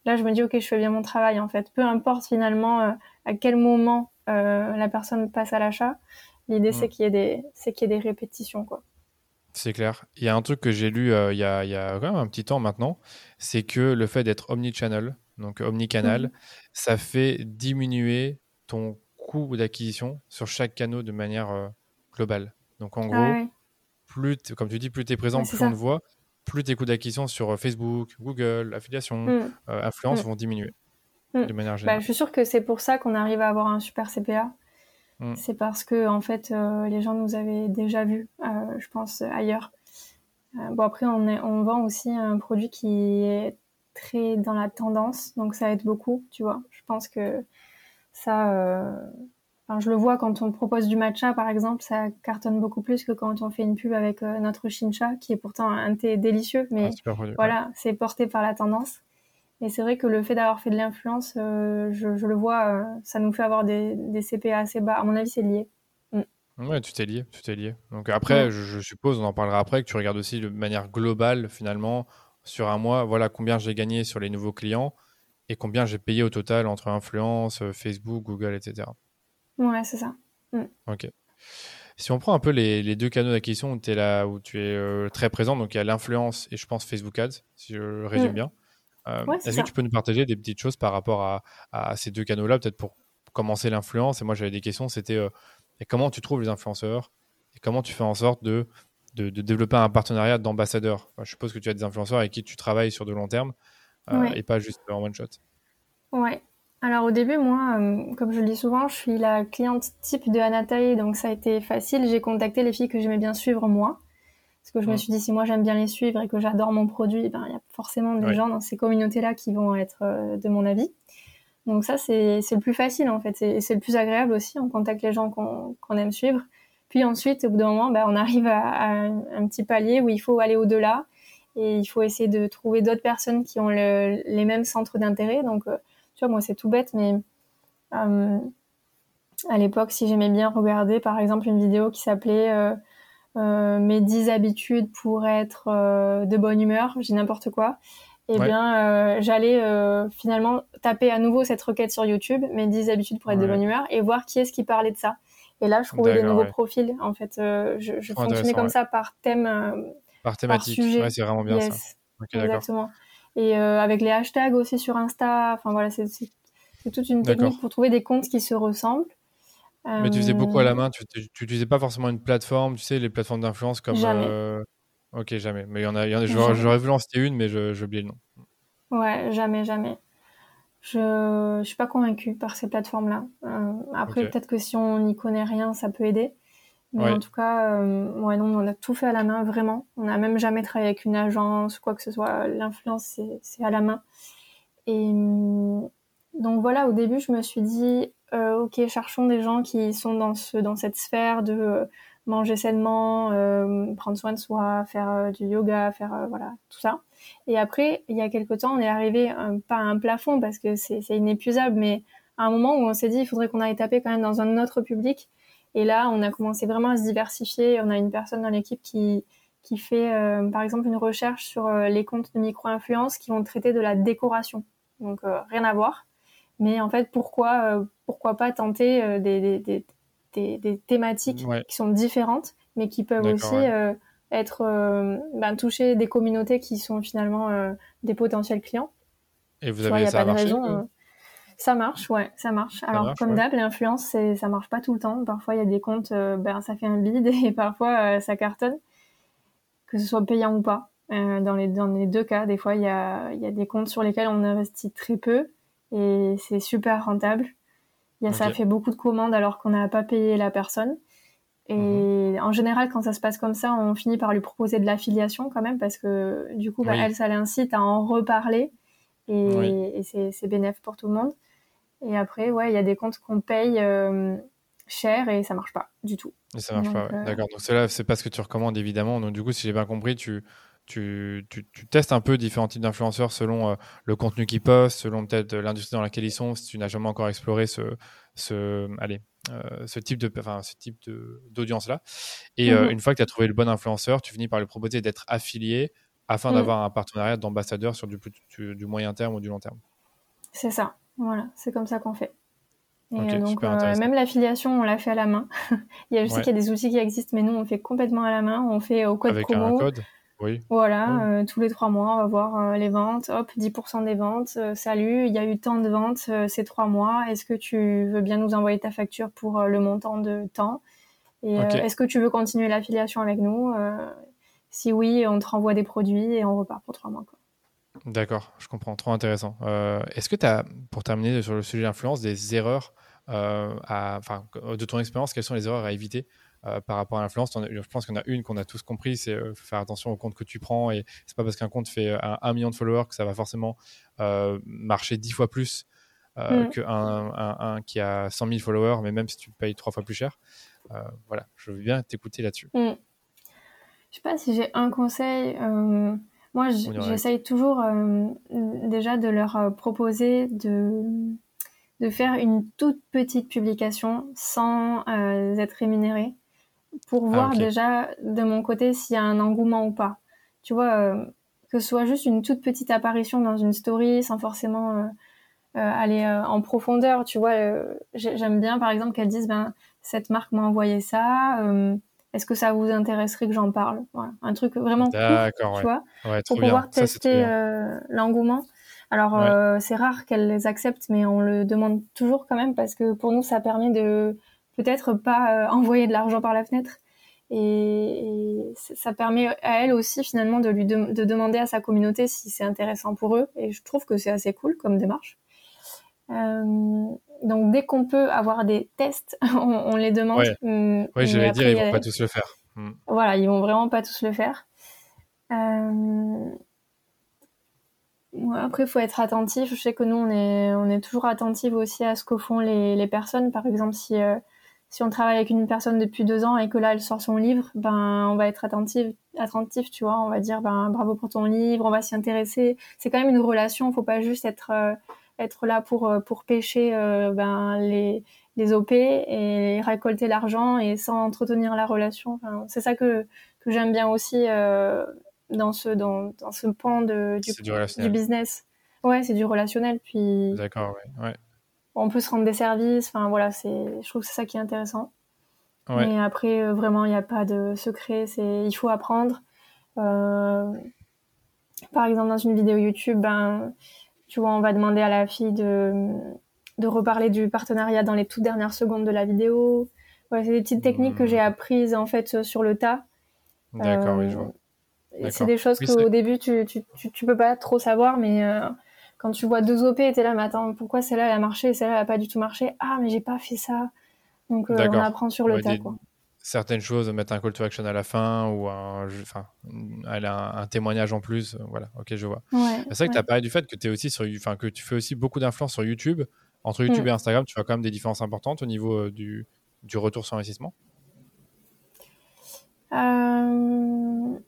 là, je me dis, ok, je fais bien mon travail, en fait. Peu importe finalement euh, à quel moment euh, la personne passe à l'achat, l'idée, mmh. c'est qu'il y ait des, c'est qu'il y ait des répétitions, quoi. C'est clair. Il y a un truc que j'ai lu euh, il, y a, il y a quand même un petit temps maintenant, c'est que le fait d'être omnichannel, donc omnicanal, mmh. ça fait diminuer ton coût d'acquisition sur chaque canal de manière euh, globale. Donc en gros, ah ouais. plus comme tu dis, plus tu es présent, ouais, plus on te voit, plus tes coûts d'acquisition sur Facebook, Google, affiliation, mmh. euh, influence mmh. vont diminuer mmh. de manière générale. Bah, je suis sûre que c'est pour ça qu'on arrive à avoir un super C P A. Mmh. C'est parce que en fait, euh, les gens nous avaient déjà vus, euh, je pense, ailleurs. Euh, bon, après, on, est, on vend aussi un produit qui est très dans la tendance, donc ça aide beaucoup, tu vois. Je pense que ça... Euh... Enfin, je le vois quand on propose du matcha, par exemple, ça cartonne beaucoup plus que quand on fait une pub avec euh, notre Shincha, qui est pourtant un thé délicieux, mais ah, produit, voilà, ouais. c'est porté par la tendance. Et c'est vrai que le fait d'avoir fait de l'influence, euh, je, je le vois, euh, ça nous fait avoir des, des C P A assez bas. À mon avis, c'est lié. Mm. Ouais, tout est lié, tout est lié. Donc après, ouais. je, je suppose, on en parlera après, que tu regardes aussi de manière globale, finalement, sur un mois, voilà combien j'ai gagné sur les nouveaux clients et combien j'ai payé au total entre influence, Facebook, Google, et cetera. Ouais, c'est ça. Mm. Ok. Si on prend un peu les, les deux canaux d'acquisition où tu es là, où tu es euh, très présent, donc il y a l'influence et je pense Facebook Ads, si je résume mm. bien. Euh, ouais, est-ce ça. que tu peux nous partager des petites choses par rapport à, à ces deux canaux-là, peut-être pour commencer l'influence? Et moi, j'avais des questions, c'était euh, et comment tu trouves les influenceurs et comment tu fais en sorte de, de, de développer un partenariat d'ambassadeurs? Enfin, je suppose que tu as des influenceurs avec qui tu travailles sur de long terme euh, ouais. et pas juste en one shot. Ouais. Alors au début, moi, euh, comme je le dis souvent, je suis la cliente type de Anatae, donc ça a été facile. J'ai contacté les filles que j'aimais bien suivre moi. Parce que je mmh. me suis dit, si moi j'aime bien les suivre et que j'adore mon produit, ben, y a forcément des oui. gens dans ces communautés-là qui vont être euh, de mon avis. Donc ça, c'est, c'est le plus facile en fait. C'est, c'est le plus agréable aussi. On contacte les gens qu'on, qu'on aime suivre. Puis ensuite, au bout d'un moment, ben, on arrive à, à un, un petit palier où il faut aller au-delà. Et il faut essayer de trouver d'autres personnes qui ont le, les mêmes centres d'intérêt. Donc, euh, tu vois, moi, c'est tout bête, mais euh, à l'époque, si j'aimais bien regarder, par exemple, une vidéo qui s'appelait... Euh, Euh, mes dix habitudes pour être euh, de bonne humeur, j'ai n'importe quoi, et ouais. bien euh, j'allais euh, finalement taper à nouveau cette requête sur YouTube, mes dix habitudes pour être ouais. de bonne humeur, et voir qui est-ce qui parlait de ça. Et là, je trouvais D'accord, des nouveaux ouais. profils. En fait, euh, je, je fonctionnais comme ouais. ça par thème, euh, par thématique. Par sujet. Ouais, c'est vraiment bien yes. ça. Okay, Exactement. Et euh, avec les hashtags aussi sur Insta. Enfin voilà, c'est, c'est, c'est toute une technique D'accord. pour trouver des comptes qui se ressemblent. Mais tu faisais beaucoup à la main, tu n'utilisais pas forcément une plateforme, tu sais, les plateformes d'influence comme... Jamais. Euh... Ok, jamais. Mais il y en a, il y en a j'aurais, j'aurais voulu en citer une, mais je, j'ai oublié le nom. Ouais, jamais, jamais. Je ne suis pas convaincue par ces plateformes-là. Euh, après, okay. peut-être que si on n'y connaît rien, ça peut aider. Mais ouais. en tout cas, euh, ouais, non, on a tout fait à la main, vraiment. On n'a même jamais travaillé avec une agence ou quoi que ce soit. L'influence, c'est, c'est à la main. Et donc voilà, au début, je me suis dit... Euh, ok, cherchons des gens qui sont dans ce dans cette sphère de euh, manger sainement, euh, prendre soin de soi, faire euh, du yoga, faire euh, voilà tout ça. Et après, il y a quelque temps, on est arrivé euh, pas à un plafond parce que c'est c'est inépuisable, mais à un moment où on s'est dit il faudrait qu'on aille taper quand même dans un autre public. Et là, on a commencé vraiment à se diversifier. On a une personne dans l'équipe qui qui fait euh, par exemple une recherche sur euh, les comptes de micro-influence qui vont traiter de la décoration. Donc euh, rien à voir. Mais en fait, pourquoi, euh, pourquoi pas tenter euh, des, des, des, des, des thématiques ouais. qui sont différentes, mais qui peuvent D'accord, aussi ouais. euh, être euh, ben, toucher des communautés qui sont finalement euh, des potentiels clients. Et vous avez ça a marché raison, euh, Ça marche, ouais, ça marche. Ça Alors marche, comme ouais. d'hab, l'influence, c'est, ça marche pas tout le temps. Parfois, il y a des comptes, euh, ben ça fait un bide et parfois euh, ça cartonne, que ce soit payant ou pas. Euh, dans les dans les deux cas, des fois, il y a il y a des comptes sur lesquels on investit très peu. Et c'est super rentable. Il y a, okay. Ça fait beaucoup de commandes alors qu'on n'a pas payé la personne. Et mmh. en général, quand ça se passe comme ça, on finit par lui proposer de l'affiliation quand même parce que du coup, bah, oui. elle, ça l'incite à en reparler et, oui. et c'est, c'est bénéfique pour tout le monde. Et après, ouais, il y a des comptes qu'on paye euh, cher et ça marche pas du tout. Et ça marche Donc, pas, ouais. euh... D'accord. Donc c'est là, c'est pas ce que tu recommandes évidemment. Donc du coup, si j'ai bien compris, tu Tu, tu, tu testes un peu différents types d'influenceurs selon euh, le contenu qu'ils postent, selon peut-être l'industrie dans laquelle ils sont, si tu n'as jamais encore exploré ce, ce, allez, euh, ce type, de, enfin, ce type de, d'audience-là. Et mm-hmm. euh, une fois que tu as trouvé le bon influenceur, tu finis par lui proposer d'être affilié afin mm. d'avoir un partenariat d'ambassadeur sur du, du, du moyen terme ou du long terme. C'est ça, voilà, c'est comme ça qu'on fait. Et Ok, donc, super euh, intéressant. même l'affiliation, on l'a fait à la main. Il y a, je sais Ouais. qu'il y a des outils qui existent, mais nous, on fait complètement à la main. On fait au code Avec promo. un code, oui. Voilà, Oui. euh, tous les trois mois, on va voir euh, les ventes. Hop, dix pour cent des ventes. Euh, salut, il y a eu tant de ventes euh, ces trois mois. Est-ce que tu veux bien nous envoyer ta facture pour euh, le montant de temps? Et Ok. euh, est-ce que tu veux continuer l'affiliation avec nous? Euh, Si oui, on te renvoie des produits et on repart pour trois mois, quoi. D'accord, je comprends. Trop intéressant. Euh, est-ce que tu as, pour terminer sur le sujet d'influence, des erreurs, euh, à, enfin, de ton expérience, quelles sont les erreurs à éviter euh, par rapport à l'influence? T'en as- Je pense qu'il y en a une qu'on a tous compris, c'est euh, faire attention au compte que tu prends. Et c'est pas parce qu'un compte fait un, un million de followers que ça va forcément euh, marcher dix fois plus euh, Mm. qu'un un, un qui a cent mille followers, mais même si tu payes trois fois plus cher. Euh, voilà, je veux bien t'écouter là-dessus. Mm. Je sais pas si j'ai un conseil. Euh, moi, j- On y aura j'essaye toujours euh, déjà de leur euh, proposer de, de faire une toute petite publication sans euh, être rémunéré pour Ah, voir ok. déjà de mon côté s'il y a un engouement ou pas. Tu vois, euh, que ce soit juste une toute petite apparition dans une story sans forcément euh, euh, aller euh, en profondeur. Tu vois, euh, j'ai- j'aime bien par exemple qu'elles disent ben cette marque m'a envoyé ça. Euh, Est-ce que ça vous intéresserait que j'en parle? Voilà. Un truc vraiment court, D'accord, tu ouais. vois, Ouais, pour trop bien. pouvoir Ça, c'est trop tester bien. euh, l'engouement. Alors, Ouais. euh, c'est rare qu'elles les acceptent, mais on le demande toujours quand même parce que pour nous, ça permet de peut-être pas euh, envoyer de l'argent par la fenêtre. Et, et ça permet à elle aussi finalement de lui de, de demander à sa communauté si c'est intéressant pour eux. Et je trouve que c'est assez cool comme démarche. Euh, donc dès qu'on peut avoir des tests, on, on les demande. Ouais. Hum, Ouais, mais j'allais dire, après, ils vont euh, pas tous le faire. Hmm. voilà, ils vont vraiment pas tous le faire. Euh, ouais, après, il faut être attentif. Je sais que nous, on est, on est toujours attentif aussi à ce que font les, les personnes. Par exemple, si, euh, si on travaille avec une personne depuis deux ans et que là, elle sort son livre, ben, on va être attentif, attentif, tu vois. On va dire, ben, bravo pour ton livre, on va s'y intéresser. C'est quand même une relation. Faut pas juste être, euh, être là pour, euh, pour pêcher, euh, ben, les, les O P et récolter l'argent et sans entretenir la relation. Enfin, c'est ça que, que j'aime bien aussi, euh, dans ce, dans, dans ce pan de, du, C'est du du relationnel. business. Ouais, c'est du relationnel. Puis D'accord, ouais. Ouais. on peut se rendre des services. Enfin voilà, c'est, je trouve que c'est ça qui est intéressant. Ouais. Mais après, euh, vraiment, il n'y a pas de secret. C'est, il faut apprendre. Euh, par exemple, dans une vidéo YouTube, ben, tu vois, on va demander à la fille de, de reparler du partenariat dans les toutes dernières secondes de la vidéo. Ouais, c'est des petites techniques que j'ai apprises en fait sur le tas. D'accord, oui, je Euh, vois. c'est D'accord. des choses Oui, c'est... qu'au début, tu, tu, tu, tu peux pas trop savoir, mais euh, quand tu vois deux O P, t'es là, mais attends, pourquoi celle-là, elle a marché et celle-là, elle a pas du tout marché? Ah, mais j'ai pas fait ça. Donc, euh, on D'accord. apprend sur le Ouais, tas, des- quoi. certaines choses, mettre un call to action à la fin ou un, enfin, elle a un, un témoignage en plus. euh, Voilà, ok, je vois. Ouais, C'est vrai que tu ouais. as parlé du fait que, t'es aussi sur, enfin, que tu fais aussi beaucoup d'influence sur YouTube. Entre YouTube Mm. et Instagram, tu vois quand même des différences importantes au niveau euh, du, du retour sur investissement. Euh,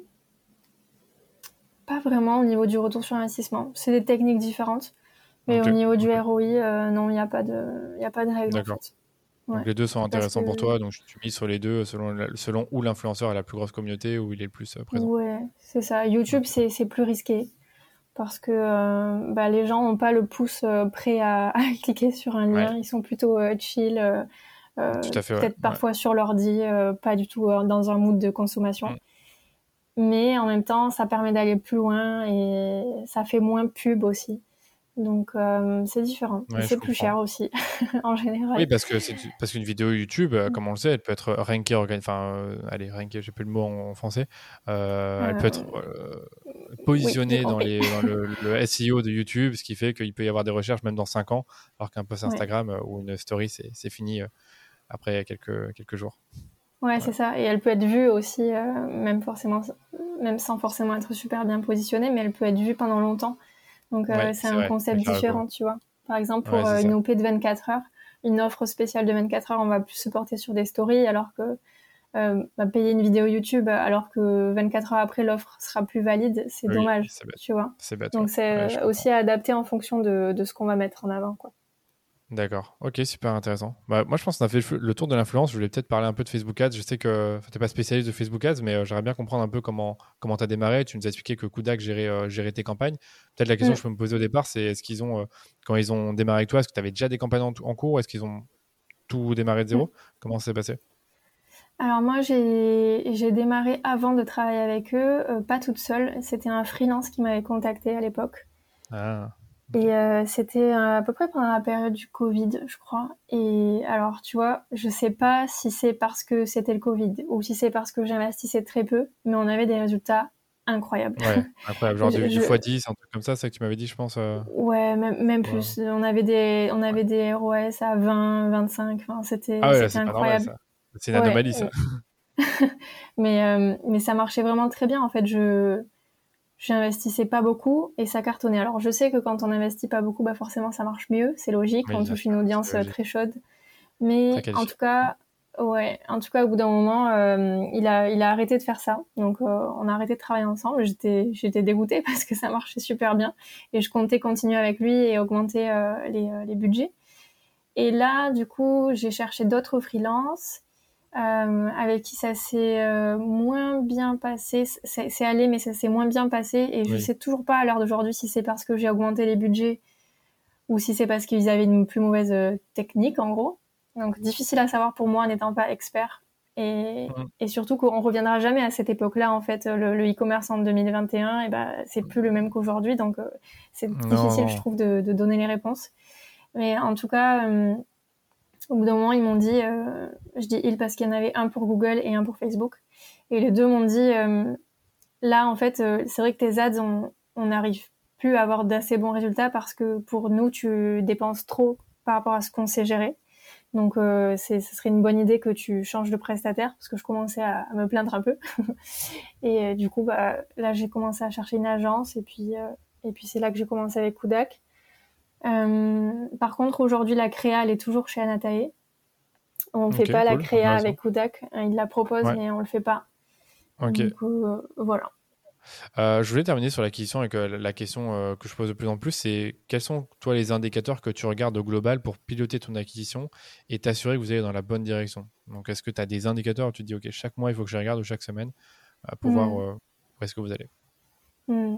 Pas vraiment au niveau du retour sur investissement. C'est des techniques différentes. Mais Ok, au niveau du ok. R O I, euh, non, il n'y a pas de, il y a pas de règle, en D'accord. fait. Ouais. Donc les deux sont Parce intéressants pour que, toi, donc tu mises sur les deux selon, la- selon où l'influenceur a la plus grosse communauté, où il est le plus euh, présent. ouais, c'est ça. YouTube, Ok. c'est, c'est plus risqué. Parce que euh, bah, les gens n'ont pas le pouce euh, prêt à, à cliquer sur un Ouais, lien. Ils sont plutôt euh, chill, euh, euh, tout à fait, ouais. peut-être Ouais. parfois sur l'ordi, euh, pas du tout euh, dans un mood de consommation. Mm. Mais en même temps, ça permet d'aller plus loin et ça fait moins pub aussi. Donc euh, c'est différent. Et Ouais, je c'est plus comprends. cher aussi, en général. Oui, parce que c'est du- parce qu'une vidéo YouTube, euh, comme on le sait, elle peut être rankée, organ- enfin, euh, allez, rankée, j'ai plus le mot en, en français. Euh, elle peut Euh, être euh, oui, j'ai positionnée dans compris. les dans le, le S E O de YouTube, ce qui fait qu'il peut y avoir des recherches même dans cinq ans, alors qu'un post Ouais. Instagram euh, ou une story, c'est c'est fini euh, après quelques quelques jours. Ouais, Ouais. c'est ça. Et elle peut être vue aussi, euh, même forcément, même sans forcément être super bien positionnée, mais elle peut être vue pendant longtemps. Donc euh, Ouais, c'est c'est un vrai. concept Ouais, tu as raison. différent, tu vois. Par exemple, Ouais, pour c'est euh, ça. une O P de vingt-quatre heures, une offre spéciale de vingt-quatre heures, on va plus se porter sur des stories, alors que euh, bah, payer une vidéo YouTube, alors que vingt-quatre heures après, l'offre sera plus valide, c'est Oui, dommage, c'est bête. tu vois. C'est bête, ouais. Donc Ouais, je c'est comprends. aussi adapté en fonction de, de ce qu'on va mettre en avant, quoi. D'accord, ok, super intéressant. Bah, moi, je pense qu'on a fait le tour de l'influence. Je voulais peut-être parler un peu de Facebook Ads. Je sais que tu n'es pas spécialiste de Facebook Ads, mais euh, j'aimerais bien comprendre un peu comment comment tu as démarré. Tu nous as expliqué que Kudak gérait, euh, gérait tes campagnes. Peut-être la question Mm. que je peux me poser au départ, c'est est-ce qu'ils ont, euh, quand ils ont démarré avec toi, est-ce que tu avais déjà des campagnes en, en cours? Est-ce qu'ils ont tout démarré de zéro? Mm. Comment ça s'est passé? Alors moi, j'ai j'ai démarré avant de travailler avec eux, euh, pas toute seule. C'était un freelance qui m'avait contacté à l'époque. Ah, Et euh, c'était euh, à peu près pendant la période du Covid, je crois. Et alors, tu vois, je sais pas si c'est parce que c'était le Covid ou si c'est parce que j'investissais très peu, mais on avait des résultats incroyables. ouais, incroyable. Genre Je- du, du je- fois dix, un truc comme ça, c'est ça que tu m'avais dit, je pense. euh, Ouais, même, même ouais. plus. On avait des, on avait des R O S à vingt, vingt-cinq. Enfin, c'était, Ah ouais, c'était c'est pas normal incroyable. ça. C'est une Ouais. anomalie ça. Mais, euh, mais ça marchait vraiment très bien. En fait, je, j'investissais pas beaucoup et ça cartonnait. Alors, je sais que quand on investit pas beaucoup, bah forcément, ça marche mieux. C'est logique. Oui, On bien touche sûr, une c'est audience logique. très chaude. Très Mais en qualifié. tout cas, ouais, en tout cas, au bout d'un moment, euh, il a, il a arrêté de faire ça. Donc, euh, on a arrêté de travailler ensemble. J'étais, j'étais dégoûtée parce que ça marchait super bien et je comptais continuer avec lui et augmenter euh, les, euh, les budgets. Et là, du coup, j'ai cherché d'autres freelances euh, avec qui ça s'est euh, moins bien passé. C'est, c'est allé, mais ça s'est moins bien passé. Et je Oui. sais toujours pas à l'heure d'aujourd'hui si c'est parce que j'ai augmenté les budgets ou si c'est parce qu'ils avaient une plus mauvaise euh, technique, en gros. Donc, difficile à savoir pour moi, n'étant pas expert. Et, Mhm. et surtout qu'on reviendra jamais à cette époque-là, en fait. Le, le e-commerce en deux mille vingt et un, et ben, c'est plus le même qu'aujourd'hui. Donc, euh, c'est Non, difficile, je non. trouve, de, de donner les réponses. Mais en tout cas, euh, au bout d'un moment, ils m'ont dit, euh, je dis ils parce qu'il y en avait un pour Google et un pour Facebook. Et les deux m'ont dit, euh, là, en fait, euh, c'est vrai que tes ads, on, on n'arrive plus à avoir d'assez bons résultats parce que pour nous, tu dépenses trop par rapport à ce qu'on sait gérer. Donc, euh, c'est, ce serait une bonne idée que tu changes de prestataire parce que je commençais à, à me plaindre un peu. Et euh, du coup, bah, là, j'ai commencé à chercher une agence et puis, euh, et puis c'est là que j'ai commencé avec Kudak. Euh, par contre, aujourd'hui, la créa, elle est toujours chez Anatae. On ne fait Ok, pas la cool, créa intéressant. avec Kudak. Ils la proposent, Ouais. mais on le fait pas. Ok. Donc, euh, voilà. Euh, je voulais terminer sur l'acquisition avec euh, la question euh, que je pose de plus en plus, c'est quels sont toi les indicateurs que tu regardes au global pour piloter ton acquisition et t'assurer que vous allez dans la bonne direction. Donc est-ce que tu as des indicateurs où tu te dis ok chaque mois il faut que je regarde ou chaque semaine euh, pour Mm. voir euh, où est-ce que vous allez. Mm.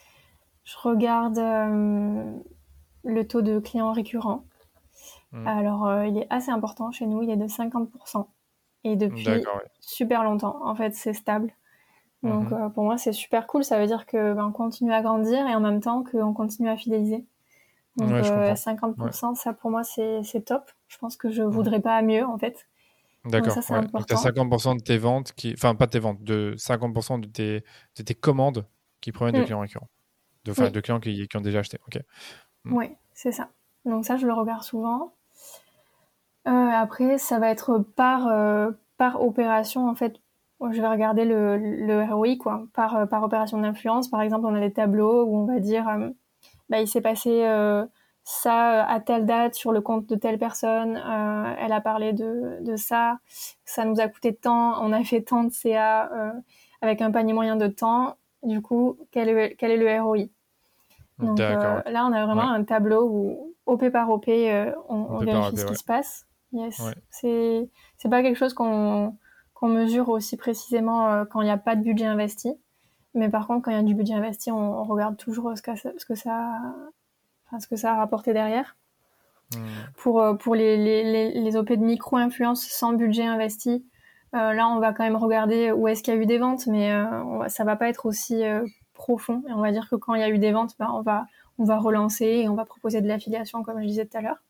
Je regarde euh, le taux de clients récurrents. Mm. Alors, euh, il est assez important chez nous, il est de cinquante pour cent. Et depuis D'accord, ouais. super longtemps. En fait, c'est stable. Donc, Mhm. euh, pour moi, c'est super cool. Ça veut dire que ben, on continue à grandir et en même temps qu'on continue à fidéliser. Donc, Ouais, je euh, comprends. cinquante pour cent, Ouais. ça, pour moi, c'est, c'est top. Je pense que je Mhm. voudrais pas mieux, en fait. Donc, D'accord, ça, c'est ouais. Donc tu as important. cinquante pour cent de tes ventes qui, enfin pas de tes ventes, de cinquante pour cent de tes, de tes commandes qui proviennent de Mm. clients récurrents, de, enfin Oui, de clients qui, qui ont déjà acheté. Ok. Mm. ouais, c'est ça. Donc, ça, je le regarde souvent. Euh, après, ça va être par, euh, par opération, en fait. Je vais regarder le, le R O I, quoi, par, euh, par opération d'influence. Par exemple, on a des tableaux où on va dire, euh, bah, il s'est passé euh, ça à telle date sur le compte de telle personne, euh, elle a parlé de, de ça, ça nous a coûté tant, on a fait tant de C A euh, avec un panier moyen de temps. Du coup, quel est, quel est le R O I? Donc D'accord, euh, ok. là, on a vraiment Ouais. un tableau où O P par O P, euh, on, On on peut pas vérifie rappeler, ce qui ouais. se passe. Yes. Ouais. C'est c'est pas quelque chose qu'on qu'on mesure aussi précisément euh, quand il n'y a pas de budget investi. Mais par contre, quand il y a du budget investi, on, on regarde toujours ce que ça, ce que ça, enfin, ce que ça a rapporté derrière. Mm. Pour euh, pour les, les les les O P de micro-influence sans budget investi, euh, là, on va quand même regarder où est-ce qu'il y a eu des ventes, mais euh, on va, ça va pas être aussi euh, profond. Et on va dire que quand il y a eu des ventes, ben, on va on va relancer et on va proposer de l'affiliation, comme je disais tout à l'heure.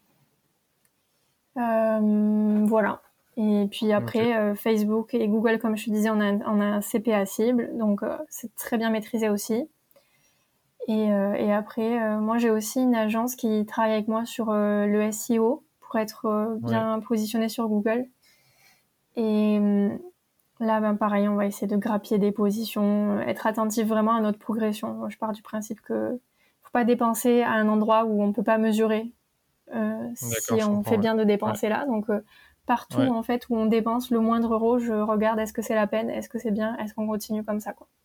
Euh, voilà. Et puis après, Ok. euh, Facebook et Google, comme je te disais, on a, on a un C P A cible, donc euh, c'est très bien maîtrisé aussi. Et, euh, et après, euh, moi, j'ai aussi une agence qui travaille avec moi sur euh, le S E O pour être euh, bien Ouais. positionné sur Google. Et euh, là, ben, pareil, on va essayer de grappiller des positions, être attentif vraiment à notre progression. Moi, je pars du principe que faut pas dépenser à un endroit où on peut pas mesurer euh, D'accord, si je on comprends, fait ouais. bien de Ouais. dépenser là. Donc euh, partout Ouais. en fait où on dépense le moindre euro, je regarde est-ce que c'est la peine, est-ce que c'est bien, est-ce qu'on continue comme ça, quoi.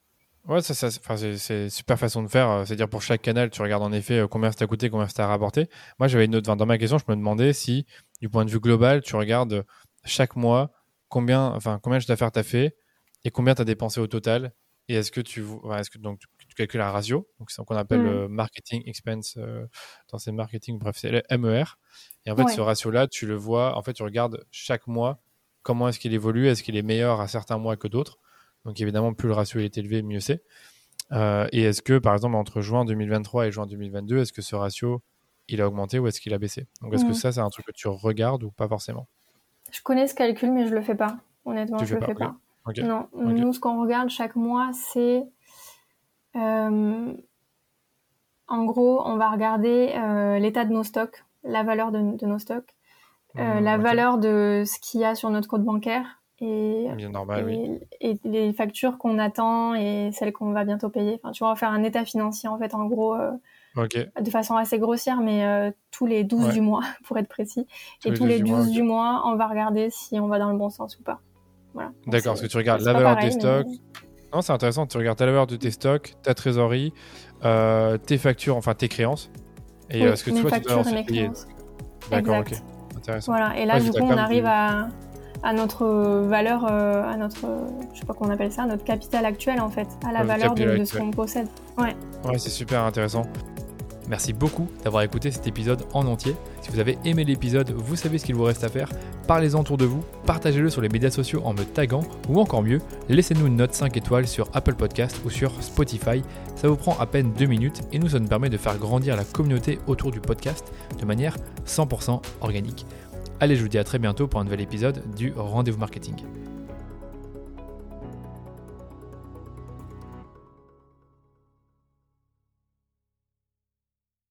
Ouais, ça, ça, c'est, c'est super façon de faire. C'est-à-dire pour chaque canal, tu regardes en effet combien ça t'a coûté, combien ça t'a rapporté. Moi, j'avais une autre. Enfin, dans ma question, je me demandais si, du point de vue global, tu regardes chaque mois combien, enfin, combien de chiffre d'affaires t'as fait et combien t'as dépensé au total. Et est-ce que tu, enfin, est-ce que donc tu calcules un ratio, donc c'est ce qu'on appelle le mmh. marketing expense euh, dans ces marketing, bref, c'est le M E R. Et en fait, ouais. ce ratio-là, tu le vois. En fait, tu regardes chaque mois comment est-ce qu'il évolue, est-ce qu'il est meilleur à certains mois que d'autres. Donc évidemment, plus le ratio est élevé, mieux c'est. Euh, et est-ce que, par exemple, entre juin deux mille vingt-trois et juin deux mille vingt-deux, est-ce que ce ratio, il a augmenté ou est-ce qu'il a baissé? Donc est-ce mmh. que ça, c'est un truc que tu regardes ou pas forcément? Je connais ce calcul, mais je le fais pas. Honnêtement, tu je le pas, fais okay. pas. Okay. Non, okay. Nous, ce qu'on regarde chaque mois, c'est... Euh... En gros, on va regarder euh, l'état de nos stocks, la valeur de, de nos stocks, euh, mmh, la okay. valeur de ce qu'il y a sur notre compte bancaire, Et, Bien normal, et, oui. et les factures qu'on attend et celles qu'on va bientôt payer. Enfin, tu vois, on va faire un état financier, en fait, en gros, euh, okay. de façon assez grossière, mais euh, tous les douze ouais. du mois, pour être précis. Tous et les tous les douze du mois, okay. mois, on va regarder si on va dans le bon sens ou pas. Voilà. D'accord, parce que tu regardes la valeur pareil, des stocks. Mais... Non, c'est intéressant. Tu regardes la valeur de tes stocks, ta trésorerie, euh, tes factures, enfin tes créances. Et oui, euh, ce que mes toi, factures tu et mes créances. D'accord, exact. ok. Intéressant. Voilà, et là, ouais, du coup, on arrive du... à... à notre valeur, euh, à notre, je sais pas comment on appelle ça, notre capital actuel en fait, à la le valeur de, de ce qu'on possède. Ouais. Ouais, c'est super intéressant. Merci beaucoup d'avoir écouté cet épisode en entier. Si vous avez aimé l'épisode, vous savez ce qu'il vous reste à faire. Parlez-en autour de vous, partagez-le sur les médias sociaux en me taguant ou encore mieux, laissez-nous une note cinq étoiles sur Apple Podcast ou sur Spotify. Ça vous prend à peine deux minutes et nous, ça nous permet de faire grandir la communauté autour du podcast de manière cent pour cent organique. Allez, je vous dis à très bientôt pour un nouvel épisode du Rendez-vous Marketing.